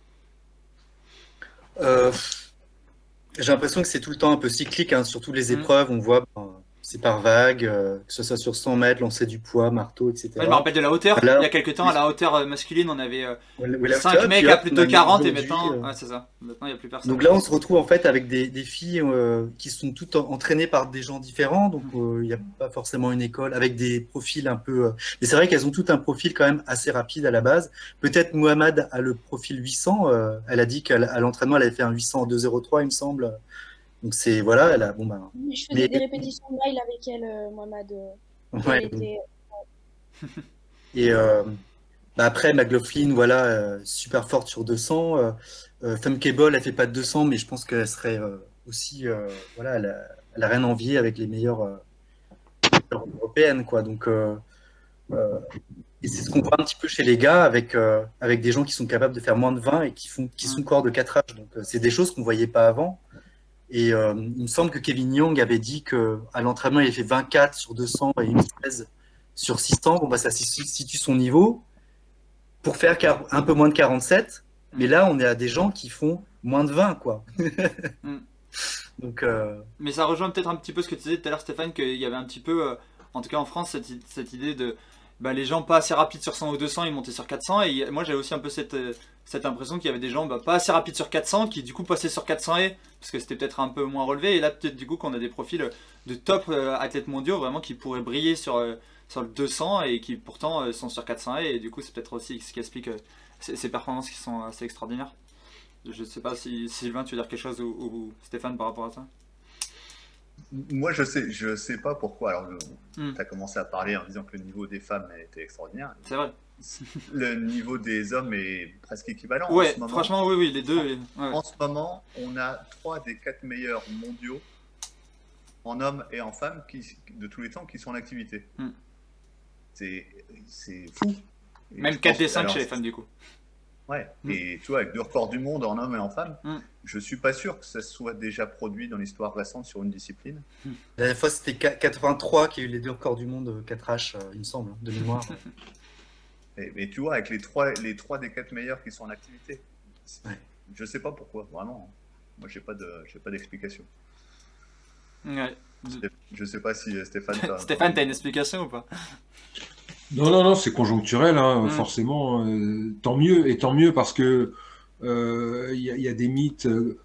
Euh, j'ai l'impression que c'est tout le temps un peu cyclique, hein, sur toutes les Mm. épreuves, on voit, ben, c'est par vague, euh, que ce soit sur cent mètres, lancer du poids, marteau, Ouais, je me et cetera. rappelle de la hauteur. Là, Il y a quelques temps, à la hauteur euh, masculine, on avait oui, la cinq hauteur, mecs puis à hop, plus on de a mis quarante et aujourd'hui, maintenant, euh, ouais, c'est ça. Maintenant, il n'y a plus personne. Donc là, on se retrouve en fait avec des, des filles euh, qui sont toutes en- entraînées par des gens différents, donc euh, il n'y a pas forcément une école avec des profils un peu. euh, Mais c'est vrai qu'elles ont toutes un profil quand même assez rapide à la base. Peut-être Mohamed a le profil huit cents. euh, elle a dit qu'à l- à l'entraînement, elle avait fait un huit cents en deux zéro trois, il me semble. Donc c'est voilà, elle a bon ben. Mais je faisais Mais des répétitions de mile avec elle, euh, Mohamed. euh, et ouais. elle était... Et euh, bah après, McLaughlin, voilà, euh, super forte sur deux cents. Euh, euh, Femke Bol, elle fait pas de deux cents, mais je pense qu'elle serait euh, aussi, euh, voilà, elle a, elle a rien à envier avec les meilleures euh, européennes, quoi. Donc, euh, euh, et c'est ce qu'on voit un petit peu chez les gars avec, euh, avec des gens qui sont capables de faire moins de vingt et qui font, qui sont corps de quatre âges. Donc, euh, c'est des choses qu'on voyait pas avant. Et euh, il me semble que Kevin Young avait dit que à l'entraînement, il a fait vingt-quatre sur deux cents et une seize sur six cents. Bon, bah, ça si- situe son niveau pour faire quar- un peu moins de quarante-sept. Mais là, on est à des gens qui font moins de vingt, quoi. Mm. Donc, euh, Mais ça rejoint peut-être un petit peu ce que tu disais tout à l'heure, Stéphane, qu'il y avait un petit peu, euh, en tout cas en France, cette, i- cette idée de bah, les gens pas assez rapides sur cent ou deux cents, ils montaient sur quatre cents. Et y- moi, j'avais aussi un peu cette, euh, cette impression qu'il y avait des gens bah, pas assez rapides sur quatre cents qui du coup passaient sur quatre cents et parce que c'était peut-être un peu moins relevé. Et là, peut-être du coup, qu'on a des profils de top euh, athlètes mondiaux vraiment qui pourraient briller sur, euh, sur le deux cents et qui pourtant euh, sont sur quatre cents et du coup, c'est peut-être aussi ce qui explique euh, ces, ces performances qui sont assez extraordinaires. Je sais pas si Sylvain, tu veux dire quelque chose ou, ou Stéphane par rapport à ça. Moi, je sais, je sais pas pourquoi. Alors, Hmm. tu as commencé à parler en disant que le niveau des femmes était extraordinaire. C'est vrai. Le niveau des hommes est presque équivalent en Ouais, ce moment. franchement, oui, oui, les deux. ouais. En ce moment, on a trois des quatre meilleurs mondiaux en hommes et en femmes qui, de tous les temps qui sont en activité. Hmm. C'est c'est fou. Et Même je quatre pense- des cinq alors, chez les femmes, du coup. Ouais, Mm. et tu vois, avec deux records du monde en hommes et en femmes, Mm. je suis pas sûr que ça soit déjà produit dans l'histoire récente sur une discipline. la dernière fois, c'était qua- quatre-vingt-trois qui a eu les deux records du monde, euh, quatre H, euh, il me semble, hein, de mémoire. Et, et tu vois, avec les trois, les trois des quatre meilleurs qui sont en activité. C'est- Ouais. Je sais pas pourquoi, vraiment. Moi, j'ai pas de, j'ai pas d'explication. Ouais. Je sais pas si euh, Stéphane. t'as- Stéphane, t'as une explication ou pas? Non, non, non, c'est conjoncturel, hein, Mm. forcément. euh, tant mieux, et tant mieux parce que euh, il y, a- il y a des mythes. euh,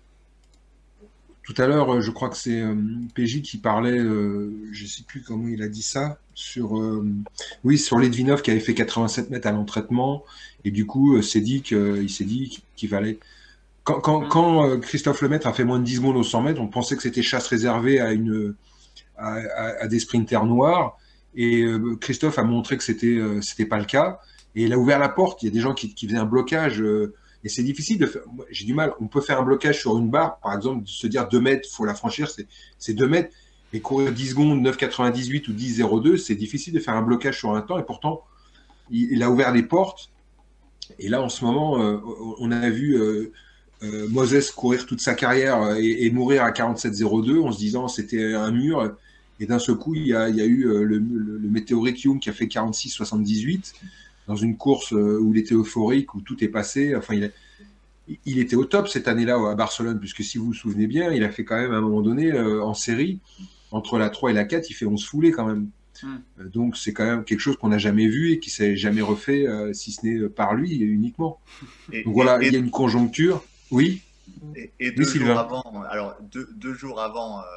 tout à l'heure, euh, je crois que c'est euh, P J qui parlait, euh, je sais plus comment il a dit ça, sur, euh, oui, sur Ledvinov qui avait fait quatre-vingt-sept mètres à l'entraînement, et du coup, euh, s'est dit que- il s'est dit qu'il fallait. Quand, quand, Mm. quand euh, Christophe Lemaitre a fait moins de dix secondes au cent mètres, on pensait que c'était chasse réservée à une à, à- à des sprinters noirs. Et euh, Christophe a montré que c'était euh, c'était pas le cas. Et il a ouvert la porte. Il y a des gens qui, qui faisaient un blocage. euh, et c'est difficile de faire. Moi, j'ai du mal. On peut faire un blocage sur une barre, par exemple, de se dire deux mètres, faut la franchir, c'est c'est deux mètres. Mais courir dix secondes, neuf quatre-vingt-dix-huit ou dix zéro deux, c'est difficile de faire un blocage sur un temps. Et pourtant, il, il a ouvert les portes. Et là, en ce moment, euh, on a vu euh, euh, Moses courir toute sa carrière euh, et, et mourir à quarante-sept zéro deux en se disant c'était un mur. Et d'un seul coup, il y a, il y a eu euh, le, le, le météorique Young qui a fait quarante-six soixante-dix-huit dans une course euh, où il était euphorique, où tout est passé. Enfin, il, a- il était au top cette année-là à Barcelone, puisque si vous vous souvenez bien, il a fait quand même à un moment donné euh, en série, entre la trois et la quatre, il fait onze foulées quand même. Mm. Euh, Donc c'est quand même quelque chose qu'on n'a jamais vu et qui s'est jamais refait, euh, si ce n'est par lui uniquement. Et, Donc voilà, et- il y a une conjoncture. Oui, et- et deux jours Sylvain. avant, alors deux, deux jours avant euh,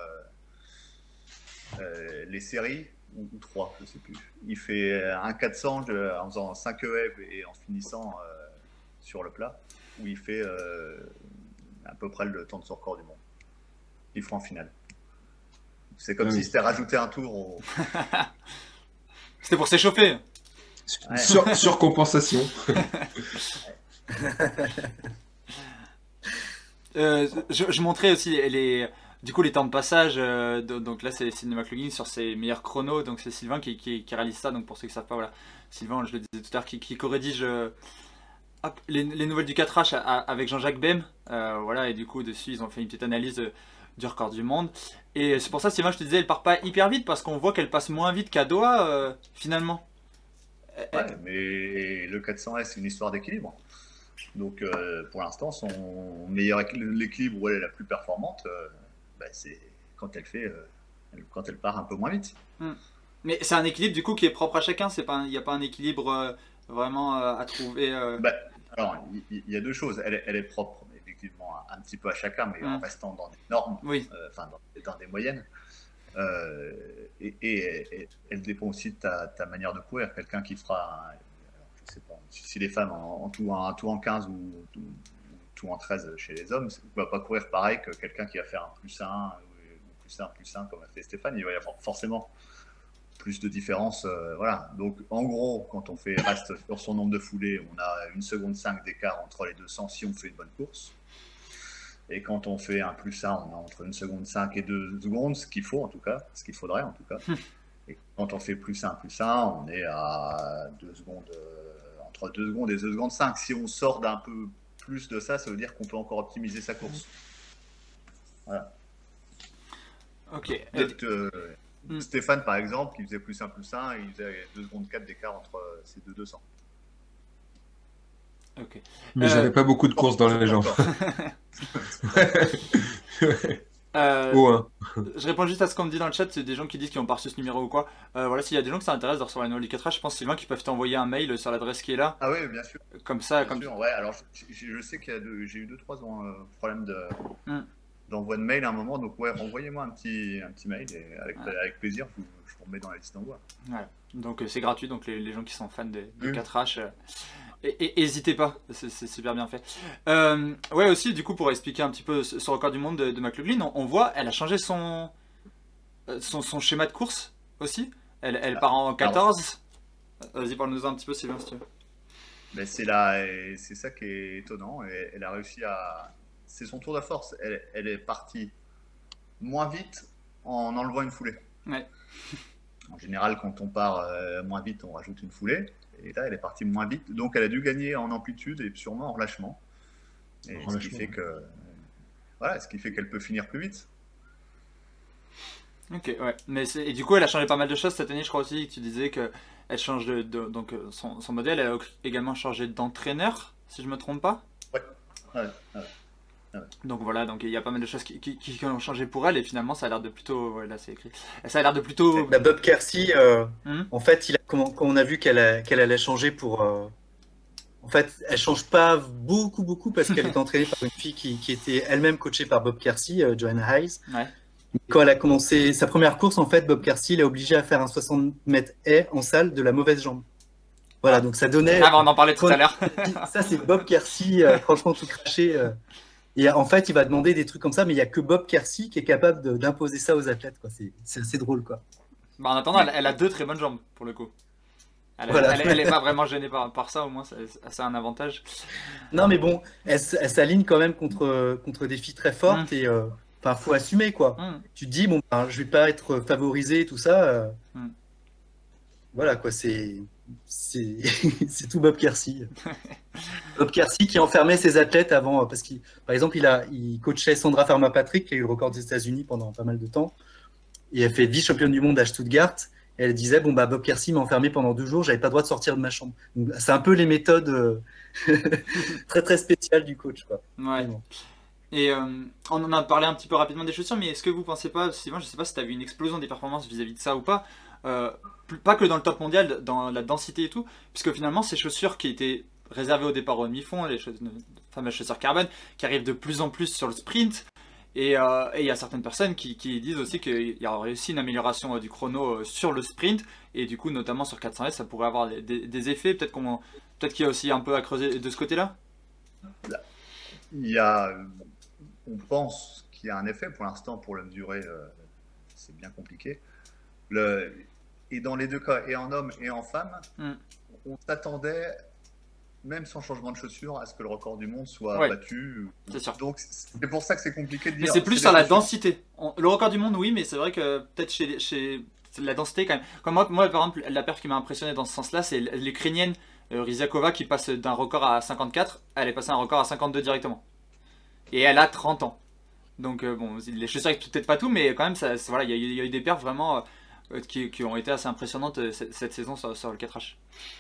euh, les séries, ou, ou trois, je sais plus, il fait euh, un quatre cents de- en faisant cinq E web et en finissant euh, sur le plat, où il fait euh, à peu près le temps de son record du monde. Il fera en finale. C'est comme Ah si oui. c'était rajouté un tour au... C'était pour s'échauffer. Ouais. Sur, surcompensation. Euh, je, je montrais aussi les, du coup, les temps de passage. euh, de- donc là, c'est Sidney McLaughlin sur ses meilleurs chronos. Donc c'est Sylvain qui, qui, qui réalise ça. Donc pour ceux qui ne savent pas, voilà. Sylvain, je le disais tout à l'heure, qui, qui co-rédige euh, hop, les, les nouvelles du quatre H à- à- avec Jean-Jacques Bem. Euh, voilà, et du coup, dessus, ils ont fait une petite analyse de, du record du monde. Et c'est pour ça, Sylvain, je te disais, elle part pas hyper vite parce qu'on voit qu'elle passe moins vite qu'à Doha, euh, finalement. Ouais, mais le quatre cents S, c'est une histoire d'équilibre. Donc, euh, pour l'instant, son meilleur l'équilibre où elle est la plus performante, euh, bah, c'est quand elle fait, euh, quand elle part un peu moins vite. Hmm. Mais c'est un équilibre du coup qui est propre à chacun. C'est pas, il n'y a pas un équilibre euh, vraiment euh, à trouver. Euh... Bah, alors, il y, y a deux choses. Elle, elle est propre, mais effectivement, un, un petit peu à chacun, mais hmm. en restant dans des normes, oui. euh, enfin dans, dans des moyennes. Euh, et, et, et elle dépend aussi de ta, ta manière de courir. Quelqu'un qui fera, je sais pas, si les femmes en, en tout, en tout en quinze ou tout, tout en treize chez les hommes, ne va pas courir pareil que quelqu'un qui va faire un plus un, ou plus un, plus un comme a fait Stéphane. Il va y avoir forcément plus de différence. Euh, voilà. Donc en gros, quand on fait reste sur son nombre de foulées, on a une seconde cinq d'écart entre les deux cents si on fait une bonne course. Et quand on fait un plus un, on a entre une seconde cinq et deux secondes, ce qu'il faut en tout cas, ce qu'il faudrait en tout cas. Et quand on fait plus un, plus un, on est à deux secondes, euh, entre deux secondes et deux secondes cinq. Si on sort d'un peu plus de ça, ça veut dire qu'on peut encore optimiser sa course. Voilà. Ok. Euh, mm. Stéphane, par exemple, qui faisait plus un, plus un, il faisait deux secondes quatre d'écart entre ces deux deux cents. Okay. Mais euh... j'avais pas beaucoup de courses dans les jambes. euh, oh, hein. Je réponds juste à ce qu'on me dit dans le chat, c'est des gens qui disent qu'ils ont pas reçu ce numéro ou quoi. Euh, voilà, s'il y a des gens qui s'intéressent de recevoir une quatre H, je pense Sylvain qu'ils peuvent t'envoyer un mail sur l'adresse qui est là. Ah oui, bien sûr. Comme ça, bien comme sûr, ouais. Alors je, je sais qu'il y a deux, j'ai eu deux trois ans euh, problème de mm. d'envoi de mail à un moment, donc ouais, envoyez-moi un petit un petit mail et avec, ouais. avec plaisir, je, je vous remets dans la liste d'envoi. Ouais. Donc euh, c'est gratuit, donc les, les gens qui sont fans des, des mm. quatre H. Euh... Et n'hésitez pas, c'est super bien fait. Euh, ouais, aussi, du coup, pour expliquer un petit peu ce record du monde de, de McLaughlin, on, on voit, elle a changé son, son, son schéma de course aussi. Elle, elle part en quatorze. Vas-y, parle-nous un petit peu, Sylvain, si tu veux. Ben c'est là, c'est ça qui est étonnant. Elle, elle a réussi à. C'est son tour de force. Elle, elle est partie moins vite en enlevant une foulée. Ouais. En général, quand on part euh, moins vite, on rajoute une foulée. Et là, elle est partie moins vite, donc elle a dû gagner en amplitude et sûrement en relâchement. Et relâchement. Ce qui fait que, euh, voilà, ce qui fait qu'elle peut finir plus vite. Ok, ouais. Mais et du coup, elle a changé pas mal de choses cette année. Je crois aussi que tu disais que elle change de, de donc son, son modèle. Elle a également changé d'entraîneur, si je me trompe pas. Ouais. Ouais. ouais. ouais. Donc voilà, donc il y a pas mal de choses qui, qui, qui ont changé pour elle et finalement ça a l'air de plutôt, ouais, là c'est écrit, ça a l'air de plutôt. Bah, Bob Kersee, euh, hmm en fait, il a, quand, quand on a vu qu'elle qu'elle allait changer pour, euh, en fait, elle change pas beaucoup beaucoup parce qu'elle est entraînée par une fille qui, qui était elle-même coachée par Bob Kersee, euh, Joanna Hayes. Ouais. Quand elle a commencé sa première course, en fait, Bob Kersee l'a obligée à faire un soixante mètres haies en salle de la mauvaise jambe. Voilà, donc ça donnait. Ah, bah, on en parlait tout à l'heure. Ça, c'est Bob Kersee, euh, franchement tout craché. Euh, Et en fait, il va demander des trucs comme ça, mais il n'y a que Bob Kersee qui est capable d'imposer ça aux athlètes. C'est assez drôle, quoi. Bah, en attendant, elle, elle a deux très bonnes jambes, pour le coup. Elle, voilà. elle, elle est pas vraiment gênée par, par ça, au moins, c'est un avantage. Non, mais bon, elle, elle s'aligne quand même contre, contre des filles très fortes, mmh. et euh, enfin, faut assumer, quoi. Mmh. Tu te dis, bon, ben, je vais pas être favorisé, tout ça. Euh, mmh. Voilà, quoi, c'est... C'est tout Bob Kersee. Bob Kersee qui enfermait ses athlètes avant, parce qu'il, par exemple, il, a, il coachait Sandra Farmer-Patrick, qui a eu le record des États-Unis pendant pas mal de temps. Et elle fait vice-championne du monde à Stuttgart. Et elle disait, bon, bah, Bob Kersee m'a enfermé pendant deux jours, j'avais pas le droit de sortir de ma chambre. C'est un peu les méthodes euh, très très spéciales du coach, quoi. Ouais. Et euh, on en a parlé un petit peu rapidement des chaussures, mais est-ce que vous pensez pas, Sylvain, je sais pas si tu as vu une explosion des performances vis-à-vis de ça ou pas, euh, pas que dans le top mondial, dans la densité et tout, puisque finalement ces chaussures qui étaient réservées au départ au demi-fond, les fameuses chaussures carbone, qui arrivent de plus en plus sur le sprint, et il euh, y a certaines personnes qui, qui disent aussi qu'il y aurait aussi une amélioration euh, du chrono euh, sur le sprint, et du coup notamment sur quatre cents S ça pourrait avoir des, des, des effets, peut-être qu'on, peut-être qu'il y a aussi un peu à creuser de ce côté-là. Il y a, on pense qu'il y a un effet, pour l'instant pour le mesurer euh, c'est bien compliqué. Le, et dans les deux cas, et en homme et en femme, mm. on s'attendait, même sans changement de chaussures, à ce que le record du monde soit ouais. battu. C'est sûr. Donc c'est pour ça que c'est compliqué de dire. Mais c'est plus sur la densité. Le record du monde, oui, mais c'est vrai que peut-être chez, chez la densité quand même. Comme moi, moi, par exemple, la perf qui m'a impressionné dans ce sens-là, c'est l'Ukrainienne euh, Ryzakova qui passe d'un record à cinquante-quatre, elle est passée à un record à cinquante-deux directement. Et elle a trente ans. Donc euh, bon, les chaussures avec peut-être pas tout, mais quand même, ça, ça- voilà, il y, a eu- il y a eu des perfs vraiment euh, qui, qui ont été assez impressionnantes euh, cette, cette saison sur, sur le quatre H.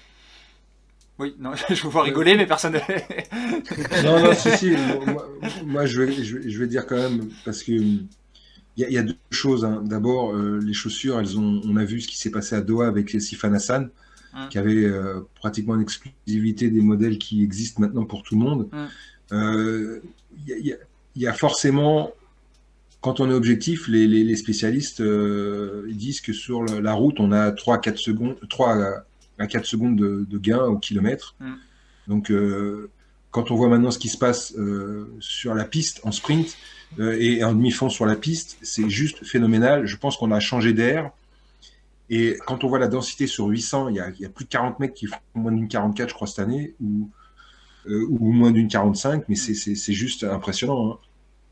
Oui, non, je vous vois rigoler, mais personne. Non, non, si, si. Moi, moi, je, vais, je, vais, je vais dire quand même, parce que il y, a- il y a deux choses. Hein. D'abord, euh, les chaussures, elles ont, on a vu ce qui s'est passé à Doha avec Sifan Hassan, Hum. qui avait euh, pratiquement une exclusivité des modèles qui existent maintenant pour tout le monde. Hum. Euh, Il y, a- il y a- il y a forcément, quand on est objectif, les, les, les spécialistes euh, ils disent que sur le- la route, on a trois à quatre secondes, trois à quatre secondes de, de gain au kilomètre. Mm. Donc, euh, quand on voit maintenant ce qui se passe euh, sur la piste en sprint euh, et en demi-fond sur la piste, c'est juste phénoménal. Je pense qu'on a changé d'air. Et quand on voit la densité sur huit cents, il y a, il y a plus de quarante mecs qui font moins d'une quarante-quatre, je crois, cette année, ou, euh, ou moins d'une quarante-cinq, mais c'est- c'est c'est juste impressionnant. Hein.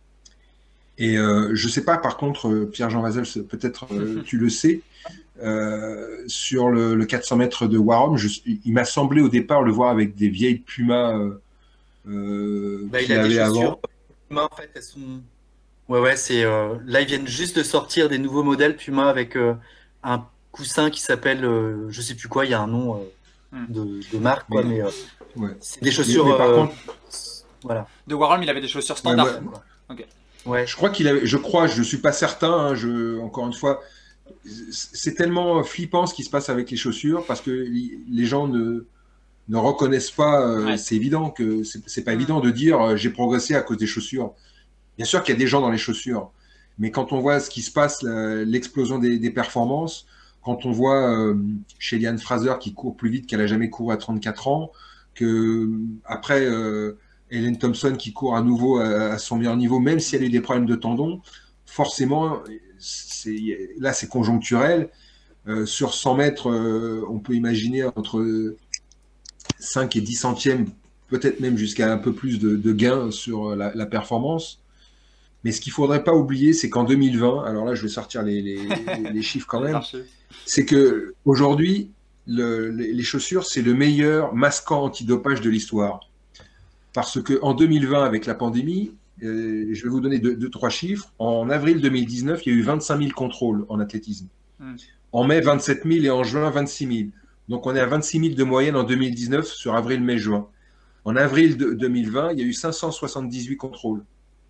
Et euh, je sais pas, par contre, euh, Pierre-Jean Vazel, c'est- peut-être euh, tu le sais, euh, sur le, le quatre cents mètres de Warhol, je- il m'a semblé au départ le voir avec des vieilles Puma euh, euh, Bah, il qu'il a des avait chaussures. avant. Puma, en fait, elles sont. Ouais, ouais, c'est. euh, Là, ils viennent juste de sortir des nouveaux modèles Puma avec euh, un coussin qui s'appelle, euh, je sais plus quoi, il y a un nom euh, Hmm. de, de marque, quoi, Mais- mais euh, Ouais. c'est des chaussures. Mais- mais par euh, contre- Voilà. De Warhol, il avait des chaussures standards. Ouais, quoi. Ok. Ouais. Je crois qu'il avait, je crois, je suis pas certain. Hein, je, encore une fois, c'est tellement flippant ce qui se passe avec les chaussures parce que li- les gens ne ne reconnaissent pas. euh, Ouais. C'est évident que c'est c'est pas Mm. évident de dire euh, j'ai progressé à cause des chaussures. Bien sûr qu'il y a des gens dans les chaussures, mais quand on voit ce qui se passe, la- l'explosion des, des performances, quand on voit euh, chez Liane Fraser qui court plus vite qu'elle a jamais couru à trente-quatre ans, que après euh, Helen Thompson qui court à nouveau à, à son meilleur niveau, même si elle a eu des problèmes de tendons, forcément, c'est, là c'est conjoncturel. Euh, sur cent mètres, euh, on peut imaginer entre cinq et dix centièmes, peut-être même jusqu'à un peu plus de, de gains sur la, la performance. Mais ce qu'il ne faudrait pas oublier, c'est qu'en deux mille vingt, alors là je vais sortir les, les, les- les chiffres quand Les même, archives. c'est que aujourd'hui, le- les, les chaussures, c'est le meilleur masquant antidopage de l'histoire. Parce qu'en deux mille vingt, avec la pandémie, euh, je vais vous donner deux, deux, trois chiffres. En avril deux mille dix-neuf, il y a eu vingt-cinq mille contrôles en athlétisme. Mm. En mai, vingt-sept mille et en juin, vingt-six mille. Donc on est à vingt-six mille de moyenne en deux mille dix-neuf sur avril, mai, juin. En avril de deux mille vingt, il y a eu cinq cent soixante-dix-huit contrôles.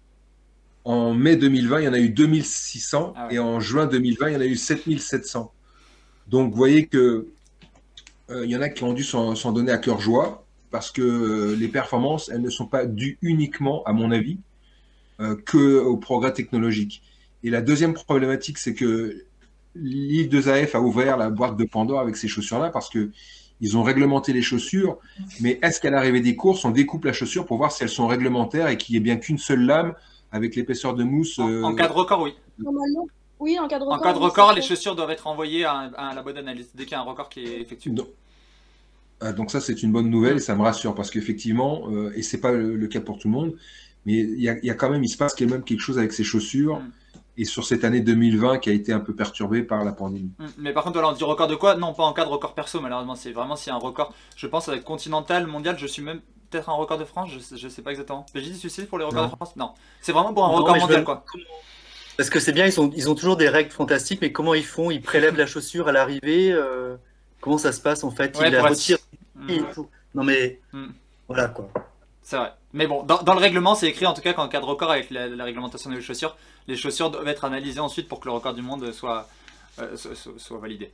En mai deux mille vingt, il y en a eu deux mille six cents Ah ouais. et en juin deux mille vingt, il y en a eu sept mille sept cents. Donc vous voyez que euh, il y en a qui ont dû s'en s'en donner à cœur joie parce que euh, les performances, elles ne sont pas dues uniquement, à mon avis, euh, que au progrès technologique. Et la deuxième problématique, c'est que l'I deux A F a ouvert la boîte de Pandore avec ces chaussures-là parce que ils ont réglementé les chaussures, mais est-ce qu'à l'arrivée des courses, on découpe la chaussure pour voir si elles sont réglementaires et qu'il n'y ait bien qu'une seule lame avec l'épaisseur de mousse En, euh, en cas de record, oui. Normalement, oui, en cas de record. En cas de oui, record, c'est les fait. chaussures doivent être envoyées à un, à un labo d'analyse dès qu'il y a un record qui est effectué. Donc, ah, donc ça, c'est une bonne nouvelle et ça me rassure parce qu'effectivement, euh, et c'est pas le, le cas pour tout le monde, mais il y a, il y a quand même, il se passe quand même quelque chose avec ces chaussures Mm. et sur cette année deux mille vingt qui a été un peu perturbée par la pandémie. Mm. Mais par contre, voilà, on dit record de quoi? Non, pas en cas de record perso, malheureusement. C'est vraiment s'il y a un record, je pense, avec continental, mondial, je suis même peut-être un record de France, je sais, je sais pas exactement. P J, tu sais pour les records Non. de France? Non. C'est vraiment pour un Non, record mais je mondial, veux- quoi. Parce que c'est bien, ils ont, ils ont toujours des règles fantastiques, mais comment ils font? Ils prélèvent la chaussure à l'arrivée euh, Comment ça se passe en fait? Ouais, Ils la pour être- retirent. Mm. il faut- Non mais Mm. voilà quoi. C'est vrai. Mais bon, dans, dans le règlement, c'est écrit en tout cas qu'en cas de record avec la, la réglementation des chaussures, les chaussures doivent être analysées ensuite pour que le record du monde soit, euh, soit, soit- soit validé.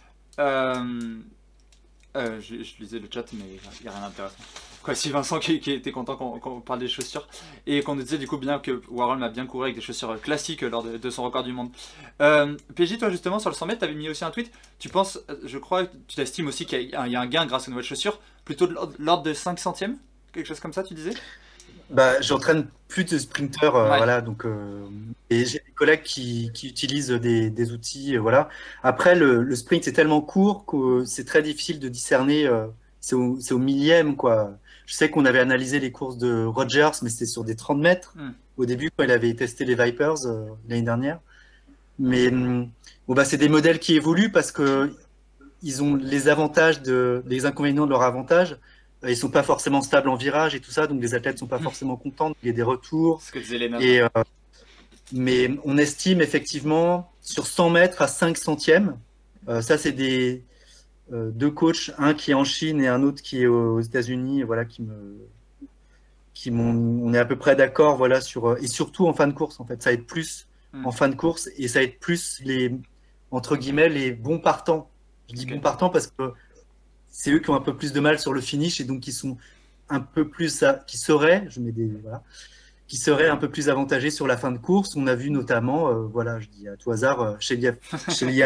Euh, euh, je, je lisais le chat, mais il n'y a rien d'intéressant. Quoi, si Vincent qui, qui était content qu'on qu'on parle des chaussures et qu'on nous disait du coup bien que Warhol a bien couru avec des chaussures classiques lors de, de son record du monde. Euh, P J, toi justement sur le cent mètres, tu avais mis aussi un tweet. Tu penses, je crois, tu t'estimes aussi qu'il y, a il y a un gain grâce aux nouvelles chaussures, plutôt de l'ordre- l'ordre de cinq centièmes? Quelque chose comme ça, tu disais? Bah, j'entraîne plus de sprinteurs, euh, Ouais. voilà, donc euh, et j'ai des collègues qui, qui utilisent des, des outils, euh, voilà. Après, le, le sprint est tellement court que c'est très difficile de discerner. euh, c'est au, c'est au millième, quoi. Je sais qu'on avait analysé les courses de Rogers, mais c'était sur des trente mètres Mm. au début quand il avait testé les Vipers euh, l'année dernière. Mais hum, bon, bah, c'est des modèles qui évoluent parce que ils ont les avantages de, les inconvénients de leur avantage. Euh, Ils sont pas forcément stables en virage et tout ça, donc les athlètes sont pas Mm. forcément contents. Il y a des retours. Ce que disait Léna. Et, euh, mais on estime effectivement sur cent mètres à cinq centièmes. Euh, ça, c'est des euh, deux coachs, un qui est en Chine et un autre qui est aux États-Unis, voilà, qui me, qui m'ont, on est à peu près d'accord, voilà, sur et surtout en fin de course, en fait, ça va être plus mm. en fin de course et ça va être plus les entre guillemets les bons partants. Je dis okay. bons partants parce que c'est eux qui ont un peu plus de mal sur le finish et donc qui sont un peu plus, à, qui seraient, je mets des voilà. qui serait un peu plus avantagé sur la fin de course. On a vu notamment, euh, voilà, je dis à tout hasard, euh, chez, chez Lian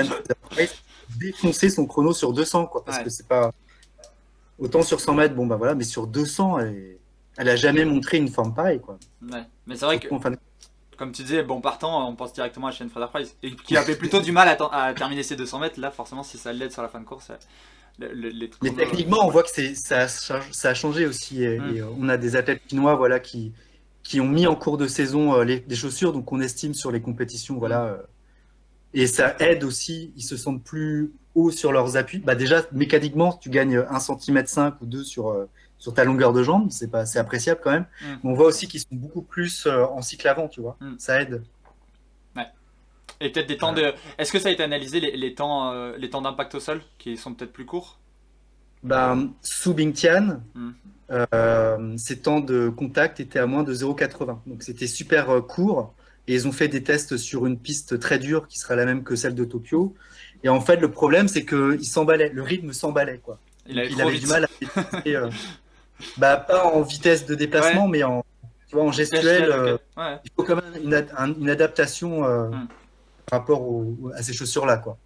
défoncer son chrono sur deux cents, quoi, parce ouais. que c'est pas autant sur cent mètres, bon bah voilà, mais sur deux cents, elle, elle a jamais montré une forme pareille, quoi. Ouais. Mais c'est vrai que, de... comme tu disais, bon partant, on pense directement à Shane Fraser-Price, et qui avait plutôt du mal à, à terminer ses deux cents mètres. Là, forcément, si ça l'aide sur la fin de course. Le, le, les mais techniquement, on voit que c'est ça, a, ça a changé aussi. Et, hum. et on a des athlètes chinois, voilà, qui qui ont mis en cours de saison euh, les, les chaussures, donc on estime sur les compétitions, voilà. Euh, et ça aide aussi, ils se sentent plus hauts sur leurs appuis. Bah déjà, mécaniquement, tu gagnes un centimètre cinq ou deux sur, euh, sur ta longueur de jambe, c'est pas, c'est appréciable quand même. Mm. Mais on voit aussi qu'ils sont beaucoup plus euh, en cycle avant, tu vois. Mm. Ça aide. Ouais. Et peut-être des temps de... Est-ce que ça a été analysé, les, les temps, euh, les temps d'impact au sol, qui sont peut-être plus courts? Bah, Su Bingtian, mm. Euh, ces temps de contact étaient à moins de zéro virgule quatre-vingts. Donc c'était super euh, court. Et ils ont fait des tests sur une piste très dure qui sera la même que celle de Tokyo. Et en fait, le problème, c'est qu'il s'emballait. Le rythme s'emballait, quoi. Il, il avait vite. du mal à déplacer, euh, bah, pas en vitesse de déplacement, ouais. mais en, tu vois, en gestuel. Euh, ouais. Il faut quand même une, ad une adaptation euh, mm. par rapport au, à ces chaussures-là, quoi.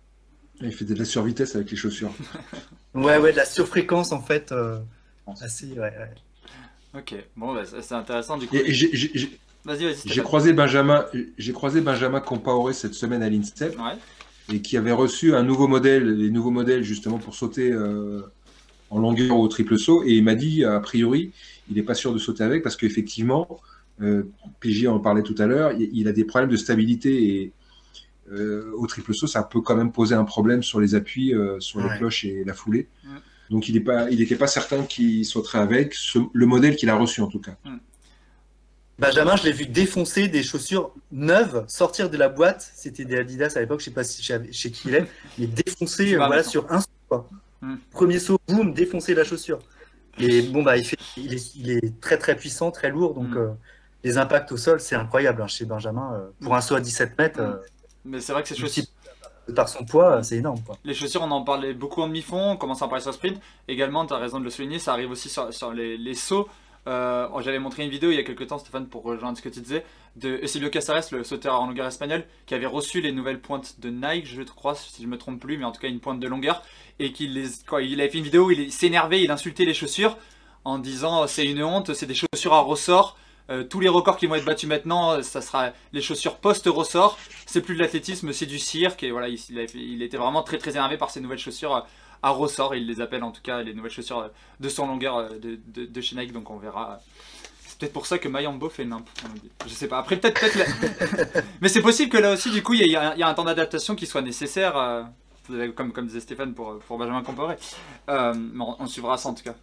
Il fait de la survitesse avec les chaussures. ouais, ouais, de la surfréquence, en fait. Euh, Assez, ouais, ouais. Ok, bon, bah, c'est intéressant du coup. J'ai vas-y, vas-y. croisé Benjamin, j'ai croisé Benjamin Compaoré cette semaine à l'INSEP, ouais. et qui avait reçu un nouveau modèle, les nouveaux modèles justement pour sauter euh, en longueur au triple saut, et il m'a dit a priori, il n'est pas sûr de sauter avec parce qu'effectivement, euh, P J en parlait tout à l'heure, il, il a des problèmes de stabilité et euh, au triple saut, ça peut quand même poser un problème sur les appuis, euh, sur ouais. les cloches et la foulée. Ouais. Donc il n'était pas, pas certain qu'il sauterait avec ce, le modèle qu'il a reçu en tout cas. Mm. Benjamin, je l'ai vu défoncer des chaussures neuves, sortir de la boîte. C'était des Adidas à l'époque, je ne sais pas si, chez, chez qui il est, mais défoncer euh, voilà, sur un saut. Quoi. Mm. Premier saut, boum, défoncer la chaussure. Et bon, bah, il, fait, il, est, il est très très puissant, très lourd. Donc mm. euh, les impacts au sol, c'est incroyable hein, chez Benjamin. Euh, pour un saut à dix-sept mètres. Euh, mais c'est vrai que ces chaussures. Par son poids, c'est énorme, quoi. Les chaussures, on en parlait beaucoup en demi-fond, on commence à en parler sur sprint. Également, tu as raison de le souligner, ça arrive aussi sur, sur les, les sauts. Euh, J'avais montré une vidéo il y a quelques temps, Stéphane, pour rejoindre ce que tu disais, de Eusebio Caceres, le sauteur en longueur espagnol, qui avait reçu les nouvelles pointes de Nike, je crois, si je ne me trompe plus, mais en tout cas une pointe de longueur. Et qu'il les, quand il avait fait une vidéo, il s'énervait, il insultait les chaussures en disant c'est une honte, c'est des chaussures à ressort. Euh, tous les records qui vont être battus maintenant, ça sera les chaussures post-ressort. C'est plus de l'athlétisme, c'est du cirque. Et voilà, il, il, fait, il était vraiment très très énervé par ces nouvelles chaussures à ressort. Il les appelle en tout cas les nouvelles chaussures de son longueur de, de, de chez Nike. Donc on verra. C'est peut-être pour ça que Mayambo fait nimp. Je sais pas. Après peut-être peut-être. La... Mais c'est possible que là aussi du coup il y, y, a un temps d'adaptation qui soit nécessaire. Euh, comme comme disait Stéphane pour pour Benjamin Compaoré. Euh, on, on suivra ça en tout cas.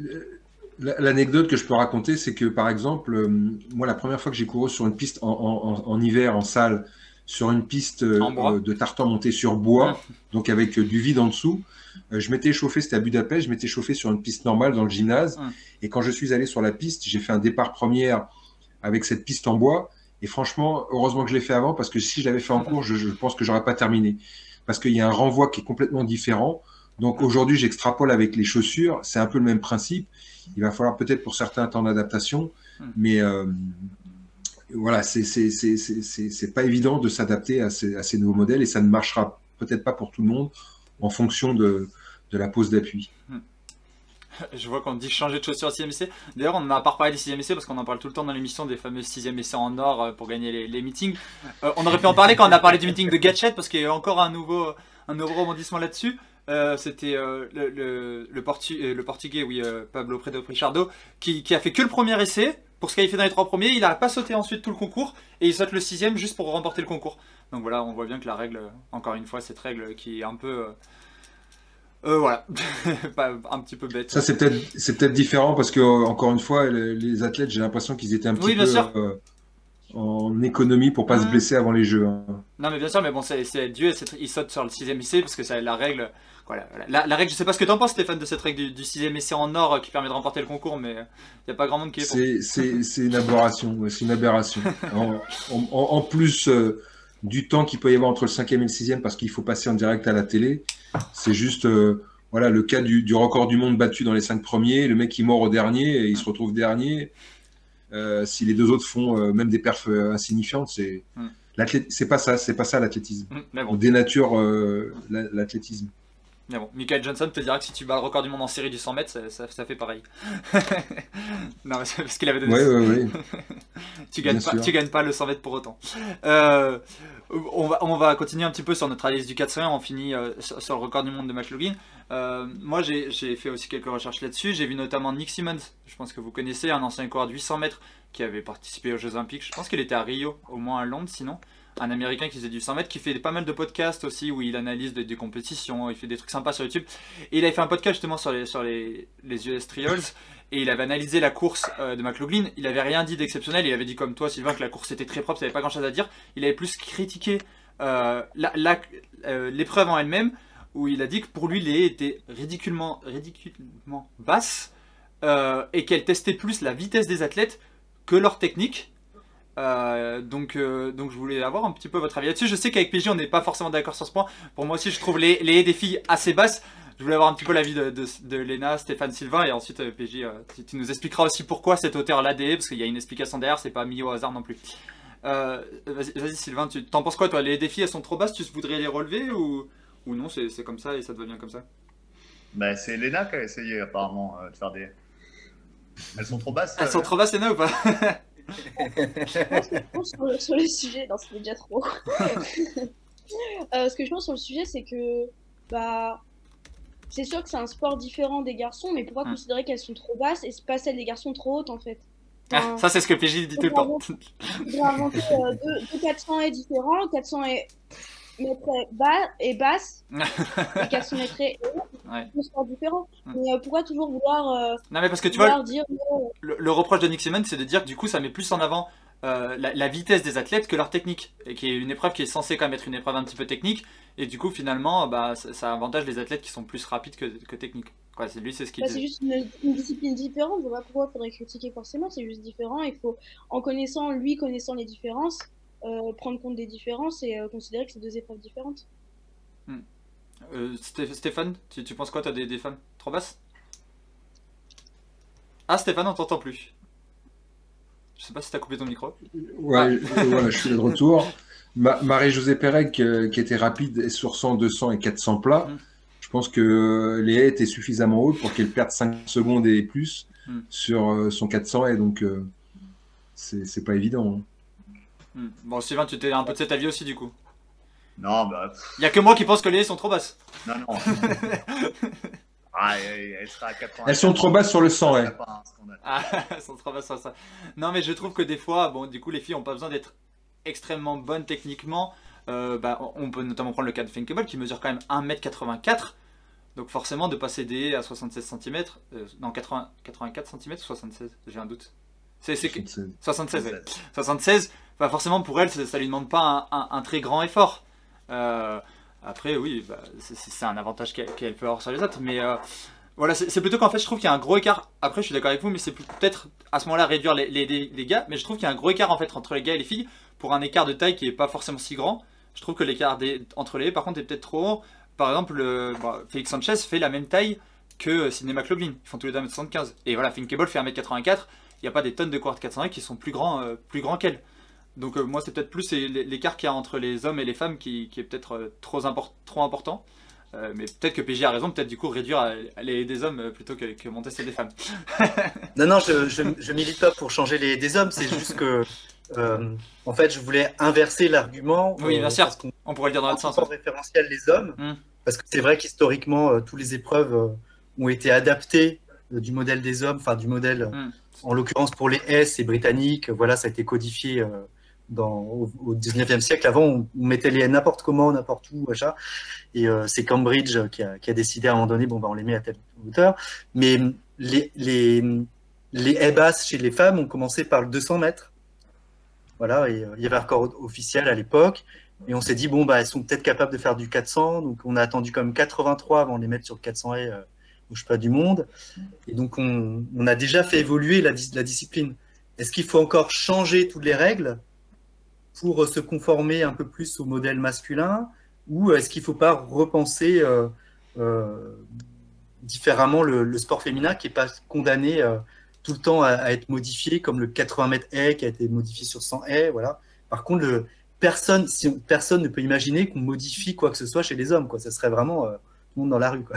L'anecdote que je peux raconter, c'est que par exemple, euh, moi la première fois que j'ai couru sur une piste en, en, en hiver, en salle, sur une piste euh, de tartan monté sur bois, mmh. donc avec euh, du vide en dessous, euh, je m'étais chauffé, c'était à Budapest, je m'étais chauffé sur une piste normale dans le gymnase, mmh. et quand je suis allé sur la piste, j'ai fait un départ première avec cette piste en bois, et franchement, heureusement que je l'ai fait avant, parce que si je l'avais fait en cours, je, je pense que j'aurais pas terminé, parce qu'il y a un renvoi qui est complètement différent. Donc aujourd'hui, j'extrapole avec les chaussures, c'est un peu le même principe. Il va falloir peut-être pour certains un temps d'adaptation, mmh. mais euh, voilà, c'est pas évident de s'adapter à ces, à ces nouveaux modèles et ça ne marchera peut-être pas pour tout le monde en fonction de, de la pose d'appui. Mmh. Je vois qu'on dit changer de chaussures au sixième essai. D'ailleurs, on n'a pas reparlé des sixième essais parce qu'on en parle tout le temps dans l'émission des fameux sixième essais en or pour gagner les, les meetings. Euh, on aurait pu en parler quand on a parlé du meeting de Gatchet parce qu'il y a eu encore un nouveau, un nouveau rebondissement là-dessus. Euh, C'était euh, le, le, le, Portu le Portugais, oui, euh, Pablo Fredo Pichardo, qui, qui a fait que le premier essai pour se qualifier dans les trois premiers. Il n'a pas sauté ensuite tout le concours et il saute le sixième juste pour remporter le concours. Donc voilà, on voit bien que la règle, encore une fois, cette règle qui est un peu... Euh, Euh, voilà, un petit peu bête. Ça c'est peut-être c'est peut-être différent parce que encore une fois les, les athlètes j'ai l'impression qu'ils étaient un petit oui, bien peu sûr. Euh, en économie pour pas se Mmh. blesser avant les Jeux, hein. Non mais bien sûr, mais bon, c'est c'est Dieu, c'est- il saute sur le sixième essai parce que c'est la règle. Voilà, voilà. La, la règle, je sais pas ce que t'en penses, Stéphane, de cette règle du, du sixième essai en or euh, qui permet de remporter le concours, mais il y a pas grand monde qui est pour. C'est c'est- c'est une aberration, ouais, c'est une aberration. En, en- en- en plus euh, du temps qu'il peut y avoir entre le cinquième et le sixième, parce qu'il faut passer en direct à la télé, c'est juste euh, voilà, le cas du, du record du monde battu dans les cinq premiers, le mec qui mord au dernier et il se retrouve dernier. Euh, si les deux autres font euh, même des perfs euh, insignifiantes, c'est Mm. l'athlé- c'est pas ça, c'est pas ça l'athlétisme. Mmh, Mais On bon, dénature euh, la- l'athlétisme. mais bon, Michael Johnson te dira que si tu bats le record du monde en série du cent mètres, ça, ça, ça fait pareil. Non, mais c'est parce qu'il avait donné. Ouais, ouais, ouais. Tu gagnes Bien pas, sûr. tu gagnes pas le cent mètres pour autant. Euh, on, va, on va continuer un petit peu sur notre analyse du quatre cents et un. On finit euh, sur, sur le record du monde de McLaughlin. Euh, moi, j'ai j'ai fait aussi quelques recherches là-dessus. J'ai vu notamment Nick Simmons, je pense que vous connaissez, un ancien coureur de huit cents mètres qui avait participé aux Jeux Olympiques. Je pense qu'il était à Rio, au moins à Londres sinon. Un américain qui faisait du cent mètres, qui fait pas mal de podcasts aussi où il analyse des, des compétitions, il fait des trucs sympas sur YouTube. Et il avait fait un podcast justement sur les, sur les, les U S Trials et il avait analysé la course euh, de McLaughlin. Il avait rien dit d'exceptionnel, il avait dit comme toi Sylvain que la course était très propre, il n'y avait pas grand chose à dire. Il avait plus critiqué euh, la- la- euh, l'épreuve en elle-même où il a dit que pour lui les haies étaient ridiculement, ridiculement basses euh, et qu'elles testaient plus la vitesse des athlètes que leur technique. Euh, donc, euh, donc je voulais avoir un petit peu votre avis là-dessus. Je sais qu'avec P J on n'est pas forcément d'accord sur ce point. Pour moi aussi je trouve les, les haies des filles assez basses. Je voulais avoir un petit peu l'avis de, de, de Léna, Stéphane, Sylvain et ensuite euh, P J, euh, tu, tu nous expliqueras aussi pourquoi cette hauteur là des haies, parce qu'il y a une explication derrière, c'est pas mis au hasard non plus. Euh, vas-y, vas-y, Sylvain, tu t'en penses quoi toi? Les haies des filles elles sont trop basses, tu voudrais les relever ou, ou non, c'est c'est comme ça et ça te va bien comme ça? Bah, c'est Elena qui a essayé apparemment euh, de faire des. Elles sont trop basses. Elles euh, sont trop basses Léna ou pas? sur, le, sur le sujet, non, c'était déjà trop. Euh, ce que je pense sur le sujet, c'est que bah, c'est sûr que c'est un sport différent des garçons, mais pourquoi Hmm. considérer qu'elles sont trop basses et c'est pas celles des garçons trop hautes en fait? Ah, Enfin, ça c'est ce que P J dit tout le temps. on devrait inventer euh, deux, deux quatre cents haies différents, quatre cents haies mètres bas et basses et quatre cents mètres et hautes, Ouais. deux sports différents. Hmm. Mais euh, pourquoi toujours vouloir, euh, Non mais parce que tu vois, vouloir dire euh, le, le reproche de Nick Simmons, c'est de dire que du coup, ça met plus en avant euh, la, la vitesse des athlètes que leur technique, et qui est une épreuve qui est censée quand même être une épreuve un petit peu technique, et du coup, finalement, bah, ça, ça avantage les athlètes qui sont plus rapides que, que techniques. Quoi, c'est lui, c'est ce qu'il bah, c'est dit. juste une, une discipline différente, je vois pas pourquoi il faudrait critiquer forcément, c'est juste différent. Il faut, en connaissant, lui connaissant les différences, euh, prendre compte des différences et euh, considérer que c'est deux épreuves différentes. Euh, Sté- Stéphane, tu, tu penses quoi, t'as des, des femmes trop basses? Ah, Stéphane, on t'entend plus. Je sais pas si t'as coupé ton micro. Ouais, Ah. euh, voilà, je suis là de retour. Ma- Marie-Josée Pérec, euh, qui était rapide sur cent, deux cents et quatre cents plats, Mm. je pense que euh, les haies étaient suffisamment hautes pour qu'elle perde cinq secondes et plus Mm. sur euh, son quatre cents et donc euh, c'est c'est pas évident, hein. Hmm. Bon, Sylvain, tu t'es un peu de cet avis aussi, du coup. Non, bah. pff, Il y a que moi qui pense que les haies sont trop basses. non, non. Ah, elle, elle sera à quatre-vingts. Elles sont trop basses sur le cent, Ça ouais. serait pas un scandale. Ah, elles sont trop basses sur ça. Non, mais je trouve que des fois, bon, du coup, les filles ont pas besoin d'être extrêmement bonnes techniquement. Euh, bah, on on peut notamment prendre le cas de Finkable qui mesure quand même un mètre quatre-vingt-quatre. Donc forcément, de passer des haies à soixante-seize centimètres, euh, non, quatre-vingts, quatre-vingt-quatre centimètres ou soixante-seize, j'ai un doute. C'est c'est que- soixante-seize, ouais. soixante-seize, bah forcément pour elle, ça, ça lui demande pas un, un- un très grand effort. Euh, après, oui, bah, c'est- c'est c'est un avantage qu'elle qu'elle peut avoir sur les autres, mais euh, voilà, c'est c'est plutôt qu'en fait, je trouve qu'il y a un gros écart. Après, je suis d'accord avec vous, mais c'est peut-être à ce moment-là réduire les, les, les- les gars, mais je trouve qu'il y a un gros écart en fait entre les gars et les filles pour un écart de taille qui est pas forcément si grand. Je trouve que l'écart des- entre les, par contre, est peut-être trop haut. Par exemple, le- bah, Félix Sanchez fait la même taille que Sidney McLaughlin. Ils font tous les deux un mètre soixante-quinze. Et voilà, Finkable fait un mètre quatre-vingt-quatre. Il n'y a pas des tonnes de coureurs de quatre cents qui sont plus grands, euh, plus grands qu'elle. Donc euh, moi, c'est peut-être plus c'est l'écart qu'il y a entre les hommes et les femmes qui, qui est peut-être euh, trop, import- trop important. Euh, mais peut-être que P J a raison, peut-être du coup réduire euh, les des hommes euh, plutôt que, que monter celle des femmes. Non, non, je, je, je milite pas pour changer les des hommes, c'est juste que, euh, en fait, je voulais inverser l'argument. Oui, bien euh, sûr. parce qu'on On pourrait le dire dans prend notre sens. en référentiel les hommes, Mm. parce que c'est vrai qu'historiquement, euh, toutes les épreuves euh, ont été adaptées euh, du modèle des hommes, enfin du modèle, euh, Mm. en l'occurrence pour les haies, c'est britannique, voilà, ça a été codifié euh, dans, au, au dix-neuvième siècle. Avant, on, on mettait les haies n'importe comment, n'importe où, machin, et euh, c'est Cambridge qui a, qui a décidé à un moment donné, bon, bah, on les met à telle hauteur, mais les, les, les haies basses chez les femmes ont commencé par le deux cents mètres. Voilà, et euh, il y avait un record officiel à l'époque. Et on s'est dit, bon, bah, elles sont peut-être capables de faire du quatre cents. Donc, on a attendu quand même quatre-vingt-trois avant de les mettre sur le quatre cents haies euh, au Championnat du Monde. Et donc, on, on a déjà fait évoluer la, la discipline. Est-ce qu'il faut encore changer toutes les règles pour se conformer un peu plus au modèle masculin? Ou est-ce qu'il ne faut pas repenser euh, euh, différemment le, le sport féminin qui n'est pas condamné euh, tout le temps à, à être modifié, comme le quatre-vingts mètres haies qui a été modifié sur cent haies, voilà. Par contre, le, personne, si on, personne ne peut imaginer qu'on modifie quoi que ce soit chez les hommes, quoi. Ça serait vraiment euh, tout le monde dans la rue, quoi.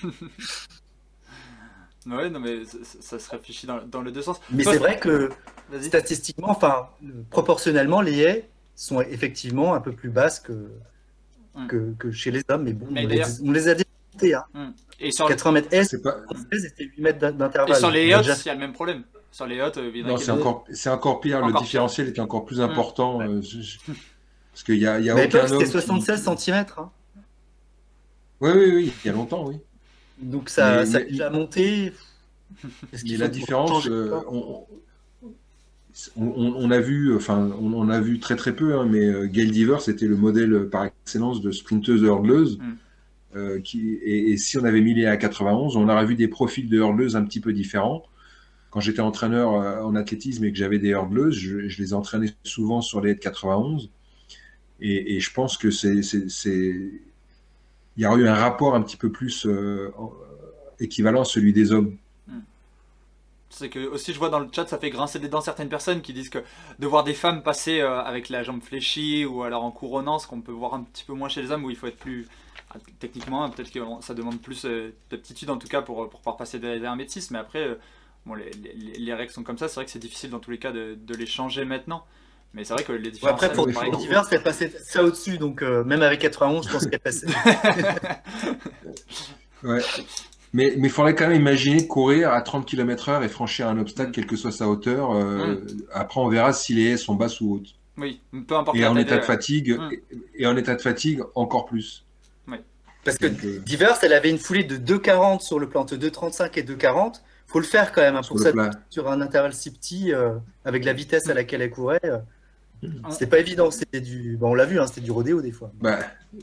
Ouais, non, mais ça, ça se réfléchit dans, dans les deux sens. Mais Toi, c'est vrai que vas-y. statistiquement, enfin, proportionnellement, les haies sont effectivement un peu plus basses que, Mm. que, que chez les hommes, mais bon, Mais on, les, d'ailleurs- on les a démontés, hein. Mm. Et sur, quatre-vingts mètres haies, C'est pas... c'était huit mètres d'in- d'intervalle. et sur les On a yachts, déjà il y a le même problème. Sur les yachts, il y en a Non, qui- c'est encore, c'est encore pire. Encore le pire. différentiel était encore plus important. Ouais. euh, je- je- Parce qu'il y a, il y a Mais à aucun l'époque, homme. c'était qui- soixante-seize centimètres. Hein. Oui, oui, oui, il y a longtemps, oui. Donc ça, Mais- ça a mais- déjà monté. Est-ce Mais qu'il la faut différence, changer euh, encore on, on- on a vu, enfin, on, on a vu très très peu, hein, mais euh, Gail Diver, c'était le modèle euh, par excellence de sprinteuse hurdleuse. Mm. euh, qui, et, et si on avait mis les à quatre-vingt-onze, on aurait vu des profils de hurdleuses un petit peu différents. Quand j'étais entraîneur euh, en athlétisme et que j'avais des hurdleuses, je, je les entraînais souvent sur les de quatre-vingt-onze. Et, et je pense que c'est, c'est, c'est... il y aurait eu un rapport un petit peu plus euh, en- équivalent à celui des hommes. C'est que aussi je vois dans le chat, ça fait grincer des dents certaines personnes qui disent que de voir des femmes passer euh, avec la jambe fléchie ou alors en couronnant, ce qu'on peut voir un petit peu moins chez les hommes où il faut être plus ah, techniquement, peut-être que ça demande plus euh, d'aptitude en tout cas pour, pour pouvoir passer des un mètre six, mais après euh, bon, les, les, les règles sont comme ça, c'est vrai que c'est difficile dans tous les cas de, de les changer maintenant. Mais c'est vrai que les Ouais, différences après, pour, il pour faut- Divers, elle passait ça au-dessus. Donc, euh, même avec quatre-vingt-onze, je pense qu'elle passait. Ouais. Mais il faudrait quand même imaginer courir à trente kilomètres heure et franchir un obstacle, Mm. quelle que soit sa hauteur. euh, Après, on verra si les haies sont basses ou hautes. Oui, peu importe Et la en taille état de des- fatigue, Mm. et, et en état de fatigue, encore plus. Parce que Donc, euh, Divers, elle avait une foulée de deux quarante sur le plan, entre deux trente-cinq et deux quarante. Faut le faire quand même, hein, sur pour le ça, plat. sur un intervalle si petit, euh, avec la vitesse à laquelle elle courait. euh, On- C'était pas évident. C'était du, bon, on l'a vu, hein, c'était du rodéo des fois. Bah.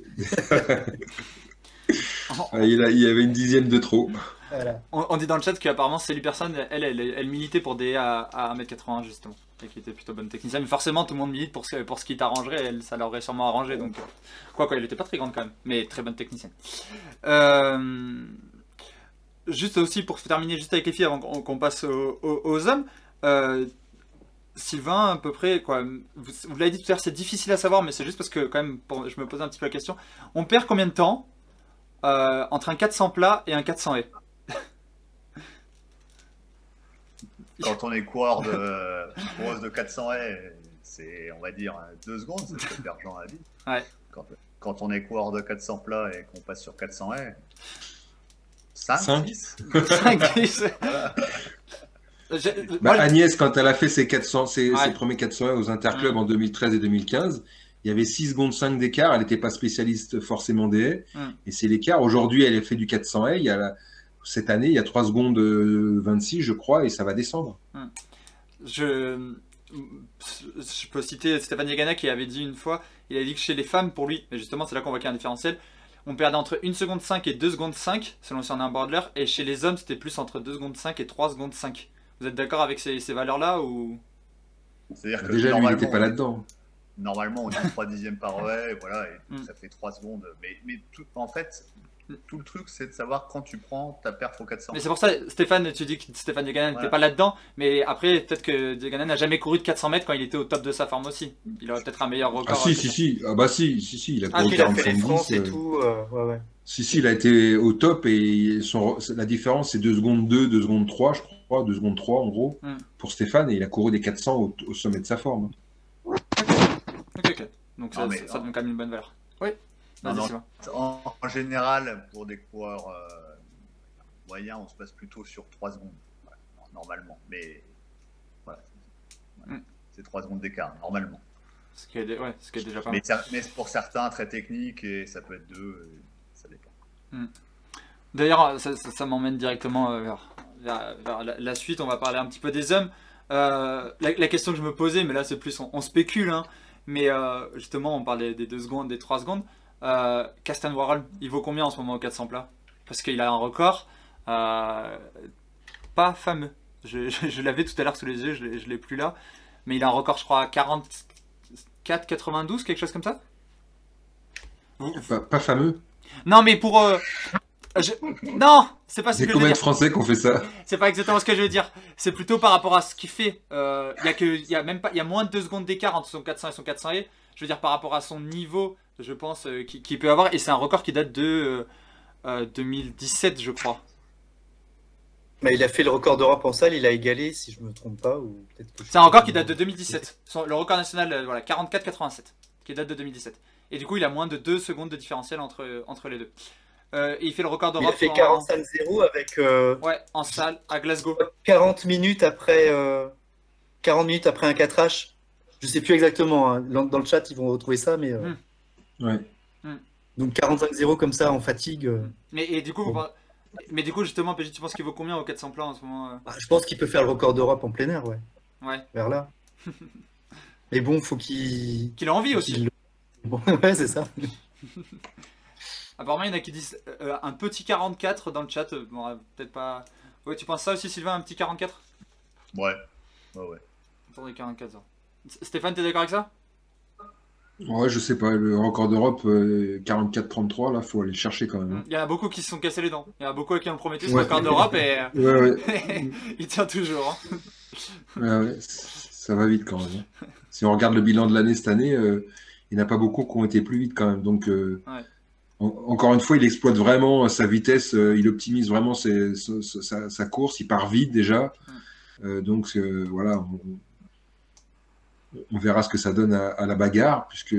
Ah, il, a- il y avait une dixième de trop. Voilà. On, on dit dans le chat qu'apparemment Célie Personne, elle, elle, elle, elle militait pour des haies à, à un mètre quatre-vingts justement, et qui était plutôt bonne technicienne. Mais forcément, tout le monde milite pour ce, pour ce qui t'arrangerait, elle, ça l'aurait sûrement arrangé. Donc, euh, quoi, quoi, elle était pas très grande quand même, mais très bonne technicienne. Euh, juste aussi pour terminer juste avec les filles avant qu'on qu'on passe aux, aux- aux hommes. euh, Sylvain, à peu près, quoi, vous, vous l'avez dit tout à l'heure, c'est difficile à savoir, mais c'est juste parce que quand même, pour- je me posais un petit peu la question. On perd combien de temps euh, entre un quatre cents plat et un quatre cents haies? Quand on est coureur de coureuse de quatre cents haies, c'est, on va dire, deux secondes, c'est ce que perd Jean a dit. Ouais. Quand, quand on est coureur de quatre cents plats et qu'on passe sur quatre cents haies, cinq, Cinq. six. cinq, dix. J'ai- Bah, moi, Agnès, quand elle a fait ses, quatre cents, ses, Ouais. ses premiers quatre cents haies aux interclubs Mm. en deux mille treize et deux mille quinze, il y avait six secondes cinq d'écart. Elle n'était pas spécialiste forcément des haies. Mm. Et c'est l'écart. Aujourd'hui, elle a fait du quatre cents haies. Il y a la- Cette année, il y a trois secondes euh, vingt-six, je crois, et ça va descendre. je, je peux citer Stéphane Yagana qui avait dit une fois, il a dit que chez les femmes, pour lui, et justement c'est là qu'on voit qu'il y a un différentiel, on perdait entre une seconde cinq et deux secondes cinq, selon si on a un border, et chez les hommes c'était plus entre deux secondes cinq et trois secondes cinq. Vous êtes d'accord avec ces, ces valeurs-là ou... C'est-à-dire que Déjà, lui, il normalement, n'était pas là-dedans. Normalement, on dit trois dixièmes par haie, voilà, et Mm. ça fait trois secondes. Mais, mais tout, en fait, tout le truc, c'est de savoir quand tu prends ta perf au quatre cents. Mais c'est pour ça, Stéphane, tu dis que Stéphane Yagana n'était Voilà. pas là-dedans, mais après peut-être que Yagana n'a jamais couru de quatre cents mètres quand il était au top de sa forme aussi. Il aurait peut-être un meilleur Ah record. si, euh, si, que- si. Ah bah si, si, si. Il a Ah, couru Il a fait les quarante-cinq France et dix, euh, tout. euh, ouais, ouais. Si, si, il a été au top et son, la différence, c'est deux secondes deux, deux secondes trois, je crois, deux secondes trois en gros, Mm. pour Stéphane, et il a couru des quatre cents au, au sommet de sa forme. Ok, ok. Donc ça, Non, mais ça, ça non. donne quand même une bonne valeur. Oui, Non, vas-y non. Sylvain. En, en général, pour des coureurs euh, moyens, on se passe plutôt sur trois secondes, voilà, normalement. Mais voilà, Mm. c'est trois secondes d'écart, normalement. Ce qui est, dé- ouais, ce qui est déjà pas mal. Mais, cer- mais pour certains, très technique, et ça peut être deux, et ça dépend. D'ailleurs, ça, ça- ça m'emmène directement euh, vers, vers- vers la, la suite. On va parler un petit peu des hommes. Euh, la, la question que je me posais, mais là c'est plus on, on spécule, hein, mais euh, justement on parlait des deux secondes, des trois secondes. Euh, Karsten Warholm, il vaut combien en ce moment au quatre cents plats? Parce qu'il a un record euh, pas fameux. Je, je, je l'avais tout à l'heure sous les yeux, je ne l'ai plus là. Mais il a un record, je crois, à quarante-quatre quatre-vingt-douze, quelque chose comme ça. Pas, pas fameux. Non, mais pour... Euh, je... Non, c'est pas ce C'est que je veux combien de dire. Français qui ont fait ça? C'est pas exactement ce que je veux dire. C'est plutôt par rapport à ce qu'il fait. Euh, Il y a que, il y a même pas, il y a moins de deux secondes d'écart entre son quatre cents et son quatre cents E. Je veux dire par rapport à son niveau, je pense, euh, qu'il qu'il peut avoir. Et c'est un record qui date de euh, euh, deux mille dix-sept, je crois. Mais il a fait le record d'Europe en salle, il a égalé, si je me trompe pas. Ou peut-être que je C'est un record qui date de deux mille dix-sept. Son- Le record national, euh, voilà, quarante-quatre quatre-vingt-sept, qui date de deux mille dix-sept. Et du coup, il a moins de deux secondes de différentiel entre, entre les deux. Euh, et il fait le record Il a d'Europe fait en... quarante-cinq zéro avec euh, Ouais, en salle à Glasgow. quarante minutes après, euh, quarante minutes après un quatre H. Je sais plus exactement, hein. Dans, dans le chat, ils vont retrouver ça, mais euh, Hmm. Ouais. donc quarante-cinq zéro comme ça en fatigue. euh, Mais, et du coup, vous Bon. pen- mais du coup, justement, P J, tu penses qu'il vaut combien au quatre cents plats en ce moment euh bah, je pense qu'il peut faire le record d'Europe en plein air, ouais, Ouais. vers là. Mais bon, faut qu'il. Qu'il a envie faut aussi. qu'il- Bon, ouais, c'est ça. Apparemment, il y en a qui disent euh, un petit quarante-quatre dans le chat. euh, Bon, euh, peut-être pas. Ouais, tu penses ça aussi, Sylvain, un petit quarante-quatre? Ouais, ouais, ouais. Attendez, quarante-quatre ans. S- Stéphane, t'es d'accord avec ça? Ouais, je sais pas, le record d'Europe euh, quarante-quatre trente-trois, là, faut aller le chercher quand même. hein. Il y en a beaucoup qui se sont cassés les dents. Il y en a beaucoup à qui on le promettait ce Ouais. record d'Europe et Ouais, ouais. il tient toujours. hein. Ouais, ouais, c- ça va vite quand même. hein. Si on regarde le bilan de l'année cette année, euh, il n'y en a pas beaucoup qui ont été plus vite quand même. Donc, euh, Ouais. en- encore une fois, il exploite vraiment sa vitesse, euh, il optimise vraiment ses- sa, sa- sa course, il part vite déjà. Euh, donc, euh, voilà, on, on verra ce que ça donne à, à la bagarre, puisque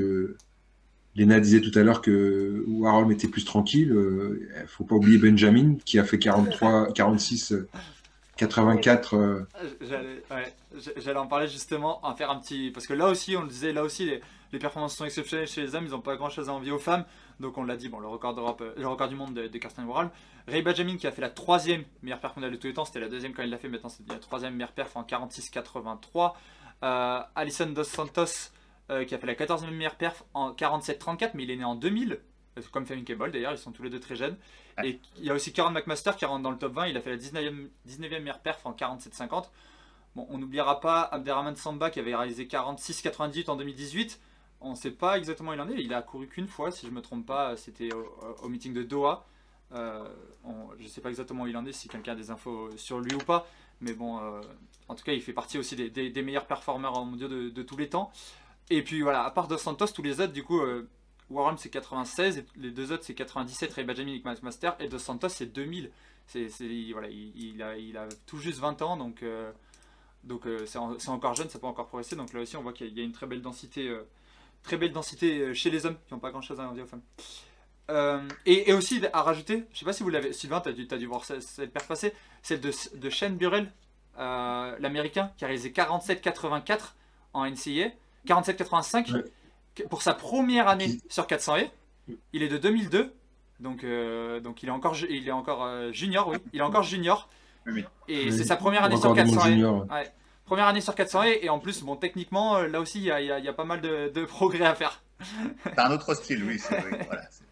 Léna disait tout à l'heure que Warholm était plus tranquille. Il ne faut pas oublier Benjamin, qui a fait quarante-trois, quarante-six, euh, quatre-vingt-quatre. euh, J'allais ouais, j'allais en parler justement, en faire un petit. Parce que là aussi, on le disait, là aussi, les, les performances sont exceptionnelles chez les hommes, ils n'ont pas grand chose à envier aux femmes. Donc on l'a dit, bon, le record d'Europe, euh, le record du monde de, de Karsten Warholm. Ray Benjamin qui a fait la troisième meilleure perf mondiale de tous les temps, c'était la deuxième quand il l'a fait, maintenant c'est la troisième meilleure perf en quarante-six quatre-vingt-trois. Euh, Alison Dos Santos euh, qui a fait la quatorzième meilleure perf en quarante-sept trente-quatre, mais il est né en deux mille, euh, comme Fabien Cable d'ailleurs, ils sont tous les deux très jeunes. Et il y a aussi Karen McMaster qui rentre dans le top vingt, il a fait la dix-neuvième, dix-neuvième meilleure perf en quarante-sept cinquante. Bon, on n'oubliera pas Abderrahmane Samba qui avait réalisé quarante-six quatre-vingt-dix-huit en deux mille dix-huit. On ne sait pas exactement où il en est, il a couru qu'une fois, si je ne me trompe pas, c'était au, au meeting de Doha. Euh, on- je ne sais pas exactement où il en est, si quelqu'un a des infos sur lui ou pas, mais bon, euh, en tout cas, il fait partie aussi des, des- des meilleurs performeurs mondiaux de, de tous les temps. Et puis voilà, à part Dos Santos, tous les autres, du coup, euh, Warholm c'est quatre-vingt-seize, et les deux autres c'est quatre-vingt-dix-sept, Ray Benjamin et McMaster, et Dos Santos c'est deux mille. C'est, c'est- voilà, il, il a, il a tout juste vingt ans, donc, euh, donc euh, c'est, en- c'est encore jeune, ça peut encore progresser. Donc là aussi, on voit qu'il y a, il y a une très belle densité, euh, très belle densité euh, chez les hommes qui n'ont pas grand chose à envier aux femmes. Euh, et, et aussi à rajouter, je sais pas si vous l'avez, Sylvain, tu as dû, t'as dû voir cette, cette perf passer, celle de, de Shane Burrell, euh, l'américain, qui a réalisé quarante-sept quatre-vingt-quatre en N C A A, quarante-sept quatre-vingt-cinq Ouais. que- pour sa première année Qui- sur quatre cents E. Il est de deux mille deux, donc, euh, donc il est encore, ju- il est encore euh, junior, oui, il est encore junior. Oui, oui. Et Oui. c'est sa première année Record sur du monde quatre cents E. junior. Ouais. Première année sur quatre cents E, et en plus, bon, techniquement, euh, là aussi, il y a, il y a- il y a pas mal de, de progrès à faire. C'est un autre style, oui. c'est- oui, voilà, c'est-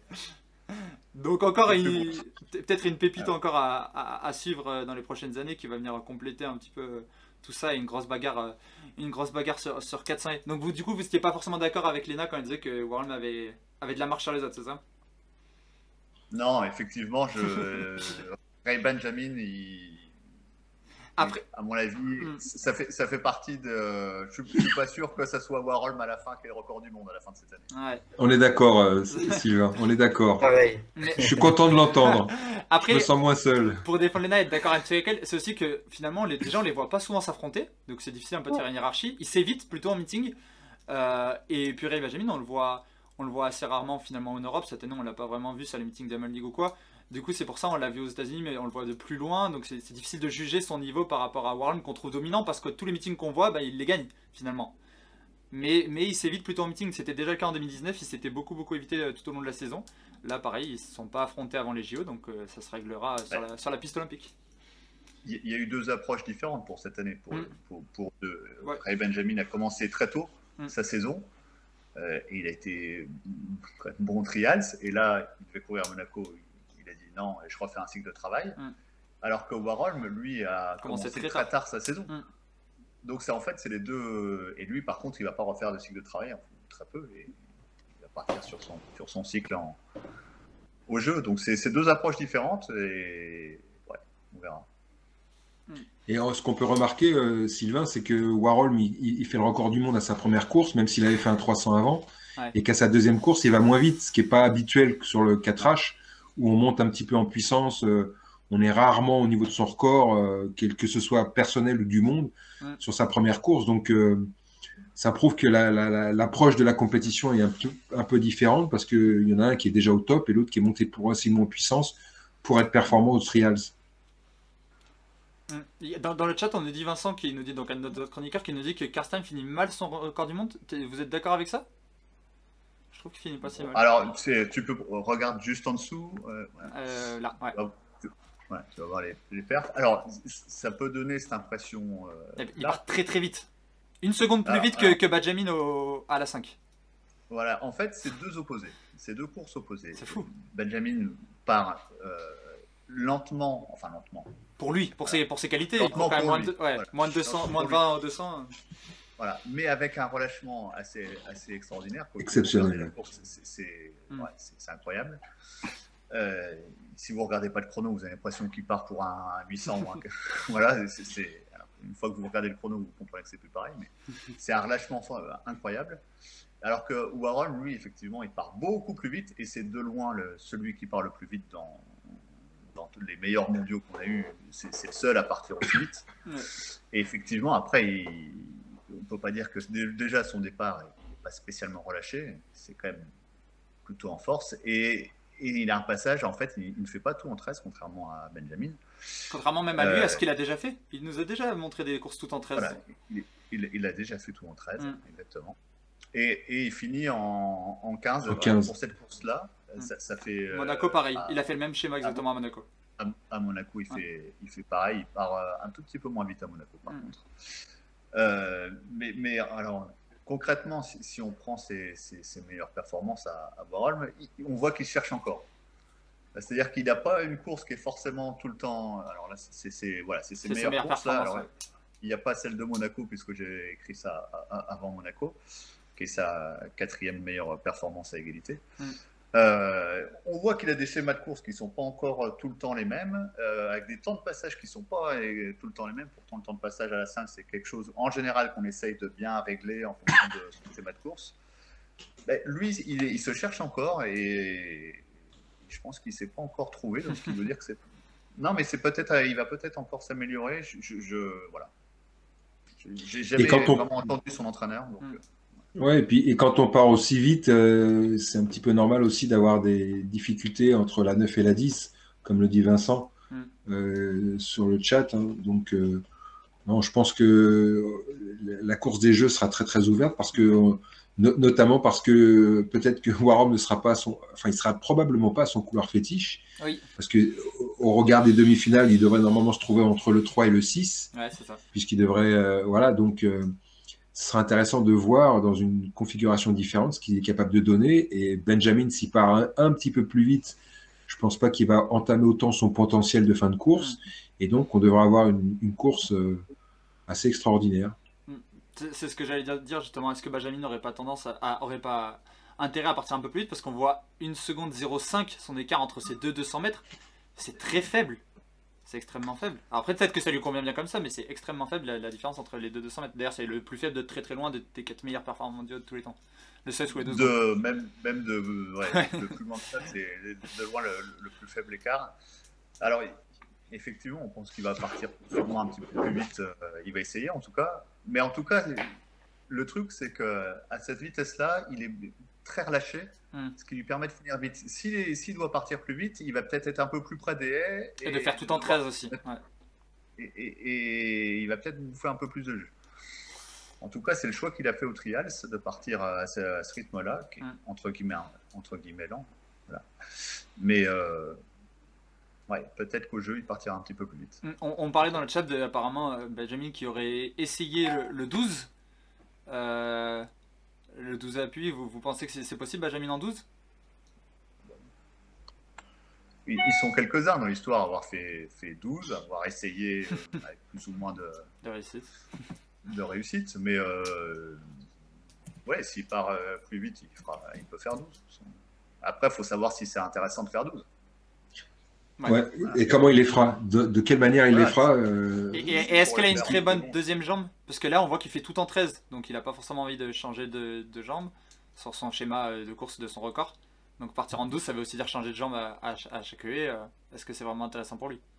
Donc encore C'est une- bon. peut-être une pépite encore à, à- à suivre euh, dans les prochaines années qui va venir compléter un petit peu euh, tout ça et une grosse bagarre, euh, une grosse bagarre sur, sur quatre cents. Donc vous du coup vous n'étiez pas forcément d'accord avec Léna quand elle disait que Warholm avait, avait de la marche sur les autres, c'est ça? Non, effectivement, je... Ray Benjamin, il... Après, à mon avis, Mm. ça, fait, ça fait partie de... Je suis, je suis pas sûr que ça soit Warholm à la fin qui est le record du monde à la fin de cette année. ouais. On est d'accord, euh, Sylvain, on est d'accord. Pareil. Mais- Je suis content de l'entendre. Je Après, me sens moins seul. pour défendre Léna et être d'accord avec elle, c'est aussi que finalement les, les gens les voient pas souvent s'affronter, donc c'est difficile un peu de faire une hiérarchie. Ils s'évitent plutôt en meeting. Euh, et puis Ray Benjamin, on le voit, on le voit assez rarement finalement en Europe. Cette année, on l'a pas vraiment vu sur les meetings d'Amel League ou quoi. Du coup, c'est pour ça on l'a vu aux États-Unis, mais on le voit de plus loin. Donc c'est c'est difficile de juger son niveau par rapport à Warholm qu'on trouve dominant parce que tous les meetings qu'on voit, bah, il les gagne finalement. Mais, mais il s'évite plutôt en meeting. C'était déjà le cas en deux mille dix-neuf. Il s'était beaucoup beaucoup évité euh, tout au long de la saison. Là, pareil, ils ne se sont pas affrontés avant les J O, donc euh, ça se réglera sur, Ouais. la, sur la piste olympique. il y a eu deux approches différentes pour cette année. Pour, Mm. pour, pour de, Ouais. Ray Benjamin a commencé très tôt Mm. sa saison. Euh, et il a été très bon trials. Et là, il devait courir à Monaco. Il, il a dit non, je refais un cycle de travail. Mm. Alors que Warholm, lui, a Commencé commencé très très tard. tard sa saison. Mm. Donc, c'est en fait, c'est les deux. Et lui, par contre, il ne va pas refaire de cycle de travail, enfin, très peu. Et il va partir sur son, sur son cycle en, au jeu. Donc, c'est c'est deux approches différentes. Et ouais, on verra. Et euh, ce qu'on peut remarquer, euh, Sylvain, c'est que Warholm, il, il fait le record du monde à sa première course, même s'il avait fait un trois cents avant, Ouais. et qu'à sa deuxième course, il va moins vite, ce qui n'est pas habituel sur le quatre H, où on monte un petit peu en puissance. Euh, on est rarement au niveau de son record, euh, quel que ce soit personnel ou du monde, Ouais. sur sa première course. Donc, euh, ça prouve que la- la- la- l'approche de la compétition est un peu, un peu différente, parce qu'il y en a un qui est déjà au top et l'autre qui est monté progressivement en puissance pour être performant aux trials. Mm. Il y a- Dans, dans le chat, on nous dit Vincent, qui nous dit, donc un de notre chroniqueur, qui nous dit que Karsten finit mal son record du monde. T'es- Vous êtes d'accord avec ça? Je trouve qu'il finit pas si mal. Alors, c'est- tu peux regarder juste en dessous. euh, ouais. Euh, là, ouais. Ouais, tu vas voir les, les perfs. Alors, c- ça peut donner cette impression. euh, Il là. part très très vite. Une seconde plus Alors, vite que, alors. que Benjamin au, à la cinq. Voilà, en fait, c'est deux opposés. C'est deux courses opposées. C'est fou. Benjamin part euh, lentement, enfin lentement. Pour lui, pour ses, pour ses qualités, il Lentement prend quand même pour moins lui. de, ouais, Voilà. moins de deux cents, Lentement moins de pour lui. vingt, deux cents. Voilà, mais avec un relâchement assez, assez extraordinaire. Quand vous Exceptionnel. regardez la course, c'est- c'est Mm. ouais, c'est- c'est incroyable. Euh, si vous regardez pas le chrono, vous avez l'impression qu'il part pour un huit cents. ou un- voilà, c'est- c'est- alors, une fois que vous regardez le chrono, vous comprenez que c'est plus pareil, mais c'est un relâchement euh, incroyable. Alors que Warholm, lui, effectivement, il part beaucoup plus vite et c'est de loin le, celui qui part le plus vite dans, dans tous les meilleurs mondiaux qu'on a eu. C'est c'est le seul à partir aussi vite. Ouais. Et effectivement, après, il, on ne peut pas dire que dé- déjà son départ n'est pas spécialement relâché. C'est quand même plutôt en force. Et, et il a un passage, en fait, il, il ne fait pas tout en treize, contrairement à Benjamin. Contrairement même à lui, Euh, à ce qu'il a déjà fait. Il nous a déjà montré des courses toutes en treize. Voilà, il, il- il a déjà fait tout en treize, Mm. exactement. Et, et il finit en, en quinze. En quinze. Pour cette course-là, Mm. ça, ça fait... euh, Monaco, pareil. à- Il a fait le même schéma exactement à Monaco. à, à Monaco, il, Ouais. fait, il fait pareil. Il part euh, un tout petit peu moins vite à Monaco, par Mm. contre. Euh, mais, mais alors, concrètement, si, si on prend ses, ses- ses meilleures performances à, à Warholm, il- on voit qu'il cherche encore. C'est-à-dire qu'il n'a pas une course qui est forcément tout le temps. Alors là, c'est c'est- voilà, c'est ses C'est ses meilleures meilleures courses. Là. performances, Alors, ouais. il n'y a pas celle de Monaco, puisque j'ai écrit ça a- a- avant Monaco, qui est sa quatrième meilleure performance à égalité. Mm. Euh, on voit qu'il a des schémas de course qui ne sont pas encore euh, tout le temps les mêmes, euh, avec des temps de passage qui ne sont pas euh, tout le temps les mêmes. Pourtant, le temps de passage à la cinq, c'est quelque chose en général qu'on essaye de bien régler en fonction de son schéma de course. Ben, lui, il, il se cherche encore et je pense qu'il ne s'est pas encore trouvé. Donc, ce qui veut dire que c'est. Non, mais c'est peut-être, il va peut-être encore s'améliorer. Je, je, je- voilà. Je- J'ai jamais quand on- vraiment entendu son entraîneur. Donc, Mm. euh, Ouais, et puis et quand on part aussi vite, euh, c'est un petit peu normal aussi d'avoir des difficultés entre la neuf et la dix, comme le dit Vincent Mm. euh, sur le chat. Hein. Donc, euh, non, je pense que euh, la course des jeux sera très très ouverte parce que, euh, no- notamment parce que peut-être que Warholm ne sera pas à son, enfin, il sera probablement pas à son couleur fétiche, Oui, parce que au au regard des demi-finales, il devrait normalement se trouver entre le trois et le six. ouais, c'est ça. Puisqu'il devrait, euh, voilà, donc euh, ce sera intéressant de voir dans une configuration différente ce qu'il est capable de donner. Et Benjamin, s'il part un, un petit peu plus vite, je pense pas qu'il va entamer autant son potentiel de fin de course. Et donc, on devra avoir une, une course euh, assez extraordinaire. C'est c'est ce que j'allais dire- dire justement. Est-ce que Benjamin n'aurait pas tendance à, à- aurait pas intérêt à partir un peu plus vite parce qu'on voit une seconde zéro cinq, son écart entre ces deux deux cents mètres, c'est très faible. C'est extrêmement faible. Alors après, peut-être que ça lui convient bien comme ça, mais c'est extrêmement faible la, la différence entre les deux deux cents mètres. D'ailleurs, c'est le plus faible de très très loin de tes quatre meilleurs performants mondiaux de tous les temps. Le seize ou les deux secondes. de, même, même de, ouais, de plus loin que ça, c'est de loin le, le plus faible écart. Alors, effectivement, on pense qu'il va partir sûrement un petit peu plus vite. euh, il va essayer en tout cas. Mais en tout cas, le truc, c'est qu'à cette vitesse-là, il est très relâché, Mm. ce qui lui permet de finir vite. S'il est- s'il doit partir plus vite, il va peut-être être un peu plus près des haies. Et de faire tout en treize aussi. Ouais. Et, et- et il va peut-être bouffer un peu plus de jeu. En tout cas, c'est le choix qu'il a fait au Trials, de partir à ce, à ce rythme-là, qui est Mm. entre guillemets, entre guillemets lent. Voilà. Mais, euh, ouais, peut-être qu'au jeu, il partira un petit peu plus vite. On, on parlait dans le chat de, apparemment, euh, Benjamin qui aurait essayé le, le douze. Euh, le douze appui, vous, vous pensez que c'est possible, Benjamin, en douze? Ils, ils sont quelques-uns dans l'histoire à avoir fait, fait douze, avoir essayé euh, avec plus ou moins de, de réussite. De réussite, mais euh, ouais, s'il part euh, plus vite, il, fera, il peut faire douze. Après, il faut savoir si c'est intéressant de faire douze. Ouais. Ouais. Et comment il les fera, de, de quelle manière il voilà, les fera euh... Et, et, et est-ce qu'il a une très bonne deuxième jambe? Parce que là, on voit qu'il fait tout en treize, donc il n'a pas forcément envie de changer de, de jambe sur son schéma de course de son record. Donc partir en douze, ça veut aussi dire changer de jambe à, à, à chaque haie. Est-ce que c'est vraiment intéressant pour lui?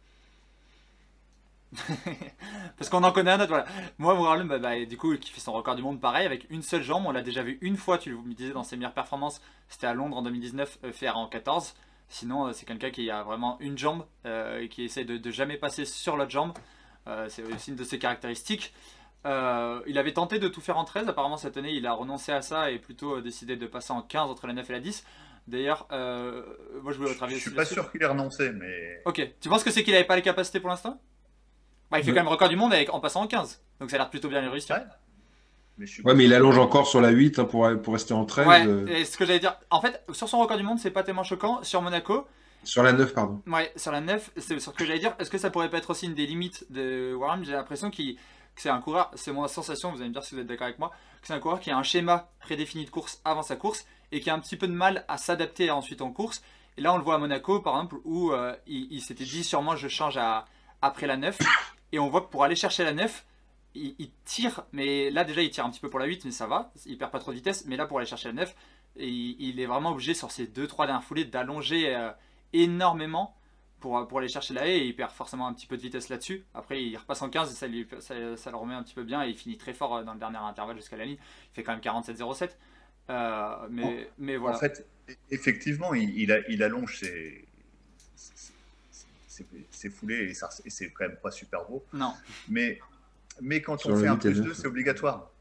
Parce qu'on en connaît un autre, voilà. Moi, Warren, bah, bah, du coup, qui fait son record du monde pareil, avec une seule jambe, on l'a déjà vu une fois, tu me disais dans ses meilleures performances, c'était à Londres en deux mille dix-neuf, euh, faire en quatorze. Sinon, euh, c'est quelqu'un qui a vraiment une jambe euh, et qui essaie de, de jamais passer sur l'autre jambe. Euh, c'est aussi une de ses caractéristiques. Euh, il avait tenté de tout faire en treize, apparemment cette année, il a renoncé à ça et plutôt euh, décidé de passer en quinze entre la neuf et la dix. D'ailleurs, euh, moi je voulais votre avis. Je suis pas sûr qu'il ait renoncé, mais... Ok, tu penses que c'est qu'il n'avait pas les capacités pour l'instant? Bah, il fait ouais. quand même record du monde avec, en passant en quinze, donc ça a l'air plutôt bien réussi. Ouais, mais, je suis ouais, mais il allonge encore sur la huit hein, pour, pour rester en treize. Ouais, euh... et ce que j'allais dire, en fait, sur son record du monde, c'est pas tellement choquant. Sur Monaco. Sur la neuf, pardon. Ouais, sur la neuf, c'est sur ce que j'allais dire. Est-ce que ça pourrait pas être aussi une des limites de Warren? J'ai l'impression qu'il. Que c'est un coureur, c'est mon sensation, vous allez me dire si vous êtes d'accord avec moi, que c'est un coureur qui a un schéma prédéfini de course avant sa course et qui a un petit peu de mal à s'adapter ensuite en course. Et là, on le voit à Monaco, par exemple, où euh, il, il s'était dit sûrement je change à, après la neuf. Et on voit que pour aller chercher la neuf, il, il tire, mais là déjà il tire un petit peu pour la huit, mais ça va, il perd pas trop de vitesse. Mais là, pour aller chercher la neuf, il, il est vraiment obligé sur ces deux trois dernières foulées d'allonger euh, énormément. Pour, pour aller chercher la haie, et il perd forcément un petit peu de vitesse là-dessus. Après, il repasse en quinze et ça, lui, ça, ça le remet un petit peu bien. Et il finit très fort dans le dernier intervalle jusqu'à la ligne. Il fait quand même quarante-sept zéro sept. Euh, mais, en, mais voilà. En fait, effectivement, il, il, a, il allonge ses, ses, ses, ses foulées et, ça, et c'est quand même pas super beau. Non. Mais, mais quand Sur on fait un plus deux, c'est obligatoire.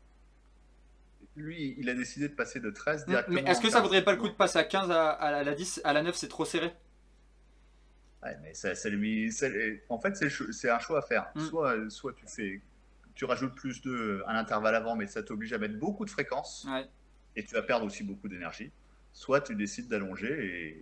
Lui, il a décidé de passer de treize directement. Mais est-ce que ça vaudrait pas le coup de passer à quinze à, à la dix? À la neuf, c'est trop serré? Ouais, mais ça, ça lui, ça, en fait, c'est un choix à faire. Mm. Soit, soit tu fais, tu rajoutes plus de à l'intervalle avant, mais ça t'oblige à mettre beaucoup de fréquence ouais. et tu vas perdre aussi beaucoup d'énergie. Soit tu décides d'allonger et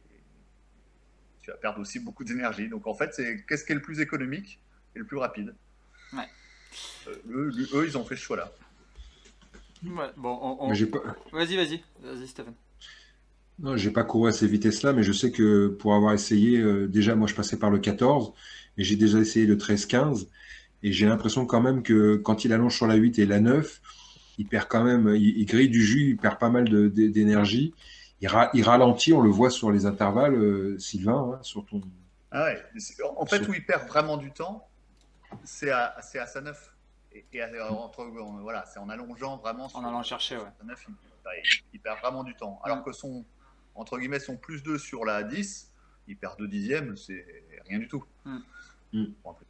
tu vas perdre aussi beaucoup d'énergie. Donc en fait, c'est qu'est-ce qui est le plus économique et le plus rapide. Ouais. Euh, eux, eux, ils ont fait ce choix-là. Ouais, bon, on, on... pas... vas-y, vas-y, vas-y, Stéphane. Non, j'ai pas couru à ces vitesses-là, mais je sais que pour avoir essayé, euh, déjà moi je passais par le quatorze, mais j'ai déjà essayé le treize quinze, et j'ai l'impression quand même que quand il allonge sur la huit et la neuf, il perd quand même, il, il grille du jus, il perd pas mal d'énergie, il, ra, il ralentit, on le voit sur les intervalles, euh, Sylvain, hein, sur ton... Ah ouais, en fait sur... où il perd vraiment du temps, c'est à, à sa neuf, et, et à, entre, voilà, c'est en allongeant vraiment, en allant chercher, ouais. Sa neuf, il, il perd vraiment du temps, alors que son entre guillemets, son plus deux sur la dix, il perd deux dixièmes, c'est rien du tout. Mm. Mm.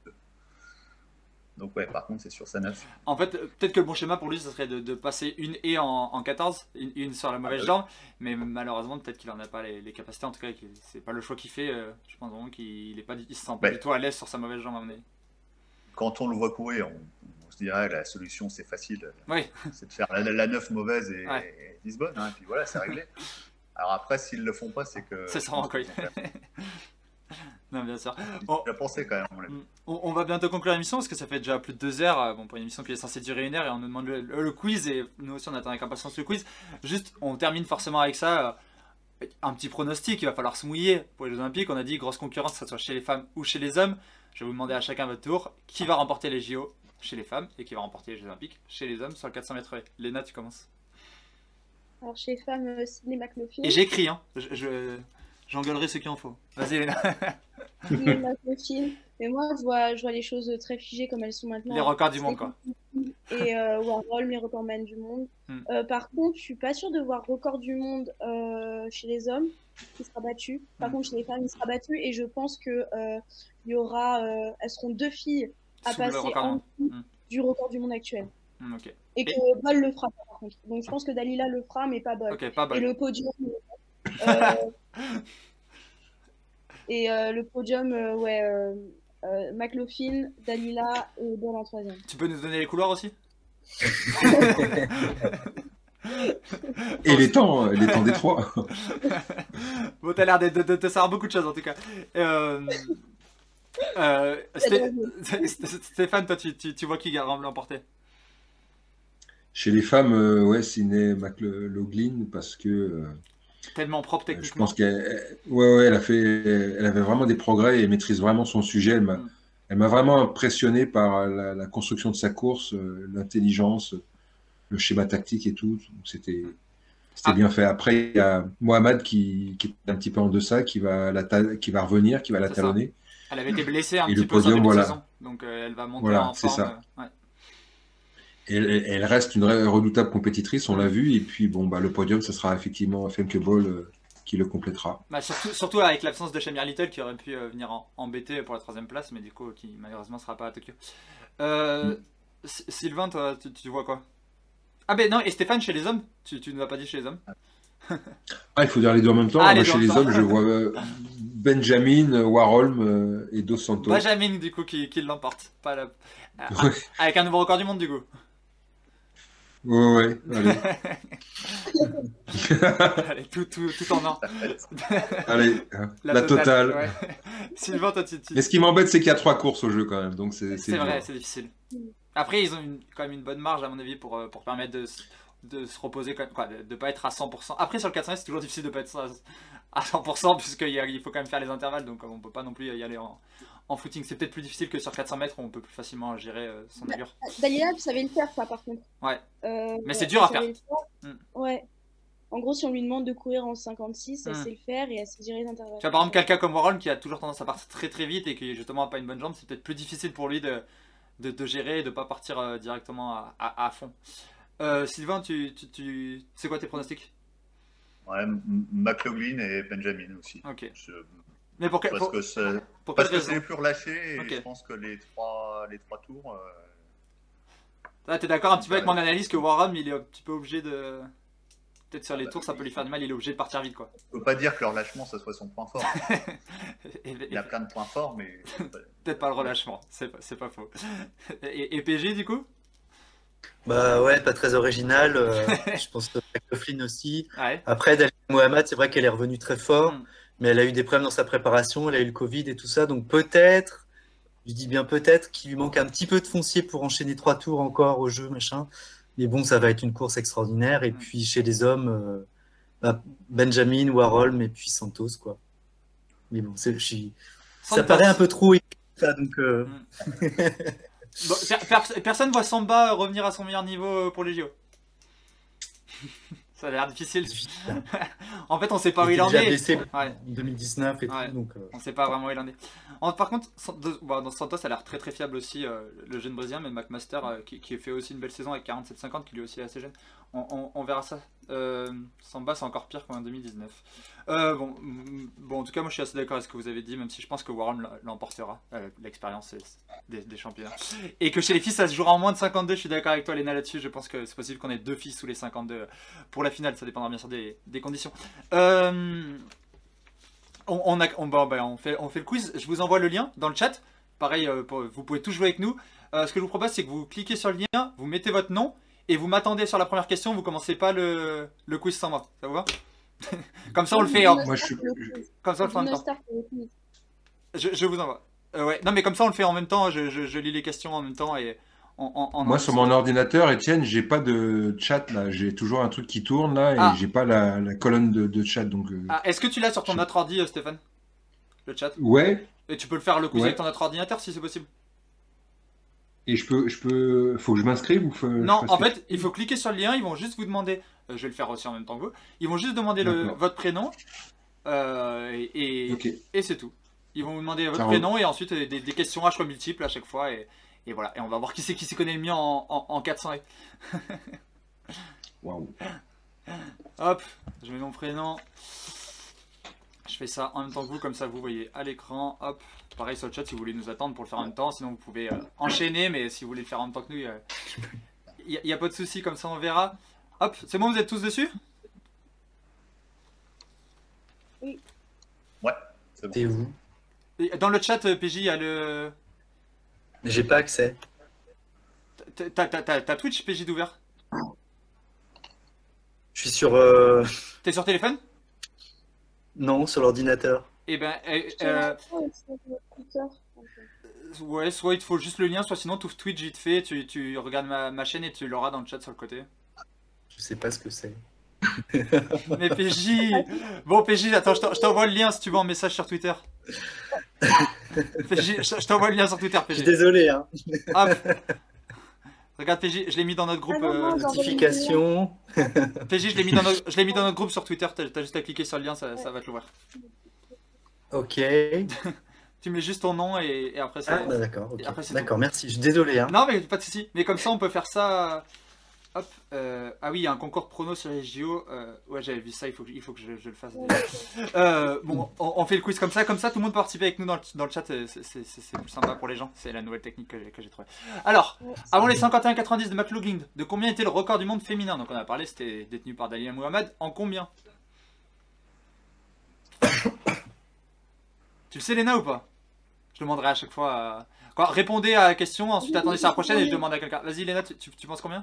Donc ouais, par contre, c'est sur sa neuf. En fait, peut-être que le bon schéma pour lui, ce serait de, de passer une haie en, en quatorze, une, une sur la mauvaise ah, jambe, mais malheureusement, peut-être qu'il n'en a pas les, les capacités, en tout cas, c'est pas le choix qu'il fait, euh, je pense vraiment qu'il ne se sent pas ouais. du tout à l'aise sur sa mauvaise jambe à mon avis. Quand on le voit courir, on, on se dirait la solution, c'est facile, oui. c'est de faire la, la neuf mauvaise et, ouais. et dix bonnes, hein, et puis voilà, c'est réglé. Alors après, s'ils le font pas, c'est que... C'est ça, encore. Non, bien sûr. On a pensé quand même. On, on va bientôt conclure l'émission parce que ça fait déjà plus de deux heures. Bon, pour une émission qui est censée durer une heure et on nous demande le, le, le quiz et nous aussi on attend avec impatience le quiz. Juste, on termine forcément avec ça. Un petit pronostic, il va falloir se mouiller pour les Jeux Olympiques. On a dit grosse concurrence, que ce soit chez les femmes ou chez les hommes. Je vais vous demander à chacun votre tour qui va remporter les J O chez les femmes et qui va remporter les Jeux Olympiques chez les hommes sur le quatre cents mètres haies. Léna, tu commences. Alors chez les femmes, euh, Sydney McLaughlin. Et j'écris, hein. Je, je, j'engueulerai ceux qui en faut. Vas-y, Léna. Sydney McLaughlin. Mais moi, je vois, je vois les choses très figées comme elles sont maintenant. Les records du monde, quoi. Et euh, Warhol, mes recordman du monde. Hmm. Euh, par contre, je suis pas sûre de voir record du monde euh, chez les hommes qui sera battu. Par hmm. contre, chez les femmes, il sera battu. Et je pense que euh, il y aura, euh, elles seront deux filles à Sous passer en dessous hmm. du record du monde actuel. Hmm, okay. Et que et... Bol le fera par contre. Donc je pense que Dalila le fera, mais pas Bol. Okay, pas Bol. Et le podium. Euh... Et euh, le podium, euh, ouais, euh, euh, McLaughlin, Dalila et Bell en troisième. Tu peux nous donner les couloirs aussi? Et les temps, les temps des trois. Bon, t'as l'air de, de, de, de savoir beaucoup de choses en tout cas. Euh, euh, Sté- Stéphane, toi, tu, tu, tu vois qui l'emporter? Chez les femmes, euh, ouais, Sydney McLaughlin, parce que euh, Tellement propre je techniquement. pense qu'elle ouais, ouais, elle a fait, elle avait vraiment des progrès et maîtrise vraiment son sujet. Elle m'a Mm. elle m'a vraiment impressionné par la, la construction de sa course, euh, l'intelligence, le schéma tactique et tout. Donc, C'était c'était Ah. bien fait. Après, il y a Mohamed qui, qui est un petit peu en deçà, qui va, la ta- qui va revenir, qui va la C'est ça. talonner. Elle avait été blessée un Et petit le peu sur le podium, début de voilà. saison, donc euh, elle va monter Voilà, en c'est forme. ça. euh, ouais. Et elle, elle reste une vraie redoutable compétitrice, on Mm. l'a vu. Et puis, bon, bah, le podium, ce sera effectivement Femke Bol euh, qui le complétera. Bah, surtout, surtout avec l'absence de Shamir Little qui aurait pu euh, venir en, embêter pour la troisième place, mais du coup qui malheureusement sera pas à Tokyo. Euh, Mm. S- Sylvain, toi, tu, tu vois quoi? Ah ben non, et Stéphane chez les hommes? Tu, tu nous as pas dit chez les hommes? Ah, il faut dire les deux en même temps. Ah, Moi, les deux chez en les même temps. hommes, je vois euh, Benjamin, Warholm euh, et Dos Santos. Benjamin du coup qui, qui l'emporte. Pas la... ah, Ouais. Avec un nouveau record du monde du coup. Ouais, ouais, allez. Allez, tout, tout, tout en un. Allez, hein, la, totale. Ouais. Sylvain, toi tu... tu- Mais ce qui m'embête, c'est qu'il y a trois courses au jeu quand même. Donc c'est C'est dur. vrai, c'est difficile. Après, ils ont une- quand même une bonne marge, à mon avis, pour, euh, pour permettre de, s- de se reposer, quand même, quoi, de ne pas être à cent pour cent. Après, sur le quatre cents, c'est toujours difficile de ne pas être à- à cent pour cent, puisqu'il y a- il faut quand même faire les intervalles, donc euh, on ne peut pas non plus y aller en, en footing. C'est peut-être plus difficile que sur quatre cents mètres, où on peut plus facilement gérer euh, son allure. Dalila, tu savais le faire, ça, par contre. Ouais. Euh, Mais c'est elle dur à savait faire. le Mm. Ouais. En gros, si on lui demande de courir en cinquante-six, elle Mm. sait le faire et elle sait gérer les intervalles. Tu vois, par exemple, quelqu'un comme Warhol qui a toujours tendance à partir très très vite et qui justement n'a pas une bonne jambe, c'est peut-être plus difficile pour lui de, de, de gérer et de ne pas partir euh, directement à, à, à fond. Euh, Sylvain, tu, tu, tu... c'est quoi tes pronostics? Ouais, M- McLaughlin et Benjamin aussi. Ok. Je- Mais pour, quel- Parce pour, que c'est pour parce quelle que c'est raison? les plus relâchés et Ok. je pense que les trois, les trois tours. euh, Là, t'es d'accord un petit peu avec Ouais. mon analyse que Warham, il est un petit peu obligé de... Peut-être sur les bah, tours, ça peut lui faire du mal, il est obligé de partir vite, quoi. On peut pas dire que le relâchement, ça soit son point fort. Et- et- Il y a plein de points forts, mais Peut-être pas le relâchement, c'est pas, c'est pas faux. Et, et P G, du coup? Bah ouais, pas très original. euh, je pense que McLaughlin aussi. Ouais. Après, Dalila Mohamed, c'est vrai qu'elle est revenue très fort, Mm. mais elle a eu des problèmes dans sa préparation, elle a eu le Covid et tout ça, donc peut-être, je dis bien peut-être, qu'il lui manque un petit peu de foncier pour enchaîner trois tours encore au jeu, machin. Mais bon, ça va être une course extraordinaire. Et Mm. puis chez les hommes, euh, bah, Benjamin, Warholm et puis Santos, quoi. Mais bon, c'est, je suis- ça Santos. paraît un peu trop, ça, donc euh, Bon, per- per- personne voit Samba revenir à son meilleur niveau pour les J O. Ça a l'air difficile. difficile. En fait, on sait pas où Il il était en déjà est. blessé Ouais. en deux mille dix-neuf et Ouais. tout, donc euh, On sait pas vraiment où il en est. En- par contre, San- de- bon, dans Santos, ça a l'air très très fiable aussi, euh, le jeune brésilien, mais McMaster euh, qui, qui fait aussi une belle saison avec quarante-sept cinquante, qui lui aussi est assez jeune. On, on- on verra ça. Euh, Samba, c'est encore pire qu'en deux mille dix-neuf. Euh, bon, mm, bon, en tout cas, moi je suis assez d'accord avec ce que vous avez dit, même si je pense que Warren l'emportera. Euh, L'expérience c'est- des, des championnats. Et que chez les filles, ça se jouera en moins de cinquante-deux. Je suis d'accord avec toi, Léna, là-dessus. Je pense que c'est possible qu'on ait deux filles sous les cinquante-deux pour la finale. Ça dépendra bien sûr des, des conditions. Euh, on, on, a, on, bon, bah, on, fait, on fait le quiz. Je vous envoie le lien dans le chat. Pareil, euh, pour- vous pouvez tous jouer avec nous. Euh, ce que je vous propose, c'est que vous cliquez sur le lien, vous mettez votre nom et vous m'attendez sur la première question. Vous commencez pas le, le quiz sans moi. Ça vous va? Comme ça, on le fait. En, Moi, je suis- comme ça, on le fait en même temps. Je, je vous envoie. Euh, ouais. Non, mais comme ça, on le fait en même temps. Je, je, je lis les questions en même temps et en, en, en Moi, sur mon ordinateur, Étienne, j'ai pas de chat là. J'ai toujours un truc qui tourne là et Ah. j'ai pas la, la colonne de, de chat. Donc, euh, Ah, est-ce que tu l'as sur ton Je- autre ordi, euh, Stéphane? Le chat. ouais. Et tu peux le faire le quiz Ouais. avec ton autre ordinateur si c'est possible. Et je peux, je peux, faut que je m'inscrive ou faut, Non, je fasse en quelque fait, il faut cliquer sur le lien, ils vont juste vous demander, euh, je vais le faire aussi en même temps que vous, ils vont juste demander le, D'accord. votre prénom, euh, et, et, Ok. et c'est tout. Ils vont vous demander votre Ça roule. prénom et ensuite euh, des, des questions à choix multiples à chaque fois, et, et voilà. Et on va voir qui c'est qui s'y connaît le mieux en, en, en quatre cents. Waouh. Hop, je mets mon prénom. Je fais ça en même temps que vous, comme ça vous voyez à l'écran. Hop, pareil sur le chat si vous voulez nous attendre pour le faire en même temps. Sinon vous pouvez euh, enchaîner, mais si vous voulez le faire en même temps que nous, il n'y a, a pas de souci, comme ça on verra. Hop, c'est bon, vous êtes tous dessus? Oui. Ouais. C'est bon. T'es où? Et dans le chat, P J, il y a le... J'ai pas accès. T'as t'as- t'as- t'as Twitch, P J, d'ouvert? Je suis sur... euh, T'es sur téléphone? Non, sur l'ordinateur. Eh ben, euh, Je te euh, l'envoie aussi sur Twitter. ouais, soit il te faut juste le lien, soit sinon tu ouvres Twitch vite fait, tu, tu regardes ma, ma chaîne et tu l'auras dans le chat sur le côté. Je sais pas ce que c'est. Mais P J... Bon, P J, attends, je t'en- je t'envoie le lien si tu veux en message sur Twitter. P J, je je t'envoie le lien sur Twitter, P Je suis J. désolé, hein. Hop. Regarde, P J, je l'ai mis dans notre groupe. Ah non, non, euh, non. Notification. P J, je l'ai mis, dans notre- je l'ai mis dans notre groupe sur Twitter, t'as t'as juste à cliquer sur le lien, ça, ça va te l'ouvrir. Ok. Tu mets juste ton nom et, et après ça... Ah, bah d'accord, ok. Et après, c'est D'accord, merci. Je suis désolé, hein. Non, mais pas de soucis. Mais comme ça, on peut faire ça. Hop. euh, Ah oui, il y a un concours prono sur les J O. euh, Ouais, j'avais vu ça. Il faut que, il faut que je, je le fasse. Euh, bon, on, on fait le quiz comme ça. Comme ça, tout le monde peut participer avec nous dans le, dans le chat. C'est c'est- c'est- c'est plus sympa pour les gens. C'est la nouvelle technique que j'ai que j'ai trouvée. Alors, avant les cinquante et un quatre-vingt-dix de McLaughlin, de combien était le record du monde féminin? Donc, on a parlé, c'était détenu par Dalia Mohamed. En combien? Tu le sais, Léna, ou pas? Je demanderai à chaque fois. à- Quoi, répondez à la question, ensuite attendez sur la prochaine et je demande à quelqu'un. Vas-y, Léna, tu, tu, tu penses combien?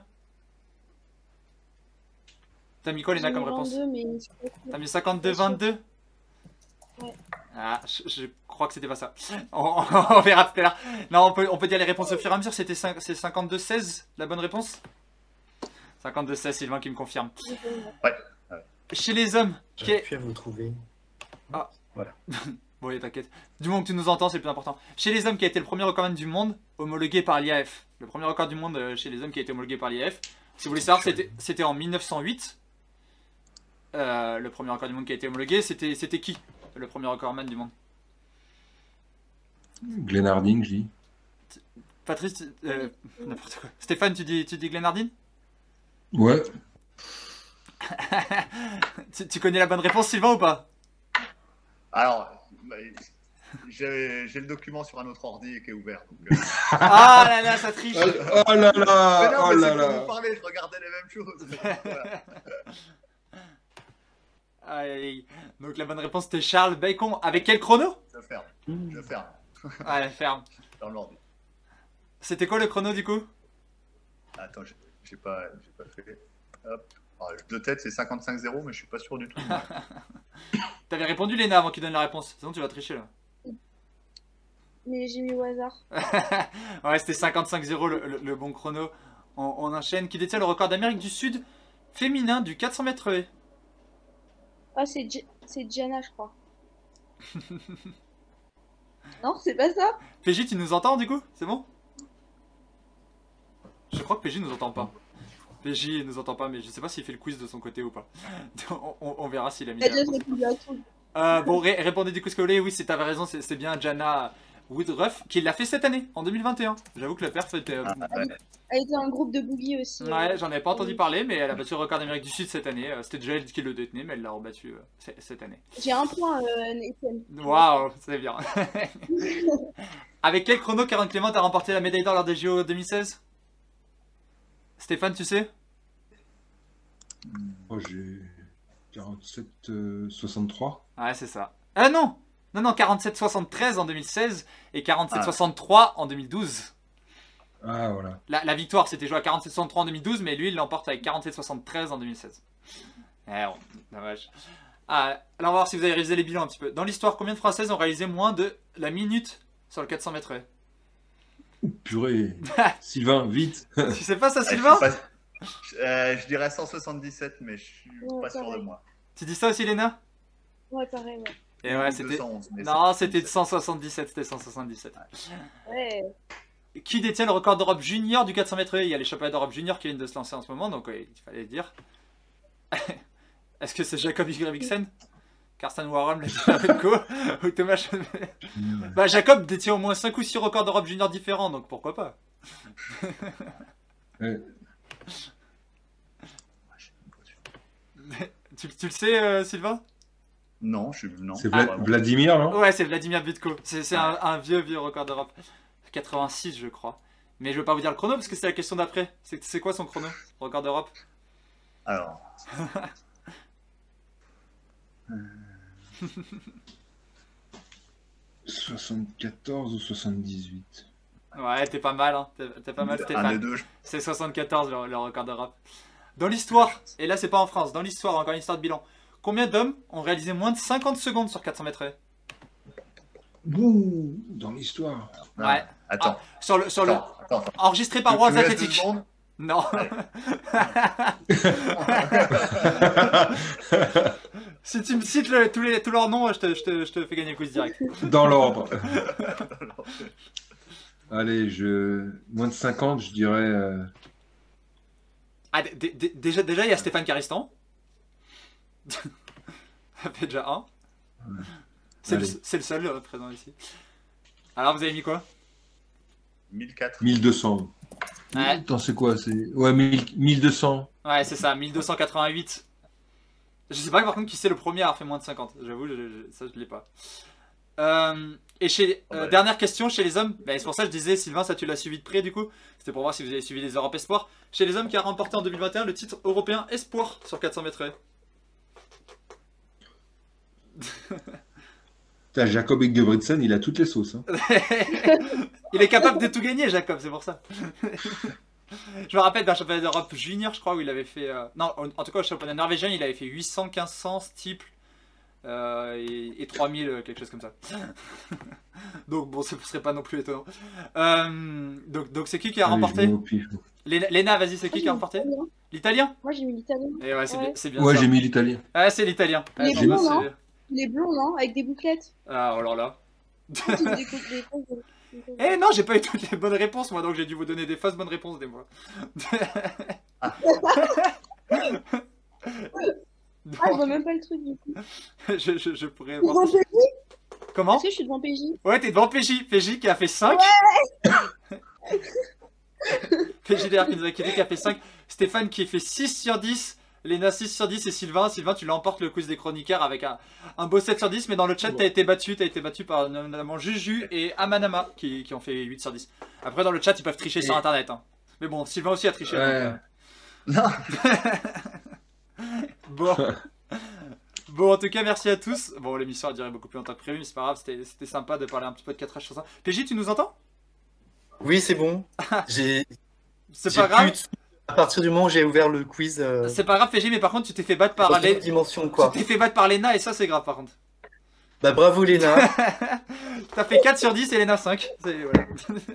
T'as mis quoi, Léna, J'ai comme mis réponse? vingt-deux, mais je sais pas si- T'as mis cinquante-deux vingt-deux? Ouais. Ah, je, je crois que c'était pas ça. On, on verra tout à l'heure. Non, on peut, on peut dire les réponses au fur et à mesure. C'était cin- c'est cinquante-deux seize, la bonne réponse? cinquante-deux seize, Sylvain qui me confirme. Ouais. Chez les hommes, qui J'aurais est... pu vous trouver. Ah. Voilà. Bon, allez, t'inquiète. Du moment que tu nous entends, c'est le plus important. Chez les hommes, qui a été le premier recordman du monde homologué par l'I A F. Le premier record du monde euh, chez les hommes qui a été homologué par l'I A F. Si vous voulez savoir, c'était c'était en mille neuf cent huit. Euh, le premier record du monde qui a été homologué. C'était c'était qui, le premier recordman du monde? Glenn Harding, je dis. Patrice, tu- euh, n'importe quoi. Stéphane, tu dis, tu dis Glenn Harding? Ouais. tu, tu connais la bonne réponse, Sylvain, ou pas? Alors, bah, j'ai j'ai le document sur un autre ordi qui est ouvert. Donc, euh... Ah là là, ça triche. Oh là Mais là, non, oh mais là c'est pour là. vous parler, je regardais les mêmes choses. Voilà. Aïe, aïe, aïe. Donc la bonne réponse c'était Charles Bacon. Avec quel chrono? Je ferme. Je ferme. Allez, ferme. Dans l'ordi. C'était quoi le chrono du coup? Attends, j'ai j'ai pas, j'ai pas fait. Hop. Alors, de tête, c'est cinquante-cinq zéro, mais je suis pas sûr du tout. T'avais répondu, Léna, avant qu'il donne la réponse. Sinon tu vas tricher là. Mais j'ai mis au hasard. Ouais, c'était cinquante-cinq zéro le, le- le bon chrono. On, on enchaîne. Qui détient le record d'Amérique du Sud féminin du quatre cents mètres haies? Ah, c'est Gi- c'est Gianna, je crois. Non, c'est pas ça? P J, tu nous entends du coup? C'est bon? Je crois que P J nous entend pas. P J nous entend pas, mais je sais pas s'il fait le quiz de son côté ou pas. on, on- on verra s'il a mis Il a la déjà réponse. répondu à tout. Euh, bon, ré- répondez du coup ce que vous voulez. Oui, c'est t'avais raison, c'est c'est bien Jana Woodruff qui l'a fait cette année, en deux mille vingt et un. J'avoue que la perf était. euh, Ah, ouais. Elle était dans le groupe de Boogie aussi. Ouais, j'en avais pas entendu parler, mais elle a battu le record d'Amérique du Sud cette année. Euh, C'était déjà elle qui le détenait, mais elle l'a rebattu euh, c- cette année. J'ai un point, euh, Étienne. Waouh, c'est bien. Avec quel chrono Karen Clément a remporté la médaille d'or lors des J O deux mille seize? Stéphane, tu sais? Oh, j'ai quarante-sept soixante-trois. Ouais, c'est ça. Ah non! Non, non, quarante-sept soixante-treize en deux mille seize et quarante-sept Ah. soixante-trois en deux mille douze. Ah, voilà. La, la victoire, c'était joué à quarante-sept soixante-trois en deux mille douze, mais lui, il l'emporte avec quarante-sept soixante-treize en deux mille seize. Eh bon, dommage. Ah, alors, on va voir si vous avez révisé les bilans un petit peu. Dans l'histoire, combien de Françaises ont réalisé moins de la minute sur le quatre cents mètres haies? Purée. Sylvain, vite. Tu sais pas ça, Ah, je Sylvain? sais pas- je, euh, je dirais cent soixante-dix-sept, mais je suis Ouais, pas sûr de pareil. moi. Tu dis ça aussi, Léna? Ouais, pareil, ouais. Et ouais, Ou c'était... deux cent onze, mais Non, c'est- c'était cent soixante-dix-sept, c'était cent soixante-dix-sept. Ouais. Qui détient le record d'Europe junior du quatre cents mètres haies? Il y a les championnats d'Europe junior qui viennent de se lancer en ce moment, donc ouais, il fallait le dire. Est-ce que c'est Jacob Ingebrigtsen? Carsten Warholm l'a dit avec quoi? Ou Thomas Chauvet? Bah, Jacob détient au moins cinq ou six records d'Europe junior différents, donc pourquoi pas? Ouais. tu, tu le sais, euh, Sylvain? Non, je suis. Non. C'est pas Vla- vraiment. Vladimir, non? Ouais, c'est Vladimir Butko. C'est c'est un, un vieux, vieux record d'Europe. quatre-vingt-six, je crois. Mais je veux pas vous dire le chrono parce que c'est la question d'après. C'est c'est quoi son chrono? Record d'Europe? Alors. soixante-quatorze ou soixante-dix-huit? Ouais, t'es pas mal, hein. T'es t'es pas mal, Un des Stéphane. deux. je- C'est soixante-quatorze le, le record d'Europe. Dans l'histoire, et là c'est pas en France, dans l'histoire, encore une histoire de bilan, combien d'hommes ont réalisé moins de cinquante secondes sur quatre cents mètres haies? Bouh, dans l'histoire. Non, Ouais. Attends. Ah, sur le, sur le, Attends, attends, attends. enregistré par Tu- World tu me laisses deux Athletic. secondes Non. Si tu me cites le- tous, les, tous leurs noms, je te, je, te, je te fais gagner le quiz direct. Dans l'ordre. Allez, je... moins de cinquante, je dirais... euh, Ah, d- d- d- déjà, déjà, il y a Stéphane Caristan. Ça fait déjà un. C'est le, Allez. c'est le seul euh, présent ici. Alors, vous avez mis quoi? mille quatre. mille deux cents. Ouais. Attends, c'est quoi? C'est ouais, mille mille deux cents. Ouais, c'est ça, mille deux cent quatre-vingt-huit. Je sais pas par contre qui c'est le premier à avoir fait moins de cinquante. J'avoue, je- je- ça je l'ai pas. Euh, et chez euh, Ouais. dernière question chez les hommes, bah, c'est pour ça que je disais Sylvain, ça tu l'as suivi de près du coup. C'était pour voir si vous avez suivi les Europes Espoirs. Chez les hommes qui a remporté en deux mille vingt et un le titre européen Espoir sur quatre cents mètres haies. Putain, Jacob Ingebrigtsen, il a toutes les sauces. Hein. Il est capable de tout gagner, Jacob, c'est pour ça. Je me rappelle d'un championnat d'Europe junior, je crois, où il avait fait. euh, Non, en en tout cas, au championnat norvégien, il avait fait huit cents, quinze cents, steeple euh, et, et trois mille, euh, quelque chose comme ça. Donc, bon, ce serait pas non plus étonnant. Euh, donc, donc c'est qui qui a Allez, je remporté mets au pif. Léna, Léna, vas-y, c'est qui qui a remporté L'italien. Moi, j'ai mis l'italien. Et ouais, c'est Ouais. bien, c'est bien Ouais, ça. j'ai mis l'italien. Ah, c'est l'italien. Il est Attends, blond, c'est- non Il est blond, non? Avec des bouclettes. Ah, alors là. Des- des- des- des- Eh non, j'ai pas eu toutes les bonnes réponses, moi, donc j'ai dû vous donner des fausses bonnes réponses des mois. Ah, je vois même pas le truc du coup. je, je, je pourrais Je suis voir. devant P J? Comment? Est-ce que je suis devant P J? Ouais, t'es devant P J. P J qui a fait cinq. P J d'ailleurs qui nous a quitté, qui a fait cinq. Stéphane qui a fait six sur dix. Léna six sur dix et Sylvain. Sylvain, tu l'emportes le quiz des chroniqueurs avec un, un beau sept sur dix. Mais dans le chat, t'as été battu. T'as été battu par notamment Juju et Amanama qui, qui ont fait huit sur dix. Après, dans le chat, ils peuvent tricher Et- sur internet. Hein. Mais bon, Sylvain aussi a triché. Ouais. donc, Non. euh, Bon. Bon, en tout cas, merci à tous. Bon, l'émission a duré beaucoup plus longtemps que prévu, mais c'est pas grave, c'était c'était sympa de parler un petit peu de quatre H sur ça. P J, tu nous entends? Oui, c'est bon. J'ai C'est j'ai pas grave. plus de- À partir du moment où j'ai ouvert le quiz, euh, C'est pas grave, P J, mais par contre, tu t'es fait battre par dans une les... autre dimension, quoi. Tu t'es fait battre par Léna et ça, c'est grave par contre. Bah bravo Léna. T'as fait quatre sur dix et Léna cinq. C'est- voilà.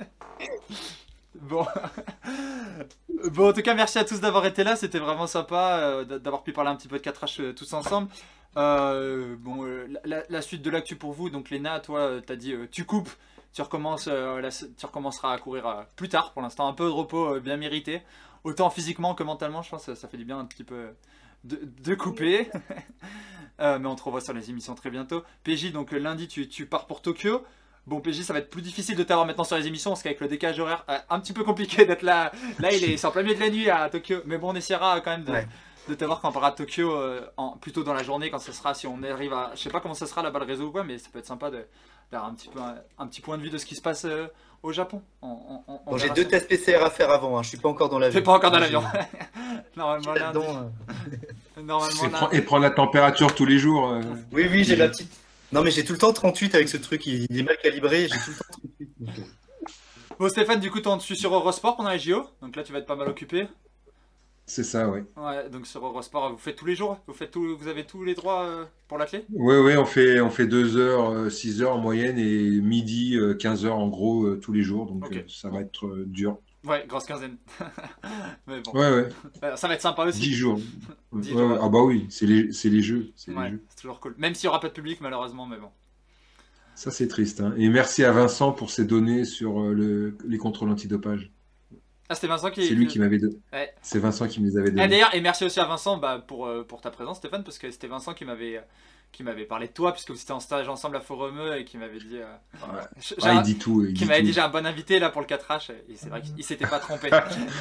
Bon. Bon, en tout cas, merci à tous d'avoir été là. C'était vraiment sympa euh, d- d'avoir pu parler un petit peu de quatre H euh, tous ensemble. Euh, bon, euh, la, la suite de l'actu pour vous. Donc, Léna, toi, euh, t'as dit euh, tu coupes. Tu, recommences, euh, la- tu recommenceras à courir euh, plus tard. Pour l'instant, un peu de repos euh, bien mérité. Autant physiquement que mentalement, je pense que ça, ça fait du bien un petit peu euh, de, de couper. Euh, mais on te revoit sur les émissions très bientôt. P J, donc euh, lundi, tu, tu pars pour Tokyo. Bon, P J, ça va être plus difficile de t'avoir maintenant sur les émissions parce qu'avec le décalage horaire, euh, un petit peu compliqué d'être là. Là, il est c'est en plein milieu de la nuit à Tokyo. Mais bon, on essaiera quand même de, Ouais. de t'avoir quand on parlera de Tokyo euh, en, plutôt dans la journée quand ce sera, si on arrive à. Je sais pas comment ça sera là-bas le réseau ou quoi, mais ça peut être sympa de- d'avoir un petit peu un, un petit point de vue de ce qui se passe euh, au Japon. On, on- on- on Bon, j'ai verra deux ça. tests P C R à faire avant, hein. Je suis pas encore dans l'avion. T'es pas encore dans J'ai- l'avion. je Normalement, suis lundi. là-dedans, euh. Normalement, Et, lundi. prend- et prendre la température tous les jours. euh. Oui, oui, j'ai la petite. Non, mais j'ai tout le temps trente-huit avec ce truc, il il est mal calibré, j'ai tout le temps trente-huit. donc, euh. Bon, Stéphane, du coup, toi, on te suit sur Eurosport pendant les J O. Donc là, tu vas être pas mal occupé. C'est ça, oui. Ouais, donc sur Eurosport, vous faites tous les jours, vous faites tout, vous avez tous les droits euh, pour l'athlète. Oui, oui, on fait, on fait deux heures, euh, six heures en moyenne et midi, euh, quinze heures en gros euh, tous les jours. Donc Ok. euh, ça va être euh, dur. Ouais, grosse quinzaine. Mais bon, Ouais, ouais. Euh, ça va être sympa aussi. dix jours. Dix Ouais, jours, ouais. ouais. Ah bah oui, c'est les, c'est les jeux. C'est les Ouais, jeux. c'est toujours cool. Même s'il n'y aura pas de public, malheureusement, mais bon. Ça, c'est triste. Hein. Et merci à Vincent pour ses données sur euh, le, les contrôles antidopage. Ah, c'était Vincent qui. C'est lui qui m'avait donné. Ouais. C'est Vincent qui me les avait Ah, donnés. d'ailleurs, et merci aussi à Vincent bah, pour, euh, pour ta présence, Stéphane, parce que c'était Vincent qui m'avait euh, qui m'avait parlé de toi, puisque vous étiez en stage ensemble à Forumeux et qui m'avait dit. euh, Ouais. j'ai Ah, un- il dit tout. Il qui dit m'avait tout. dit j'ai un bon invité là pour le quatre H, et c'est vrai qu'il s'était pas trompé.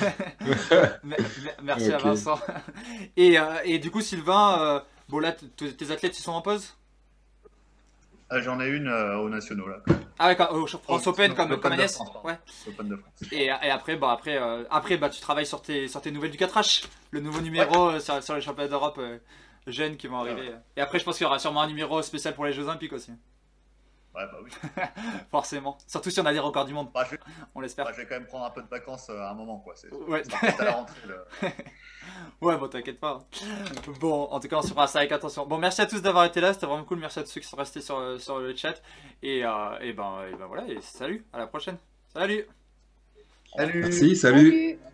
Me- me- Merci à Ok. Vincent. Et, euh, et du coup, Sylvain, euh, bon là, t- t- tes athlètes ils sont en pause? Ah, j'en ai une euh, aux nationaux là. Ah ouais, quand- au France Oh, Open non, comme, l'Open comme de Agnès. France, pardon. Ouais. Open de France. Et, et après, bah, après, euh, après bah, tu travailles sur tes, sur tes nouvelles du quatre H, le nouveau numéro euh, sur, sur les championnats d'Europe euh, jeunes qui vont arriver. Et après, je pense qu'il y aura sûrement un numéro spécial pour les Jeux Olympiques aussi. Ouais, bah oui. Forcément. Surtout si on a des records du monde. Bah, je, vais, on l'espère. Bah, je vais quand même prendre un peu de vacances à un moment, quoi. C'est ouais. à la rentrée. Le... ouais, bon, t'inquiète pas. Bon, en tout cas, on se fera ça avec attention. Bon, merci à tous d'avoir été là. C'était vraiment cool. Merci à tous ceux qui sont restés sur, sur le chat. Et, euh, et, ben, et ben voilà. Et salut. À la prochaine. Salut. Salut. Merci. Salut. salut.